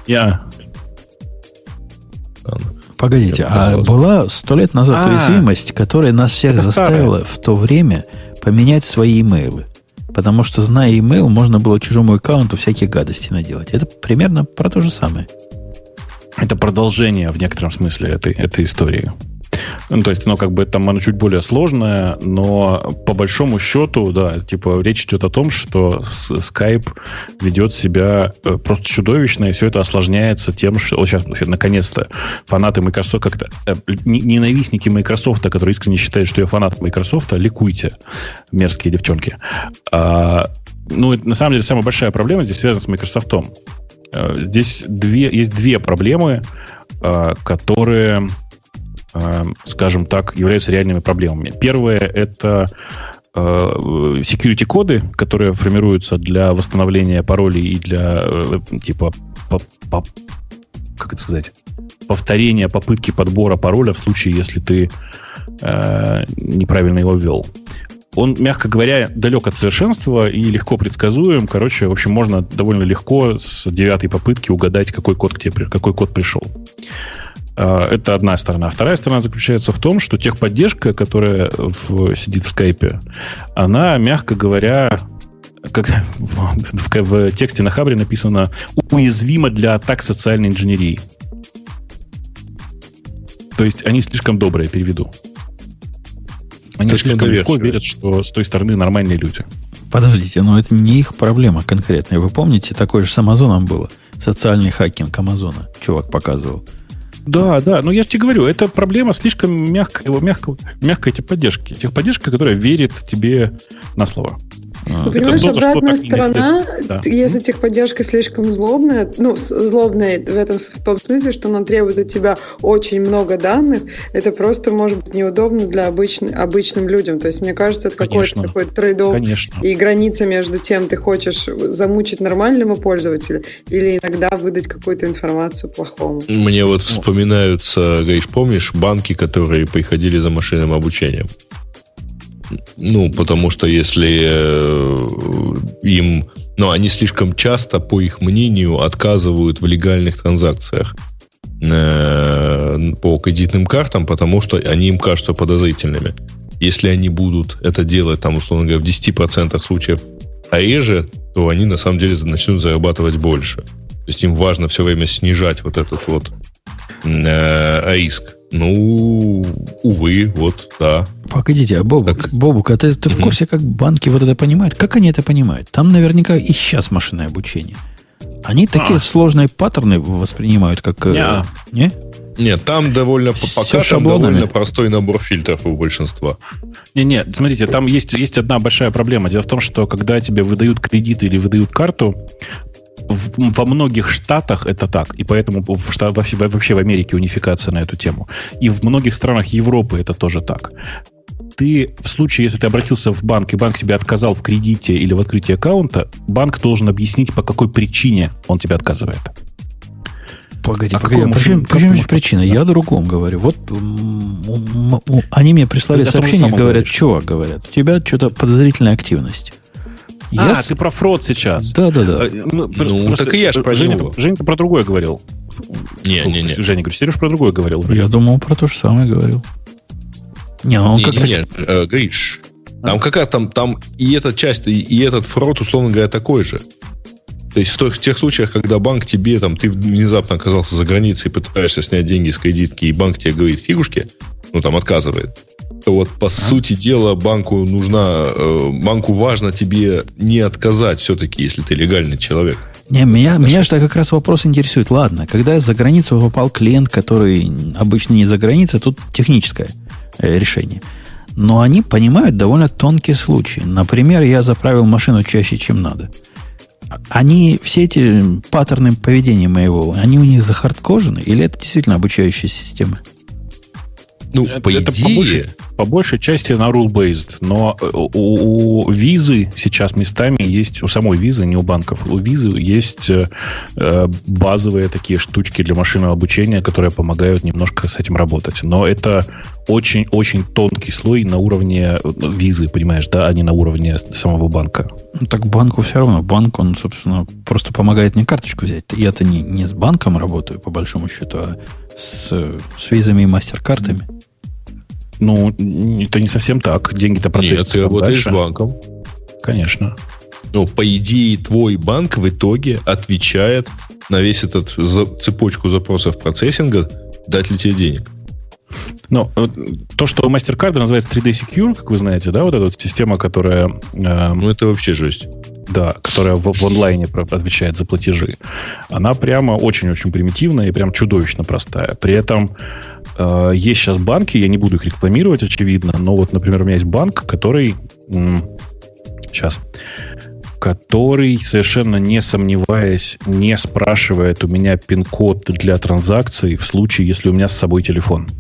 Погодите, была 100 лет назад уязвимость, которая нас всех заставила в то время поменять свои имейлы. Потому что, зная имейл, можно было чужому аккаунту всякие гадости наделать. Это примерно про то же самое. Это продолжение в некотором смысле этой истории. Ну, то есть, оно чуть более сложное, но по большому счету, да, речь идет о том, что Skype ведет себя просто чудовищно, и все это осложняется тем, что сейчас, наконец-то, фанаты Microsoft, ненавистники Microsoft, которые искренне считают, что я фанат Microsoft, ликуйте, мерзкие девчонки. На самом деле, самая большая проблема здесь связана с Microsoft. Здесь есть две проблемы, которые, скажем так, являются реальными проблемами. Первое – это security-коды, которые формируются для восстановления паролей и для, повторения попытки подбора пароля в случае, если ты неправильно его ввел. Он, мягко говоря, далек от совершенства и легко предсказуем. В общем, можно довольно легко с 9-й попытки угадать, какой код пришел. Это одна сторона. Вторая сторона заключается в том, что техподдержка, которая сидит в скайпе, она, мягко говоря, как в тексте на Хабре написано, уязвима для атак социальной инженерии. То есть они слишком добрые, переведу. Они слишком легко верят, что с той стороны нормальные люди. Подождите, но это не их проблема конкретная. Вы помните, такое же с Амазоном было? Социальный хакинг Амазона. Чувак показывал. Да, но я же тебе говорю, это проблема слишком мягкой техподдержки. Техподдержка, которая верит тебе на слово. Ты понимаешь, обратная сторона, если техподдержка слишком злобная, злобная в том смысле, что она требует от тебя очень много данных, это просто может быть неудобно для обычным людям. То есть, мне кажется, это какой-то такой трейд-офф и граница между тем, ты хочешь замучить нормального пользователя или иногда выдать какую-то информацию плохому. Мне вспоминаются, Гриш, помнишь, банки, которые приходили за машинным обучением? Потому что если им... они слишком часто, по их мнению, отказывают в легальных транзакциях по кредитным картам, потому что они им кажутся подозрительными. Если они будут это делать, условно говоря, в 10% случаев реже, то они, на самом деле, начнут зарабатывать больше. То есть им важно все время снижать этот риск. Увы, да. Погодите, Бобук, а ты в курсе, как банки это понимают? Как они это понимают? Там наверняка и сейчас машинное обучение. Они такие сложные паттерны воспринимают, как... Не? Нет, там довольно простой набор фильтров у большинства. Нет, смотрите, там есть одна большая проблема. Дело в том, что когда тебе выдают кредит или выдают карту, во многих штатах это так, и поэтому вообще в Америке унификация на эту тему. И в многих странах Европы это тоже так. Ты в случае, если ты обратился в банк, и банк тебе отказал в кредите или в открытии аккаунта, банк должен объяснить, по какой причине он тебе отказывает. Погоди, почему причина? Я о другом говорю. Они мне прислали сообщение, говорят, чувак, говорят, у тебя что-то подозрительная активность. Ты про фрод сейчас. Да. Так и я же про него. Женя, ты про другое говорил. Не. Женя, говорю, Сереж про другое говорил. Я думал, про то же самое говорил. Гриш, там и эта часть, и этот фрод, условно говоря, такой же. То есть в тех случаях, когда банк тебе, ты внезапно оказался за границей и пытаешься снять деньги с кредитки, и банк тебе говорит фигушки, отказывает, то по сути дела банку важно тебе не отказать все-таки, если ты легальный человек. Меня же как раз вопрос интересует. Ладно, когда за границу попал клиент, который обычно не за границей, тут техническое решение. Но они понимают довольно тонкие случаи. Например, я заправил машину чаще, чем надо. Они, все эти паттерны поведения моего, они у них захардкожены? Или это действительно обучающая система? По идее, По большей части на rule-based, но у визы сейчас местами есть, у самой визы, не у банков, у визы есть базовые такие штучки для машинного обучения, которые помогают немножко с этим работать. Но это очень-очень тонкий слой на уровне визы, понимаешь, да, а не на уровне самого банка. Ну, так банку все равно. Банк, он, собственно, просто помогает мне карточку взять. Я-то не с банком работаю, по большому счету, а с визами и мастер-картами. Ну, это не совсем так. Деньги-то процессятся. Нет, ты работаешь с банком. Конечно. Ну, по идее, твой банк в итоге отвечает на весь этот цепочку запросов процессинга, дать ли тебе денег. Ну, то, что у MasterCard называется 3D Secure, как вы знаете, да, вот эта вот система, которая... Ну, это вообще жесть. Да, которая в онлайне отвечает за платежи. Она прямо очень-очень примитивная и прям чудовищно простая. При этом есть сейчас банки, я не буду их рекламировать, очевидно, но вот, например, у меня есть банк, который совершенно не сомневаясь, не спрашивает у меня пин-код для транзакций в случае, если у меня с собой телефон.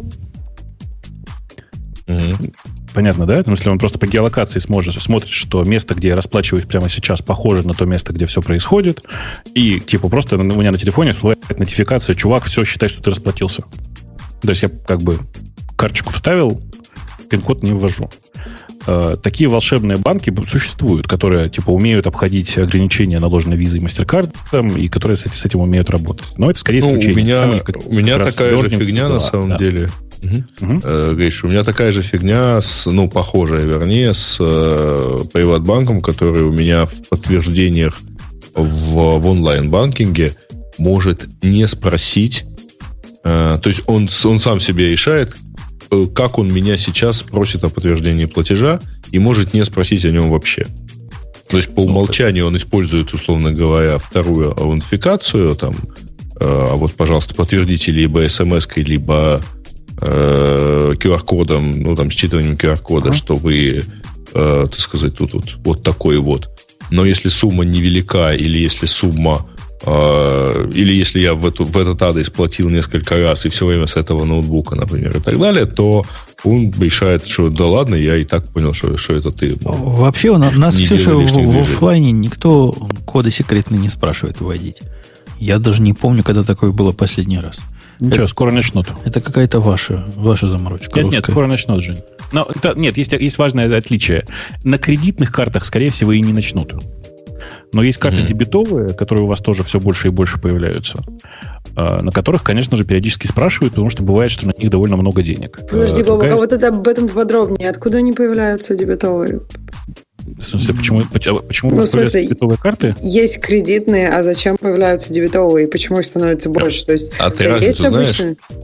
Угу. Понятно, да? Если он просто по геолокации смотрит, что место, где я расплачиваюсь прямо сейчас, похоже на то место, где все происходит, и типа просто у меня на телефоне всплывает нотификация: чувак, все, считай, что ты расплатился. То есть я как бы карточку вставил, пин-код не ввожу. Такие волшебные банки существуют, которые типа умеют обходить ограничения, наложенные визой и MasterCard, и которые с этим умеют работать. Но это скорее исключение. У меня такая же фигня на самом деле. Гриш, у меня такая же фигня, похожая, вернее, с приватбанком, который у меня в подтверждениях в онлайн-банкинге может не спросить. То есть он сам себе решает, как он меня сейчас спросит о подтверждении платежа, и может не спросить о нем вообще. То есть по умолчанию он использует, условно говоря, вторую аутентификацию, там, а вот, пожалуйста, подтвердите либо смс-кой, либо QR-кодом, считыванием QR-кода, что вы, так сказать, тут вот такой вот. Но если сумма невелика, или если сумма или если я в этот адрес платил несколько раз и все время с этого ноутбука, например, и так далее, то он решает, что да ладно, я и так понял, что это ты. Вообще у нас, Ксюша, в офлайне никто коды секретные не спрашивает вводить. Я даже не помню, когда такое было последний раз. Ничего, скоро начнут. Это какая-то ваша заморочка. Нет, скоро начнут, Жень. Но есть важное отличие. На кредитных картах, скорее всего, и не начнут. Но есть карты дебетовые, которые у вас тоже все больше и больше появляются, на которых, конечно же, периодически спрашивают, потому что бывает, что на них довольно много денег. Подожди, Бобок, а вот это об этом подробнее. Откуда они появляются, дебетовые? В смысле, почему появляются дебетовые карты? Есть кредитные, а зачем появляются дебетовые? И почему их становится больше? То есть, ты разницу знаешь?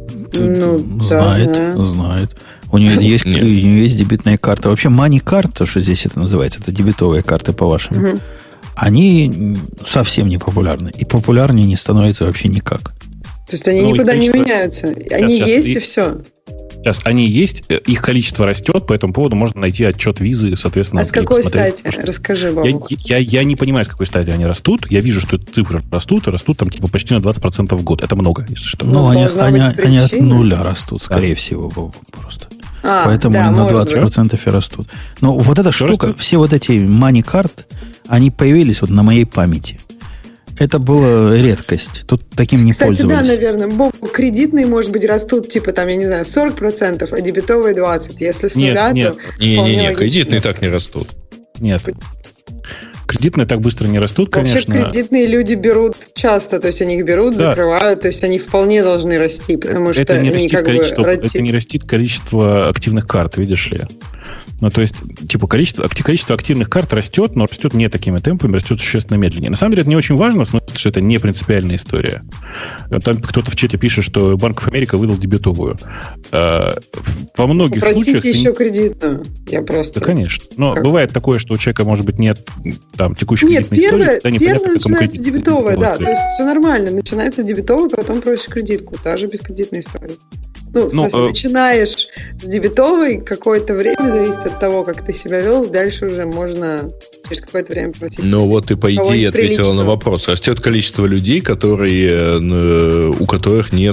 Знает. У нее есть дебетная карта. Вообще, money card, что здесь это называется, это дебетовые карты, по-вашему. Они совсем не популярны. И популярнее не становятся вообще никак. То есть они никуда не меняются. Они есть и все. Сейчас они есть, их количество растет, по этому поводу можно найти отчет визы, соответственно. А с какой стати? Расскажи, Бобок. Я не понимаю, с какой стати они растут. Я вижу, что цифры растут там типа почти на 20% в год. Это много, если что. Они от нуля растут, скорее всего, Бобок, просто. Поэтому они на 20% и растут. Но вот эта штука, все вот эти money card, они появились вот на моей памяти. Это была редкость. Тут таким не пользовались. Кстати, да, наверное. Кредитные, может быть, растут, типа, там, я не знаю, 40%, а дебетовые 20%. Если с нуля, то... Не, кредитные так не растут. Нет. Кредитные так быстро не растут, конечно. Вообще кредитные люди берут часто, то есть они их берут, закрывают, то есть они вполне должны расти, потому что это они не растит количество активных карт, видишь ли. Ну, то есть, типа, количество активных карт растет, но растет не такими темпами, растет существенно медленнее. На самом деле, это не очень важно, в смысле, что это не принципиальная история. Там кто-то в чате пишет, что Банк оф Америка выдал дебетовую. Во многих случаях... Попросите еще кредитную. Я просто... Да, конечно. Но бывает такое, что у человека, может быть, нет там текущей кредитной истории. Первое начинается дебетовая, да. То есть все нормально. Начинается дебетовая, потом просишь кредитку. Та же без кредитной истории. Ну, в смысле, начинаешь с дебетовой, какое-то время, зависит от того, как ты себя вел, дальше уже можно через какое-то время просить. Ну, вот ты, по идее, ответила на вопрос. Растет количество людей, у которых нет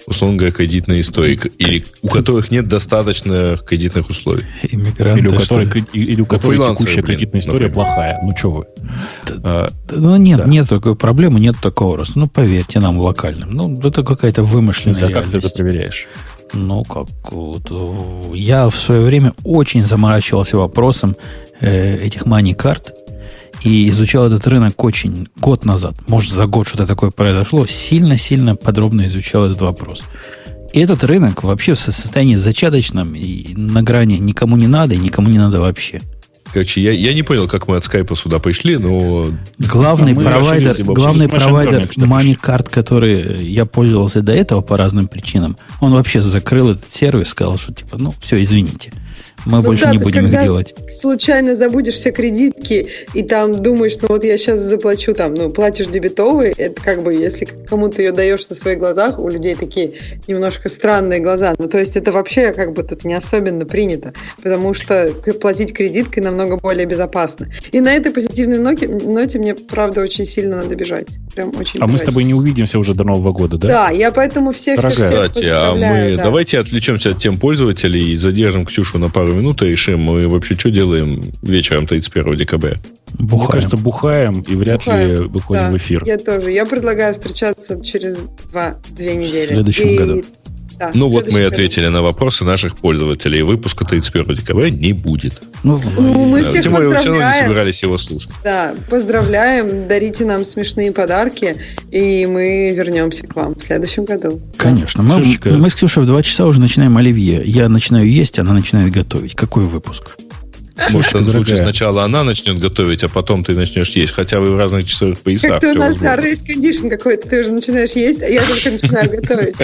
условно говоря, кредитные истории, или у которых нет достаточно кредитных условий. Иммигранты, или у которых текущая кредитная история плохая. Ну, что вы? Нет такой проблемы, нет такого роста. Ну, поверьте нам, локальным. Ну, это какая-то вымышленная реальность. Как ты это проверяешь? Ну, как вот, я в свое время очень заморачивался вопросом этих мани-карт и изучал этот рынок год назад. Может, за год что-то такое произошло. Сильно-сильно подробно изучал этот вопрос. И этот рынок вообще в состоянии зачаточном и на грани никому не надо, и никому не надо вообще. Короче, я не понял, как мы от скайпа сюда пришли, но... Главный провайдер мани-карт, который я пользовался до этого по разным причинам, он вообще закрыл этот сервис, сказал, что типа, все, извините. Мы больше не будем их делать. Случайно забудешь все кредитки и там думаешь, я сейчас заплачу платишь дебетовый, это как бы, если кому-то ее даешь на своих глазах, у людей такие немножко странные глаза. То есть это вообще как бы тут не особенно принято, потому что платить кредиткой намного более безопасно. И на этой позитивной ноте мне, правда, очень сильно надо бежать. Прям очень мы с тобой не увидимся уже до Нового года, да? Да, я поэтому всех поздравляю. Давайте отвлечемся от тем пользователей и задержим Ксюшу на пару минут и решим, мы вообще что делаем вечером 31 декабря? Мне кажется, бухаем и вряд ли выходим в эфир. Я тоже. Я предлагаю встречаться через 2 недели. В следующем году. Да, мы и ответили на вопросы наших пользователей. Выпуска 31 декабря не будет. Мы всех тем более, вы все равно не собирались его слушать. Да, поздравляем, дарите нам смешные подарки, и мы вернемся к вам в следующем году. Конечно. Мы с Ксюшей в 2 часа уже начинаем оливье. Я начинаю есть, она начинает готовить. Какой выпуск? Может, лучше сначала она начнет готовить, а потом ты начнешь есть, хотя вы в разных часовых поясах. Как ты у нас, рейс-кондишн какой-то, ты уже начинаешь есть, а я только начинаю готовить.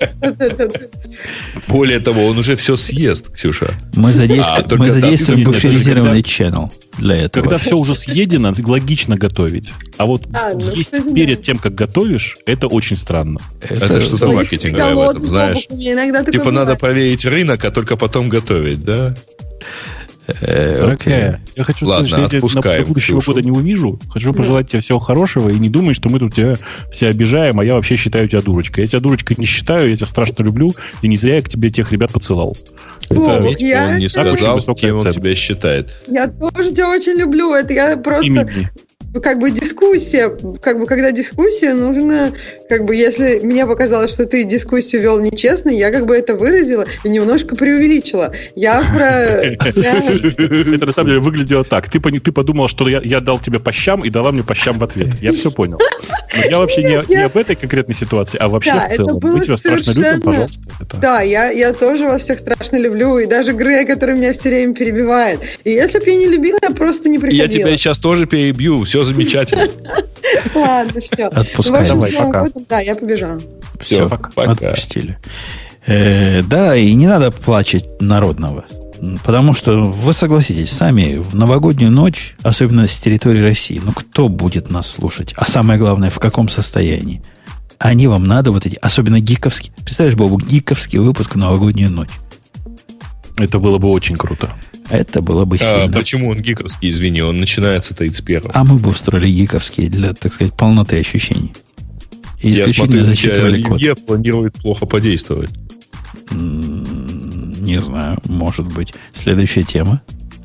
Более того, он уже все съест, Ксюша. Мы задействуем буферизированный channel для этого. Когда все уже съедено, логично готовить. А вот есть перед тем, как готовишь, это очень странно. Это что-то маркетинговое в этом, знаешь. Типа надо проверить рынок, а только потом готовить, да? Дорогая, я хочу сказать, что я тебя на будущего года не увижу. Хочу пожелать тебе всего хорошего и не думай, что мы тут тебя все обижаем, а я вообще считаю тебя дурочкой. Я тебя дурочкой не считаю, я тебя страшно люблю, и не зря я к тебе тех ребят поцеловал. Он не сказал, кем он тебя считает. Я тоже тебя очень люблю. Это я просто... дискуссия, когда дискуссия, нужно, если мне показалось, что ты дискуссию вел нечестно, я это выразила и немножко преувеличила. Это на самом деле выглядело так. Ты подумал, что я дал тебе по щам и дала мне по щам в ответ. Я все понял. Но я вообще не об этой конкретной ситуации, а вообще в целом. Мы тебя страшно любим, пожалуйста. Да, я тоже вас всех страшно люблю, и даже Грея, который меня все время перебивает. И если бы я не любила, я просто не приходила. Я тебя сейчас тоже перебью, все замечательно. Ладно, все. Отпускай. Давай, пока. Да, я побежала. Все, пока. Отпустили. Да, и не надо плачать народного. Потому что, вы согласитесь, сами в новогоднюю ночь, особенно с территории России, кто будет нас слушать? А самое главное, в каком состоянии? Они вам надо особенно гиковские. Представляешь, Бобу, гиковский выпуск в новогоднюю ночь. Это было бы очень круто. Это было бы сильно. Почему он гиковский, извини? Он начинается 31-го. А мы бы устроили гиковские для, так сказать, полноты ощущений. И исключительно зачитывали код. Я планирует плохо подействовать. Не знаю, может быть. Следующая тема.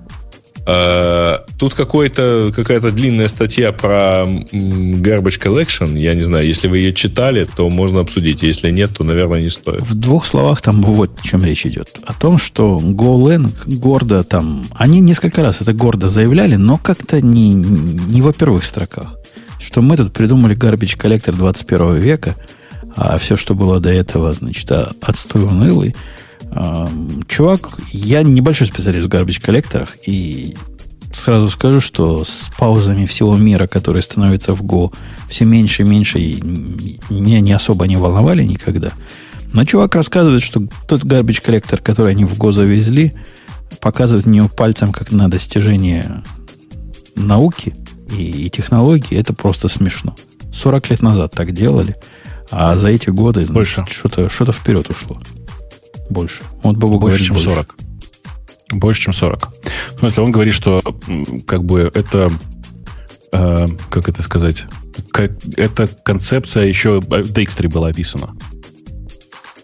Тут какая-то длинная статья про Garbage Collection. Я не знаю, если вы ее читали, то можно обсудить. Если нет, то, наверное, не стоит. В 2 словах там вот о чем речь идет. О том, что GoLang гордо там... Они несколько раз это гордо заявляли, но как-то не во первых строках. Что мы тут придумали Garbage Collector 21 века, а все, что было до этого, значит, отстой унылый. Чувак, я небольшой специалист в Garbage коллекторах, и сразу скажу, что с паузами всего мира, которые становятся в Go, все меньше и меньше, и меня не особо не волновали никогда. Но чувак рассказывает, что тот Garbage коллектор, который они в Go завезли, показывает мне пальцем, как на достижение науки и технологий. Это просто смешно. 40 лет назад так делали, а за эти годы, значит, что-то вперед ушло. Больше. Вот Бобу говорит, чем 40. Больше, чем 40. В смысле, он говорит, что это, как это сказать, эта концепция еще в Dijkstra была описана.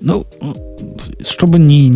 Ну, чтобы не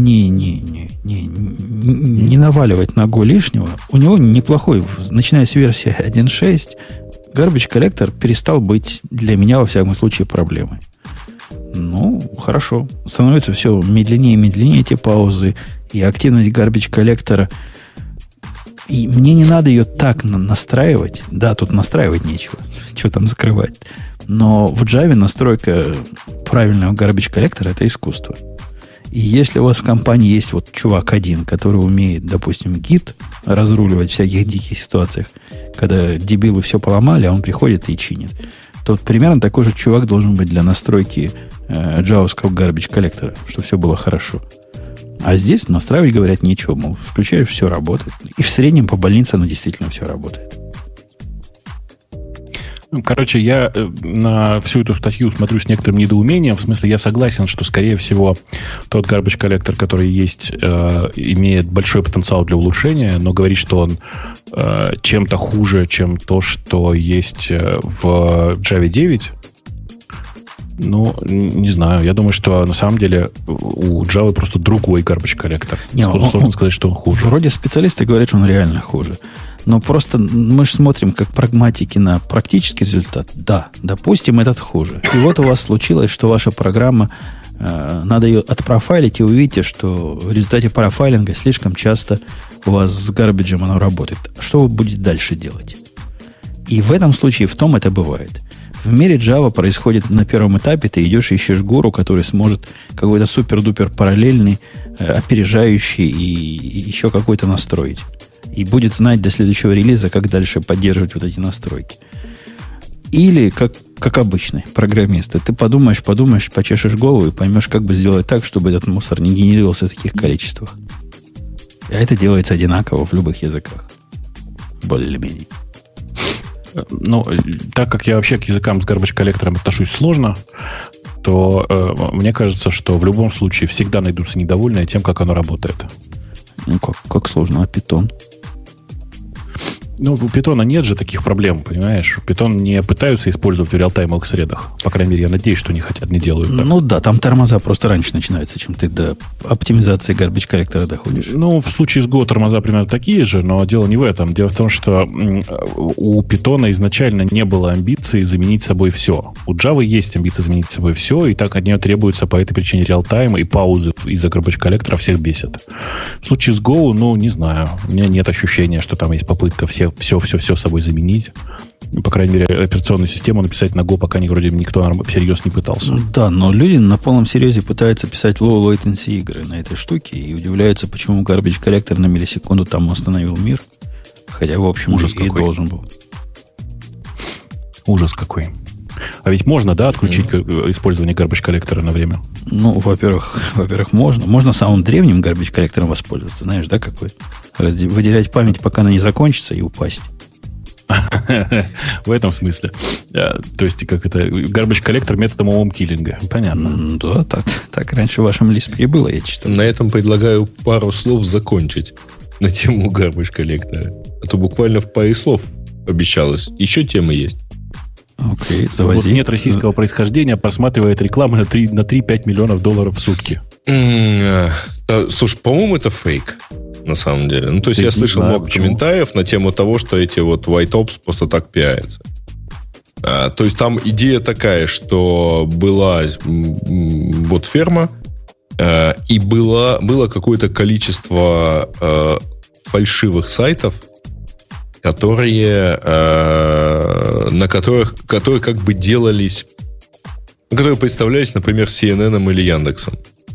наваливать ногу лишнего, у него неплохой, начиная с версии 1.6, Garbage Collector перестал быть для меня, во всяком случае, проблемой. Ну, хорошо. Становится все медленнее и медленнее эти паузы, и активность Garbage Collector. И мне не надо ее так настраивать. Да, тут настраивать нечего. Что там закрывать. Но в Java настройка правильного Garbage Collector – это искусство. И если у вас в компании есть вот чувак один, который умеет, допустим, гид разруливать в всяких диких ситуациях, когда дебилы все поломали, а он приходит и чинит, то примерно такой же чувак должен быть для настройки джавовского Garbage Collector, чтобы все было хорошо. А здесь настраивать, говорят, нечего. Мол, включаешь, все работает. И в среднем по больнице оно действительно все работает. Короче, я на всю эту статью смотрю с некоторым недоумением. В смысле, я согласен, что, скорее всего, тот Garbage Collector, который есть, имеет большой потенциал для улучшения, но говорит, что он чем-то хуже, чем то, что есть в Java 9. Ну, не знаю. Я думаю, что на самом деле у Java просто другой Garbage Collector. Сложно сказать, что он хуже. Вроде специалисты говорят, что он реально хуже. Но просто мы же смотрим как прагматики на практический результат. Да, допустим, этот хуже. И вот у вас случилось, что ваша программа, надо ее отпрофайлить, и вы увидите, что в результате профайлинга слишком часто у вас с гарбиджем оно работает. Что вы будете дальше делать? И в этом случае, в том это бывает. В мире Java происходит на первом этапе, ты идешь и ищешь гуру, который сможет какой-то супер-дупер параллельный, опережающий и еще какой-то настроить. И будет знать до следующего релиза, как дальше поддерживать вот эти настройки. Или, как обычный программист, ты подумаешь, почешешь голову и поймешь, как бы сделать так, чтобы этот мусор не генерировался в таких количествах. А это делается одинаково в любых языках. Более или менее. Ну, так как я вообще к языкам с Garbage Collector отношусь сложно, то мне кажется, что в любом случае всегда найдутся недовольные тем, как оно работает. Ну, как сложно, а Python? Ну, у Python нет же таких проблем, понимаешь? Python не пытаются использовать в реалтаймовых средах. По крайней мере, я надеюсь, что не хотят, не делают так. Ну да, там тормоза просто раньше начинаются, чем ты до оптимизации Garbage Collector доходишь. Ну, в случае с Go тормоза примерно такие же, но дело не в этом. Дело в том, что у Python изначально не было амбиций заменить собой все. У Java есть амбиции заменить собой все, и так от нее требуется по этой причине реалтайма, и паузы из-за Garbage Collector всех бесит. В случае с Go, ну, не знаю. У меня нет ощущения, что там есть попытка все с собой заменить. По крайней мере, операционную систему написать на Go пока вроде никто всерьез не пытался. Да, но люди на полном серьезе пытаются писать low latency игры на этой штуке и удивляются, почему Garbage Collector на миллисекунду там остановил мир. Хотя, в общем, ужас и должен был. Ужас какой. А ведь можно, да, отключить использование Garbage Collector на время? Ну, во-первых, можно. Можно самым древним Garbage Collector воспользоваться. Знаешь, да, какой? Выделять память, пока она не закончится, и упасть. В этом смысле. То есть, как это, Garbage Collector методом OM-киллинга. Понятно. Да, так раньше в вашем листе было, я читал. На этом предлагаю пару слов закончить на тему Garbage Collector. А то буквально в паре слов обещалось. Еще темы есть. Окей, завози. Вот нет российского происхождения, просматривает рекламу на 3-5 миллионов долларов в сутки. Слушай, по-моему, это фейк, на самом деле. Ну, то есть я слышал много комментариев на тему того, что эти вот White Ops просто так пиарятся. То есть там идея такая, что была вот ферма, и было какое-то количество фальшивых сайтов, которые как бы делались, которые представлялись, например, CNN или Яндексом.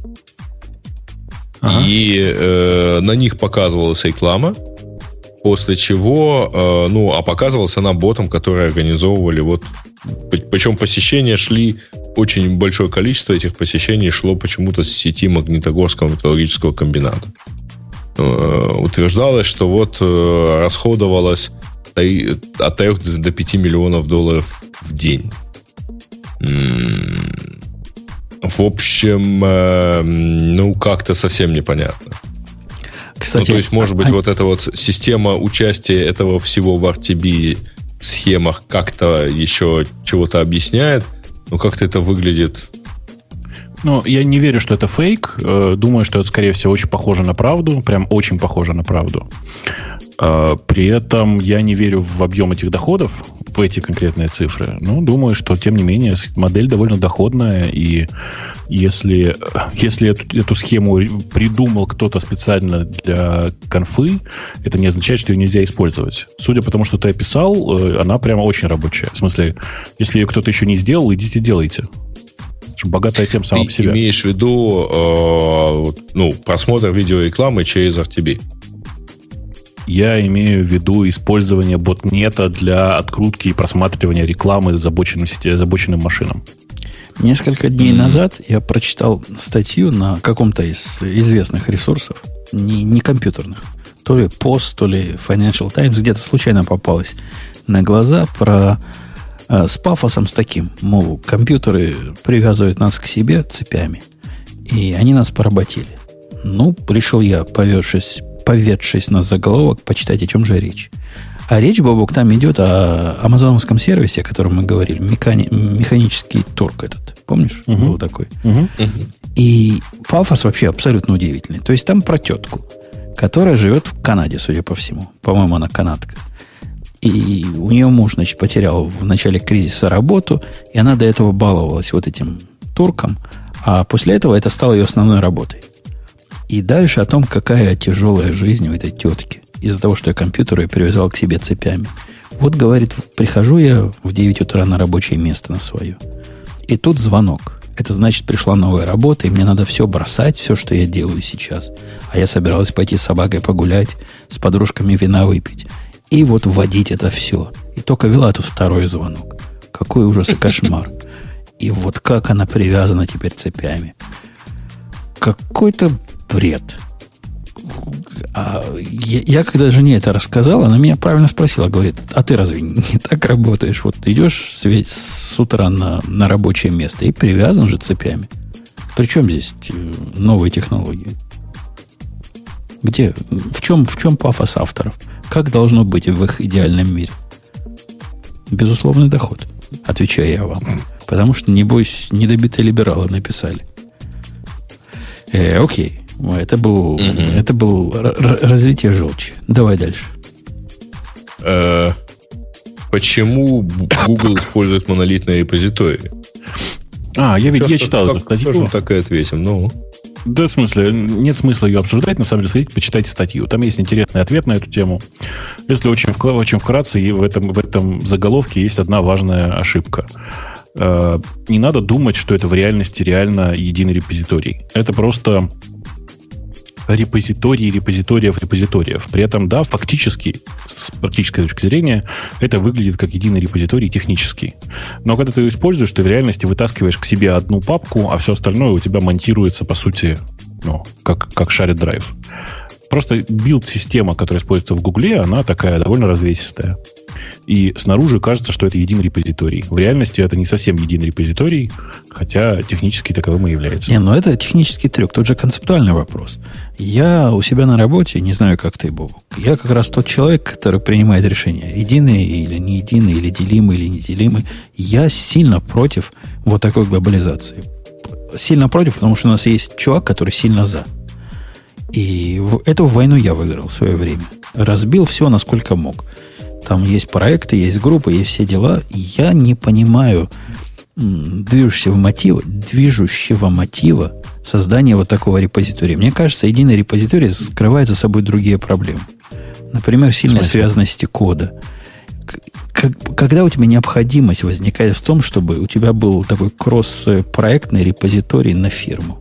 Ага. И на них показывалась реклама, после чего, а показывалась она ботом, которые организовывали вот, причем посещения шли, очень большое количество этих посещений шло почему-то с сети Магнитогорского металлургического комбината. Утверждалось, что вот расходовалось от 3 до 5 миллионов долларов в день. В общем, как-то совсем непонятно. Кстати, то есть, может быть, вот эта вот система участия этого всего в RTB схемах как-то еще чего-то объясняет, но как-то это выглядит... Ну, я не верю, что это фейк. Думаю, что это, скорее всего, очень похоже на правду. Прям очень похоже на правду. При этом я не верю в объем этих доходов, в эти конкретные цифры. Но думаю, что, тем не менее, модель довольно доходная. И если эту схему придумал кто-то специально для конфы, это не означает, что ее нельзя использовать. Судя по тому, что ты описал, она прямо очень рабочая. В смысле, если ее кто-то еще не сделал, идите делайте. Богатая тем сама по себе. Ты имеешь в виду просмотр видеорекламы через RTB? Я имею в виду использование ботнета для открутки и просматривания рекламы забоченным машинам. Несколько дней назад я прочитал статью на каком-то из известных ресурсов, не компьютерных, то ли Post, то ли Financial Times, где-то случайно попалась на глаза с пафосом с таким, мол, компьютеры привязывают нас к себе цепями, и они нас поработили. Ну, решил я, поведшись на заголовок, почитать, о чем же речь. А речь, Бобок, там идет о амазоновском сервисе, о котором мы говорили, механический торг этот. Помнишь? Был такой. И пафос вообще абсолютно удивительный. То есть там про тетку, которая живет в Канаде, судя по всему. По-моему, она канадка. И у нее муж, значит, потерял в начале кризиса работу, и она до этого баловалась вот этим турком, а после этого это стало ее основной работой. И дальше о том, какая тяжелая жизнь у этой тетки из-за того, что я компьютер ее привязал к себе цепями. Вот, говорит, прихожу я в 9 утра на рабочее место на свое, и тут звонок. Это значит, пришла новая работа, и мне надо все бросать, все, что я делаю сейчас. А я собиралась пойти с собакой погулять, с подружками вина выпить. И вот вводить это все. И только вела тут второй звонок. Какой ужас и кошмар. И вот как она привязана теперь цепями. Какой-то бред. Я когда жене это рассказал, она меня правильно спросила. Говорит, а ты разве не так работаешь? Вот идешь с утра на рабочее место и привязан же цепями. Причем здесь новые технологии? Где? В чем пафос авторов? Как должно быть в их идеальном мире? Безусловный доход, отвечаю я вам. Потому что, небось, недобитые либералы написали. Окей. Это был развитие желчи. Давай дальше. Почему Google использует монолитные репозитории? Я читал эту статью. Тоже так и ответим. Да, в смысле, нет смысла ее обсуждать. На самом деле, сходите, почитайте статью. Там есть интересный ответ на эту тему. Если очень вкратце, и в этом заголовке есть одна важная ошибка. Не надо думать, что это в реальности реально единый репозиторий. Это просто репозитории репозиториев. При этом, да, фактически, с практической точки зрения, это выглядит как единый репозиторий технически. Но когда ты его используешь, ты в реальности вытаскиваешь к себе одну папку, а все остальное у тебя монтируется, по сути, как шарит драйв. Просто билд-система, которая используется в Гугле, она такая довольно развесистая. И снаружи кажется, что это единый репозиторий. В реальности это не совсем единый репозиторий, хотя технически таковым и является. Но это технический трюк. Тут же концептуальный вопрос. Я у себя на работе, не знаю, как ты, Бобок, я как раз тот человек, который принимает решения, единые или не единые, или делимые, или неделимые. Я сильно против вот такой глобализации. Сильно против, потому что у нас есть чувак, который сильно за. И эту войну я выиграл в свое время. Разбил все, насколько мог. Там есть проекты, есть группы, есть все дела. Я не понимаю движущего мотива создания вот такого репозитория. Мне кажется, единый репозиторий скрывает за собой другие проблемы. Например, сильная связанность кода. Когда у тебя необходимость возникает в том, чтобы у тебя был такой кросс-проектный репозиторий на фирму.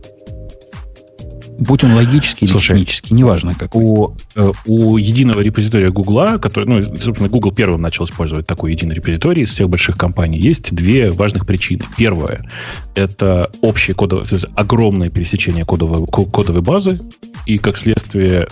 Будь он логический или технический, неважно какой. У единого репозитория Гугла, который, собственно, Google первым начал использовать такой единый репозиторий из всех больших компаний, есть две важных причины. Первое – это общее огромное пересечение кодовой базы, и, как следствие,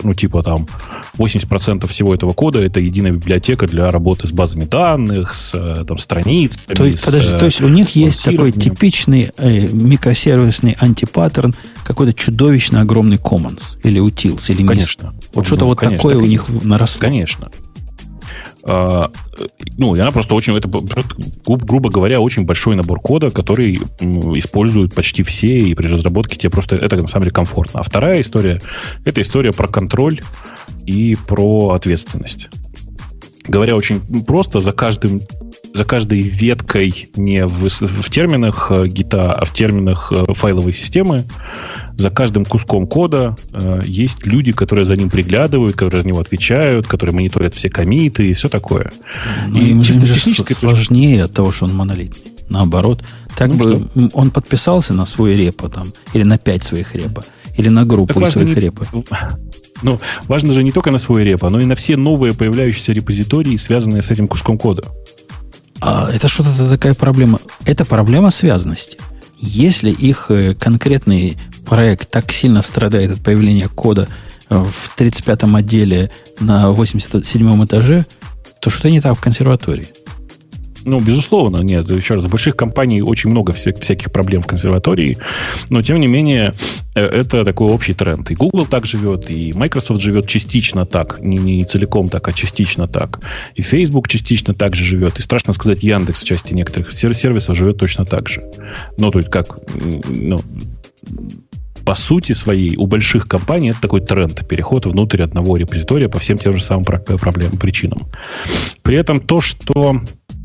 80% всего этого кода – это единая библиотека для работы с базами данных, с страницами. То есть у них есть такой типичный микросервисный антипаттерн, какой-то чудовищно огромный commons, или utils, или Конечно. Вот что-то вот такое у них наросло. Конечно. Ну, и она просто очень, это, грубо говоря, очень большой набор кода, который используют почти все, и при разработке тебе просто это на самом деле комфортно. А вторая история — это история про контроль и про ответственность. Говоря очень просто, за каждой веткой не в терминах гита, а в терминах файловой системы, за каждым куском кода есть люди, которые за ним приглядывают, которые за него отвечают, которые мониторят все коммиты и все такое. Но и им же сложнее от того, что он монолитный. Наоборот. Так бы что? Он подписался на свой репо там, или на 5 своих репо, или на группу из своих репо. Но важно же не только на свой репо, но и на все новые появляющиеся репозитории, связанные с этим куском кода. А это что-то такая проблема. Это проблема связанности. Если их конкретный проект так сильно страдает от появления кода в 35-м отделе на 87-м этаже, то что не так в консерватории? Ну, безусловно, нет. Еще раз, в больших компаниях очень много всяких проблем в консерватории, но, тем не менее, это такой общий тренд. И Google так живет, и Microsoft живет частично так, не целиком так, а частично так. И Facebook частично так же живет. И, страшно сказать, Яндекс в части некоторых сервисов живет точно так же. Ну, то есть, как... Ну, по сути своей, у больших компаний это такой тренд, переход внутрь одного репозитория по всем тем же самым проблемам, причинам. При этом то, что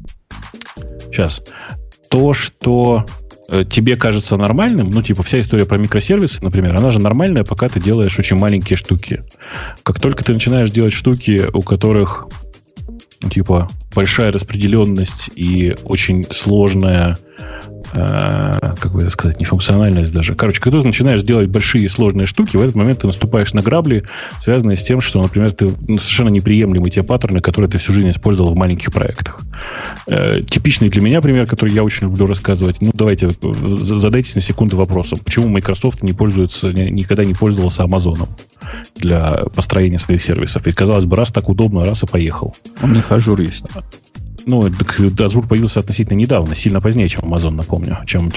тебе кажется нормальным, ну, типа, вся история про микросервисы, например, она же нормальная, пока ты делаешь очень маленькие штуки. Как только ты начинаешь делать штуки, у которых, типа, большая распределенность и очень сложная, как бы это сказать, нефункциональность даже. Короче, когда ты начинаешь делать большие и сложные штуки, в этот момент ты наступаешь на грабли, связанные с тем, что, например, ты совершенно неприемлемы те паттерны, которые ты всю жизнь использовал в маленьких проектах. Типичный для меня пример, который я очень люблю рассказывать. Ну, давайте, задайтесь на секунду вопросом. Почему Microsoft никогда не пользовался Амазоном для построения своих сервисов? Ведь, казалось бы, раз так удобно, раз и поехал. У них Ажур есть. Ну, Azure появился относительно недавно, сильно позднее, чем Amazon, напомню, чем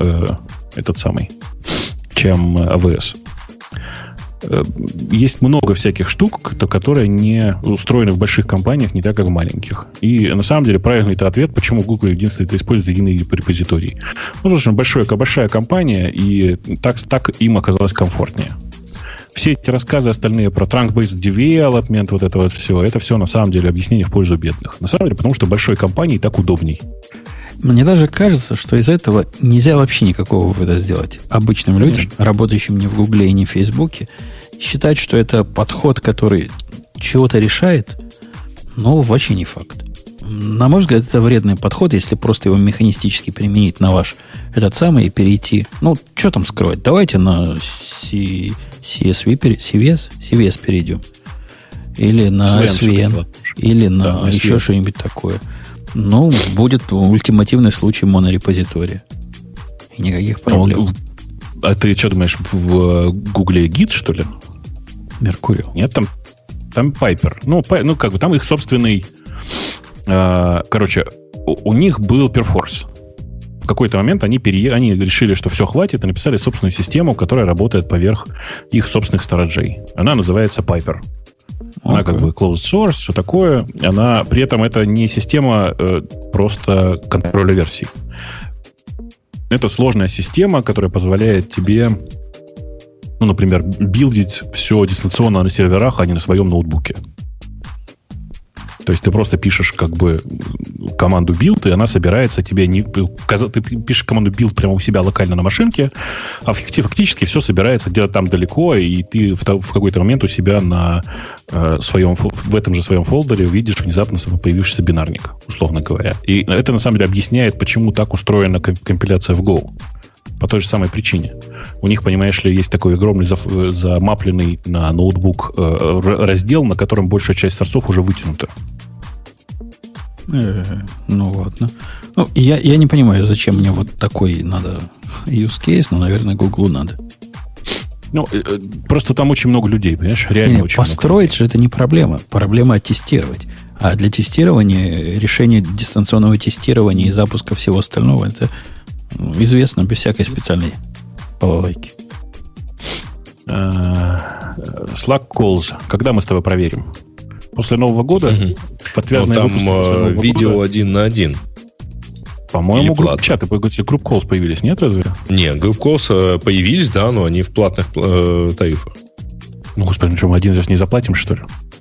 AWS. Есть много всяких штук, которые не устроены в больших компаниях, не так, как в маленьких. И на самом деле правильный-то ответ, почему Google единственное использует единый репозиторий. Ну, потому что большая компания, и так им оказалось комфортнее. Все эти рассказы остальные про trunk-based development, вот это все на самом деле объяснение в пользу бедных. На самом деле, потому что большой компании так удобней. Мне даже кажется, что из этого нельзя вообще никакого вывода сделать. Обычным людям, конечно, работающим не в Гугле и не в Фейсбуке, считать, что это подход, который чего-то решает, ну, вообще не факт. На мой взгляд, это вредный подход, если просто его механистически применить на ваш этот самый и перейти. Ну, что там скрывать? Давайте на CVS перейдем. Или на SVN. Или на еще что-нибудь такое. Ну, будет ультимативный случай монорепозитория. И никаких проблем. А ты что думаешь, в Гугле гид, что ли? Меркурио. Нет, там Пайпер. Ну, как бы там их собственный... Короче, у них был Perforce. В какой-то момент они решили, что все, хватит, и написали собственную систему, которая работает поверх их собственных стоrage'ей. Она называется Piper. Она как бы closed source, все такое. При этом это не система просто контроля версий. Это сложная система, которая позволяет тебе, ну, например, билдить все дистанционно на серверах, а не на своем ноутбуке. То есть ты просто пишешь как бы команду build, и она собирается тебе... Ты пишешь команду build прямо у себя локально на машинке, а фактически все собирается где-то там далеко, и ты в какой-то момент у себя в этом же своем фолдере увидишь внезапно появившийся бинарник, условно говоря. И это на самом деле объясняет, почему так устроена компиляция в Go. По той же самой причине. У них, понимаешь ли, есть такой огромный замапленный на ноутбук раздел, на котором большая часть сорсов уже вытянута. Ну, ладно. Ну, я не понимаю, зачем мне вот такой надо use case, но, наверное, Гуглу надо. Ну, просто там очень много людей, понимаешь? Реально очень построить много людей. Же это не проблема. Проблема оттестировать. А для тестирования, решение дистанционного тестирования и запуска всего остального, это известно без всякой специальной балалайки. Slack calls. Когда мы с тобой проверим? После Нового года? Подвязанные там выпуски видео 1 на 1. По-моему, групп-чаты, group calls появились, нет, разве? Не, group calls появились, да, но они в платных тарифах. Ну, господи, ну что, мы один раз не заплатим, что ли?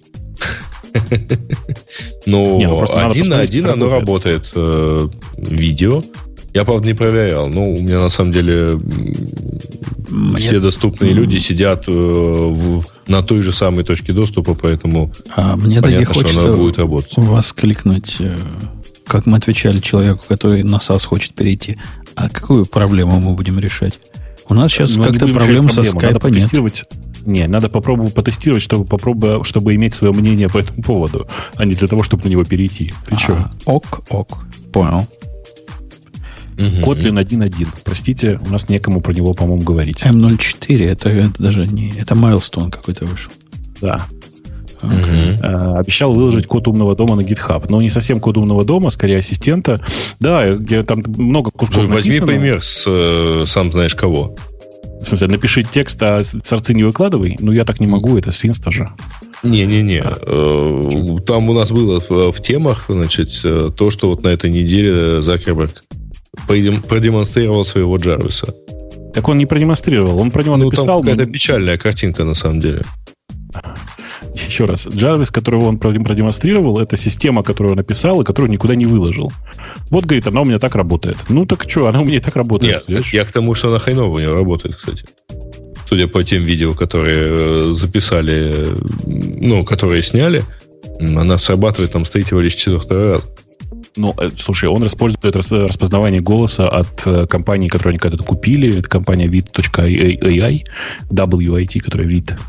Ну, 1 на 1 оно работает. Видео. Я, правда, не проверял. Ну, у меня, на самом деле, все доступные люди сидят на той же самой точке доступа, поэтому мне понятно, что она будет работать. Воскликнуть, как мы отвечали человеку, который на SAS хочет перейти. А какую проблему мы будем решать? У нас сейчас как-то проблем со скайпа нет. Не, надо попробовать потестировать, чтобы иметь свое мнение по этому поводу, а не для того, чтобы на него перейти. Ты что? Ок, понял. Kotlin 1.1. Простите, у нас некому про него, по-моему, говорить. M04, это даже не... Это Milestone какой-то вышел. Да. Обещал выложить код умного дома на GitHub. Но не совсем код умного дома, скорее ассистента. Да, там много кусков написано. Возьми пример с сам знаешь кого. В смысле, напиши текст, а сорцы не выкладывай? Ну, я так не могу, это свинство же. Не-не-не. Там у нас было в темах, значит, то, что вот на этой неделе Закерберг продемонстрировал своего Джарвиса. Так он не продемонстрировал, он про него написал. Там какая-то печальная картинка, на самом деле. Еще раз, Джарвис, которого он продемонстрировал, это система, которую он написал и которую никуда не выложил. Вот, говорит, она у меня так работает. Ну так что, она у меня и так работает. Нет, я к тому, что она хреново у него работает, кстати. Судя по тем видео, которые записали, ну, которые сняли, она срабатывает там с 3-го или 4-го раза. Ну, слушай, он использует распознавание голоса от компании, которую они когда-то купили. Это компания wit.ai, WIT, которая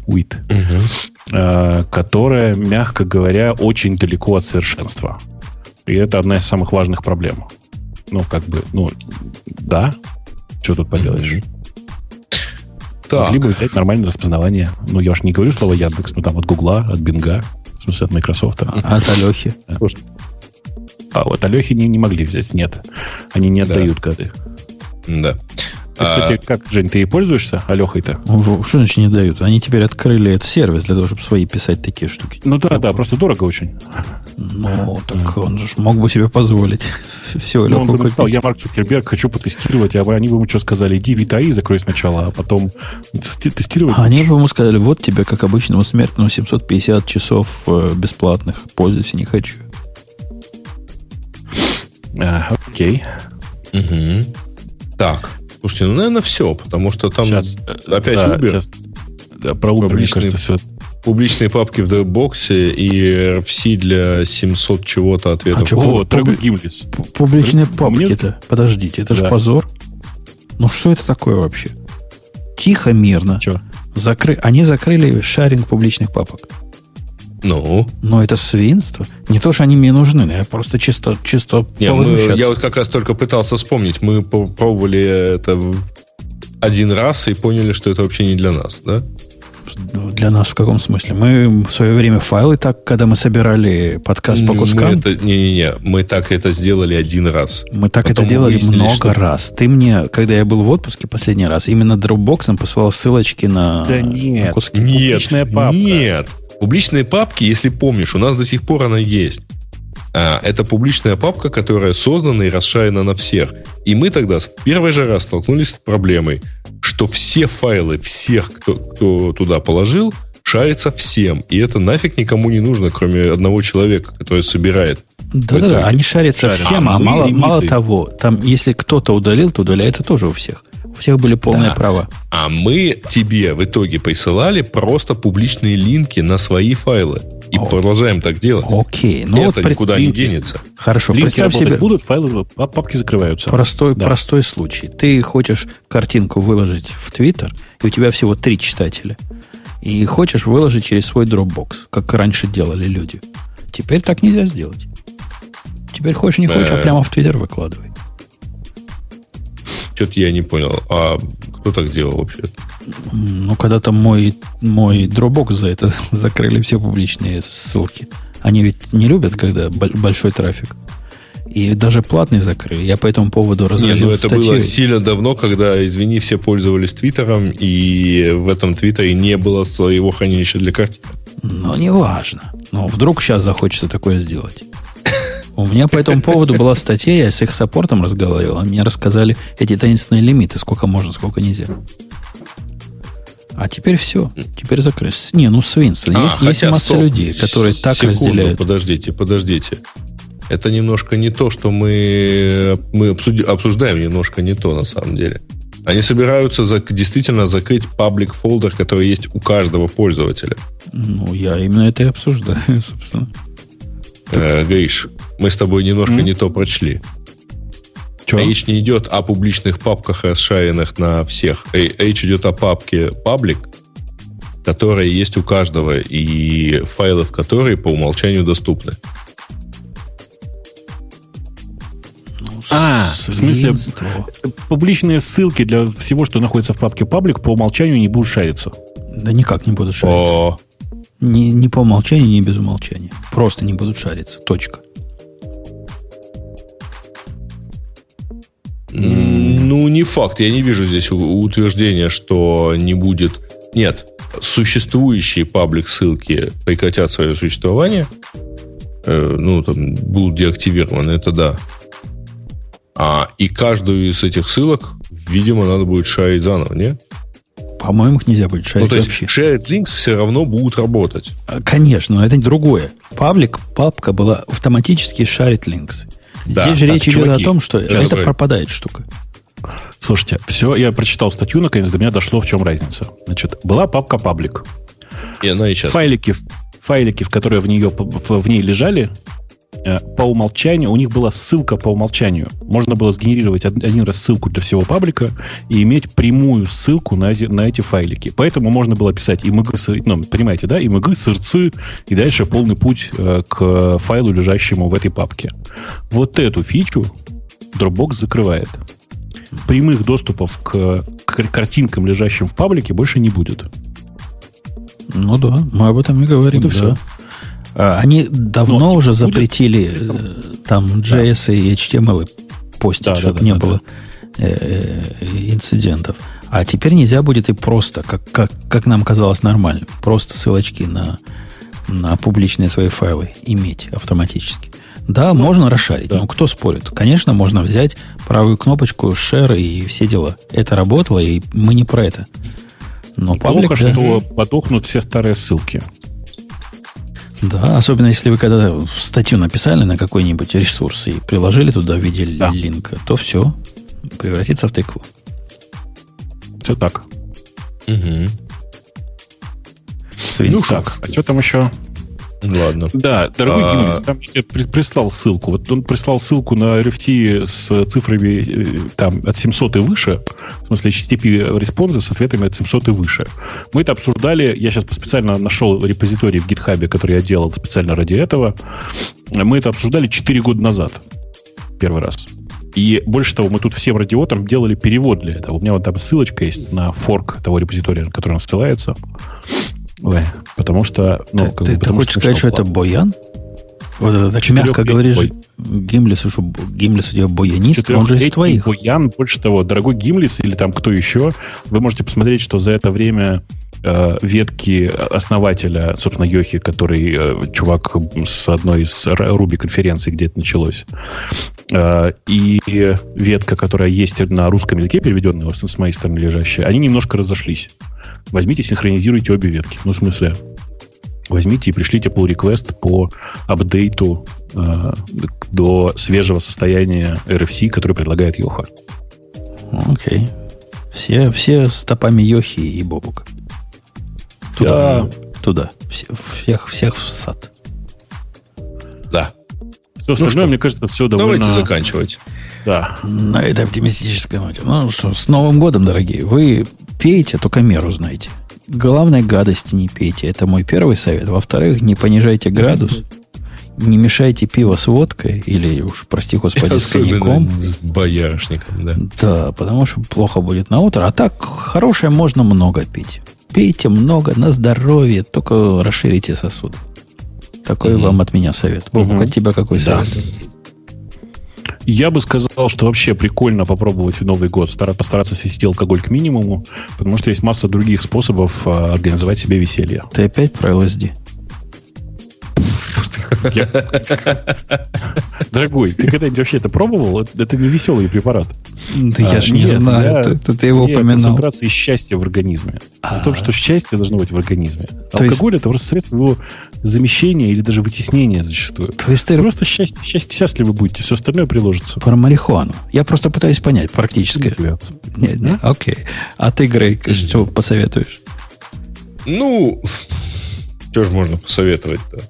WIT, которая, мягко говоря, очень далеко от совершенства. И это одна из самых важных проблем. Ну, как бы, да. Что тут поделаешь? Либо взять нормальное распознавание. Ну, я уж не говорю слово Яндекс, там от Гугла, от Бинга, в смысле от Microsoft. От Алехи. А вот Алехи не могли взять, нет. Они не отдают коды. Да. Ты, кстати, как, Жень, ты и пользуешься Алехой-то? Что значит не дают? Они теперь открыли этот сервис для того, чтобы свои писать такие штуки. Ну да, просто дорого очень. Ну, так он же мог бы себе позволить. Все, Алеху он написал, я Марк Цукерберг, хочу потестировать, а они бы ему что сказали? Иди VTI закрой сначала, а потом тестировать. Они бы ему сказали, вот тебе, как обычному смертному, 750 часов бесплатных. Пользуйся, не хочу. Окей. Так. Слушайте, наверное, все, потому что там сейчас, опять Uber. Про Uber, мне кажется, все. Публичные папки в Dropbox и RFC для 700 чего-то ответов. Трегут Гимлис. Публичные папки-то. Подождите, это же позор. Ну, что это такое вообще? Тихо, мирно. Че? Они закрыли шаринг публичных папок. Ну? Но это свинство. Не то, что они мне нужны, я просто чисто я вот как раз только пытался вспомнить. Мы пробовали это один раз и поняли, что это вообще не для нас, да? Для нас в каком смысле? Мы в свое время файлы так, когда мы собирали подкаст по кускам... Мы так это сделали один раз. Мы так это делали много раз. Ты мне, когда я был в отпуске последний раз, именно Dropbox'ом посылал ссылочки на куски. Нет. Публичные папки, если помнишь, у нас до сих пор она есть. Это публичная папка, которая создана и расшарена на всех. И мы тогда в первый же раз столкнулись с проблемой, что все файлы всех, кто туда положил, шарятся всем. И это нафиг никому не нужно, кроме одного человека, который собирает. Да-да-да, они шарятся всем, а мало того, там, если кто-то удалил, то удаляется тоже у всех. У всех были полные права. А мы тебе в итоге присылали просто публичные линки на свои файлы. И продолжаем так делать. Окей. Ну это вот никуда не денется. Хорошо. Линки представь себе будут, файлы, папки закрываются. Простой случай. Ты хочешь картинку выложить в Twitter, и у тебя всего 3 читателя. И хочешь выложить через свой Dropbox, как раньше делали люди. Теперь так нельзя сделать. Теперь хочешь, не хочешь, а прямо в Twitter выкладывай. Что-то я не понял. А кто так делал вообще? Ну, когда-то мой Dropbox за это закрыли все публичные ссылки. Они ведь не любят, когда большой трафик. И даже платный закрыли. Я по этому поводу разразился статьей. Это было сильно давно, когда, извини, все пользовались Твиттером, и в этом Твиттере не было своего хранилища для картинок. Ну, неважно. Ну, вдруг сейчас захочется такое сделать. У меня по этому поводу была статья, я с их саппортом разговаривал, а мне рассказали эти таинственные лимиты, сколько можно, сколько нельзя. А теперь все. Теперь закрылось. Не, ну свинство. Есть масса людей, которые так разделяют. Подождите. Это немножко не то, что мы обсуждаем, немножко не то на самом деле. Они собираются действительно закрыть паблик фолдер, который есть у каждого пользователя. Ну, я именно это и обсуждаю, собственно. Гриш, мы с тобой немножко не то прочли. Речь не идет о публичных папках, расшаренных на всех. Речь идет о папке паблик, которая есть у каждого, и файлы в которой по умолчанию доступны. В смысле, публичные ссылки для всего, что находится в папке паблик, по умолчанию не будут шариться. Да никак не будут шариться. Ни по умолчанию, ни без умолчания. Просто не будут шариться. Точка. Ну, не факт. Я не вижу здесь утверждения, что не будет... Нет. Существующие паблик-ссылки прекратят свое существование. Там будут деактивированы. Это да. И каждую из этих ссылок, видимо, надо будет шарить заново, не? По-моему, их нельзя будет шарить вообще. Shared links все равно будут работать. Конечно, но это другое. Папка была автоматически шарит links. Здесь же речь идет о том, что это пропадает штука. Слушайте, все, я прочитал статью, наконец до меня дошло, в чем разница. Значит, была папка паблик. И она и сейчас. Файлики, которые в ней лежали, по умолчанию, у них была ссылка по умолчанию. Можно было сгенерировать один раз ссылку для всего паблика и иметь прямую ссылку на эти файлики. Поэтому можно было писать img, понимаете, да, img, src и дальше полный путь к файлу, лежащему в этой папке. Вот эту фичу Dropbox закрывает. Прямых доступов к картинкам, лежащим в паблике, больше не будет. Ну да, мы об этом и говорим. Вот и все. Они давно уже запретили там JS и HTML постить, чтобы не было инцидентов. А теперь нельзя будет и просто, как нам казалось нормально, просто ссылочки на публичные свои файлы иметь автоматически. Да, можно расшарить, но кто спорит? Конечно, можно взять правую кнопочку, share и все дела. Это работало, и мы не про это. Но плохо, что подохнут все старые ссылки. Да, особенно если вы когда-то статью написали на какой-нибудь ресурс и приложили туда в виде линка, то все, превратится в тыкву. Все так. Угу. Так, а что там еще? Ладно. Да, дорогой Гимлис, там я тебе прислал ссылку. Вот он прислал ссылку на RFT с цифрами там, от 700 и выше, в смысле HTTP респонсы с ответами от 700 и выше. Мы это обсуждали, я сейчас специально нашел репозиторий в GitHub, который я делал специально ради этого. Мы это обсуждали 4 года назад. Первый раз. И больше того, мы тут всем радиотам делали перевод для этого. У меня вот там ссылочка есть на форк того репозитория, на который он ссылается. Ой, потому что... Ты хочешь сказать, что это Боян? Вот это так мягко говоришь Гимлису, что Гимлис у тебя боянист, он же из твоих. Боян, больше того, дорогой Гимлис или там кто еще, вы можете посмотреть, что за это время ветки основателя, собственно, Йохи, который чувак с одной из Ruby конференций, где это началось, и ветка, которая есть на русском языке, переведенная с моей стороны лежащая, они немножко разошлись. Возьмите, синхронизируйте обе ветки. Ну, в смысле, возьмите и пришлите pull request по апдейту до свежего состояния RFC, который предлагает Йоха. Окей. Все стопами Йохи и Бобука. Туда. Всех в сад. Да. Все остальное, мне кажется, все довольно... Давайте заканчивать. Да. На этой оптимистической ноте. Ну что, с Новым годом, дорогие. Вы пейте, только меру знаете. Главной гадости не пейте. Это мой первый совет. Во-вторых, не понижайте градус. Не мешайте пиво с водкой. Или уж, прости господи, с коньяком. С боярышником, да. Да, потому что плохо будет на утро. А так, хорошее можно много пить. Пейте много, на здоровье. Только расширите сосуды. Такой вам от меня совет. Бобук, от тебя какой совет? Я бы сказал, что вообще прикольно попробовать в Новый год постараться свести алкоголь к минимуму, потому что есть масса других способов организовать себе веселье. Ты опять про LSD? Дорогой, ты когда-нибудь вообще это пробовал? Это не веселый препарат. Да я же не знаю, ты его упоминал. Концентрация счастья в организме. О том, что счастье должно быть в организме. Алкоголь — это просто средство его замещения или даже вытеснения зачастую. То есть ты просто счастливы будете, все остальное приложится. Про марихуану. Я просто пытаюсь понять практически. Нет, окей. А ты, Грей, что посоветуешь? Ну, что же можно посоветовать-то?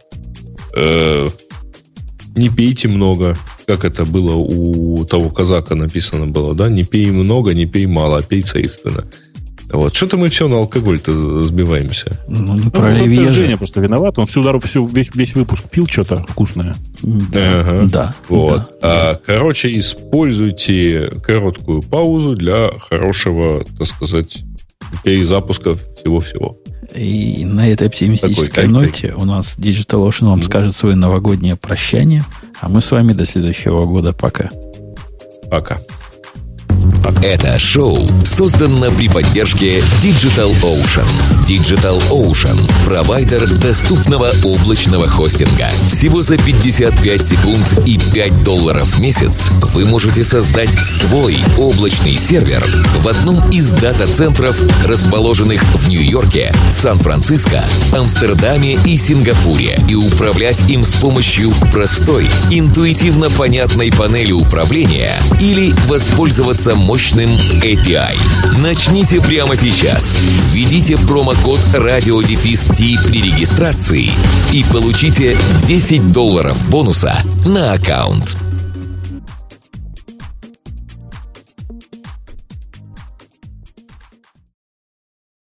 Не пейте много. Как это было у того казака написано было, да? Не пей много, не пей мало, а пей царственно. Вот. Что-то мы все на алкоголь-то сбиваемся. Ну, не про Оливье. Женя просто виноват. Он весь выпуск пил что-то вкусное. Да. Вот. Да. Короче, используйте короткую паузу для хорошего, так сказать, перезапуска всего-всего. И на этой оптимистической ноте у нас DigitalOcean вам скажет свое новогоднее прощание. А мы с вами до следующего года. Пока. Пока. Это шоу создано при поддержке DigitalOcean. DigitalOcean – провайдер доступного облачного хостинга. Всего за 55 секунд и $5 в месяц вы можете создать свой облачный сервер в одном из дата-центров, расположенных в Нью-Йорке, Сан-Франциско, Амстердаме и Сингапуре, и управлять им с помощью простой, интуитивно понятной панели управления или воспользоваться мощным API. Начните прямо сейчас. Введите промокод RadioDefist при регистрации и получите $10 бонуса на аккаунт.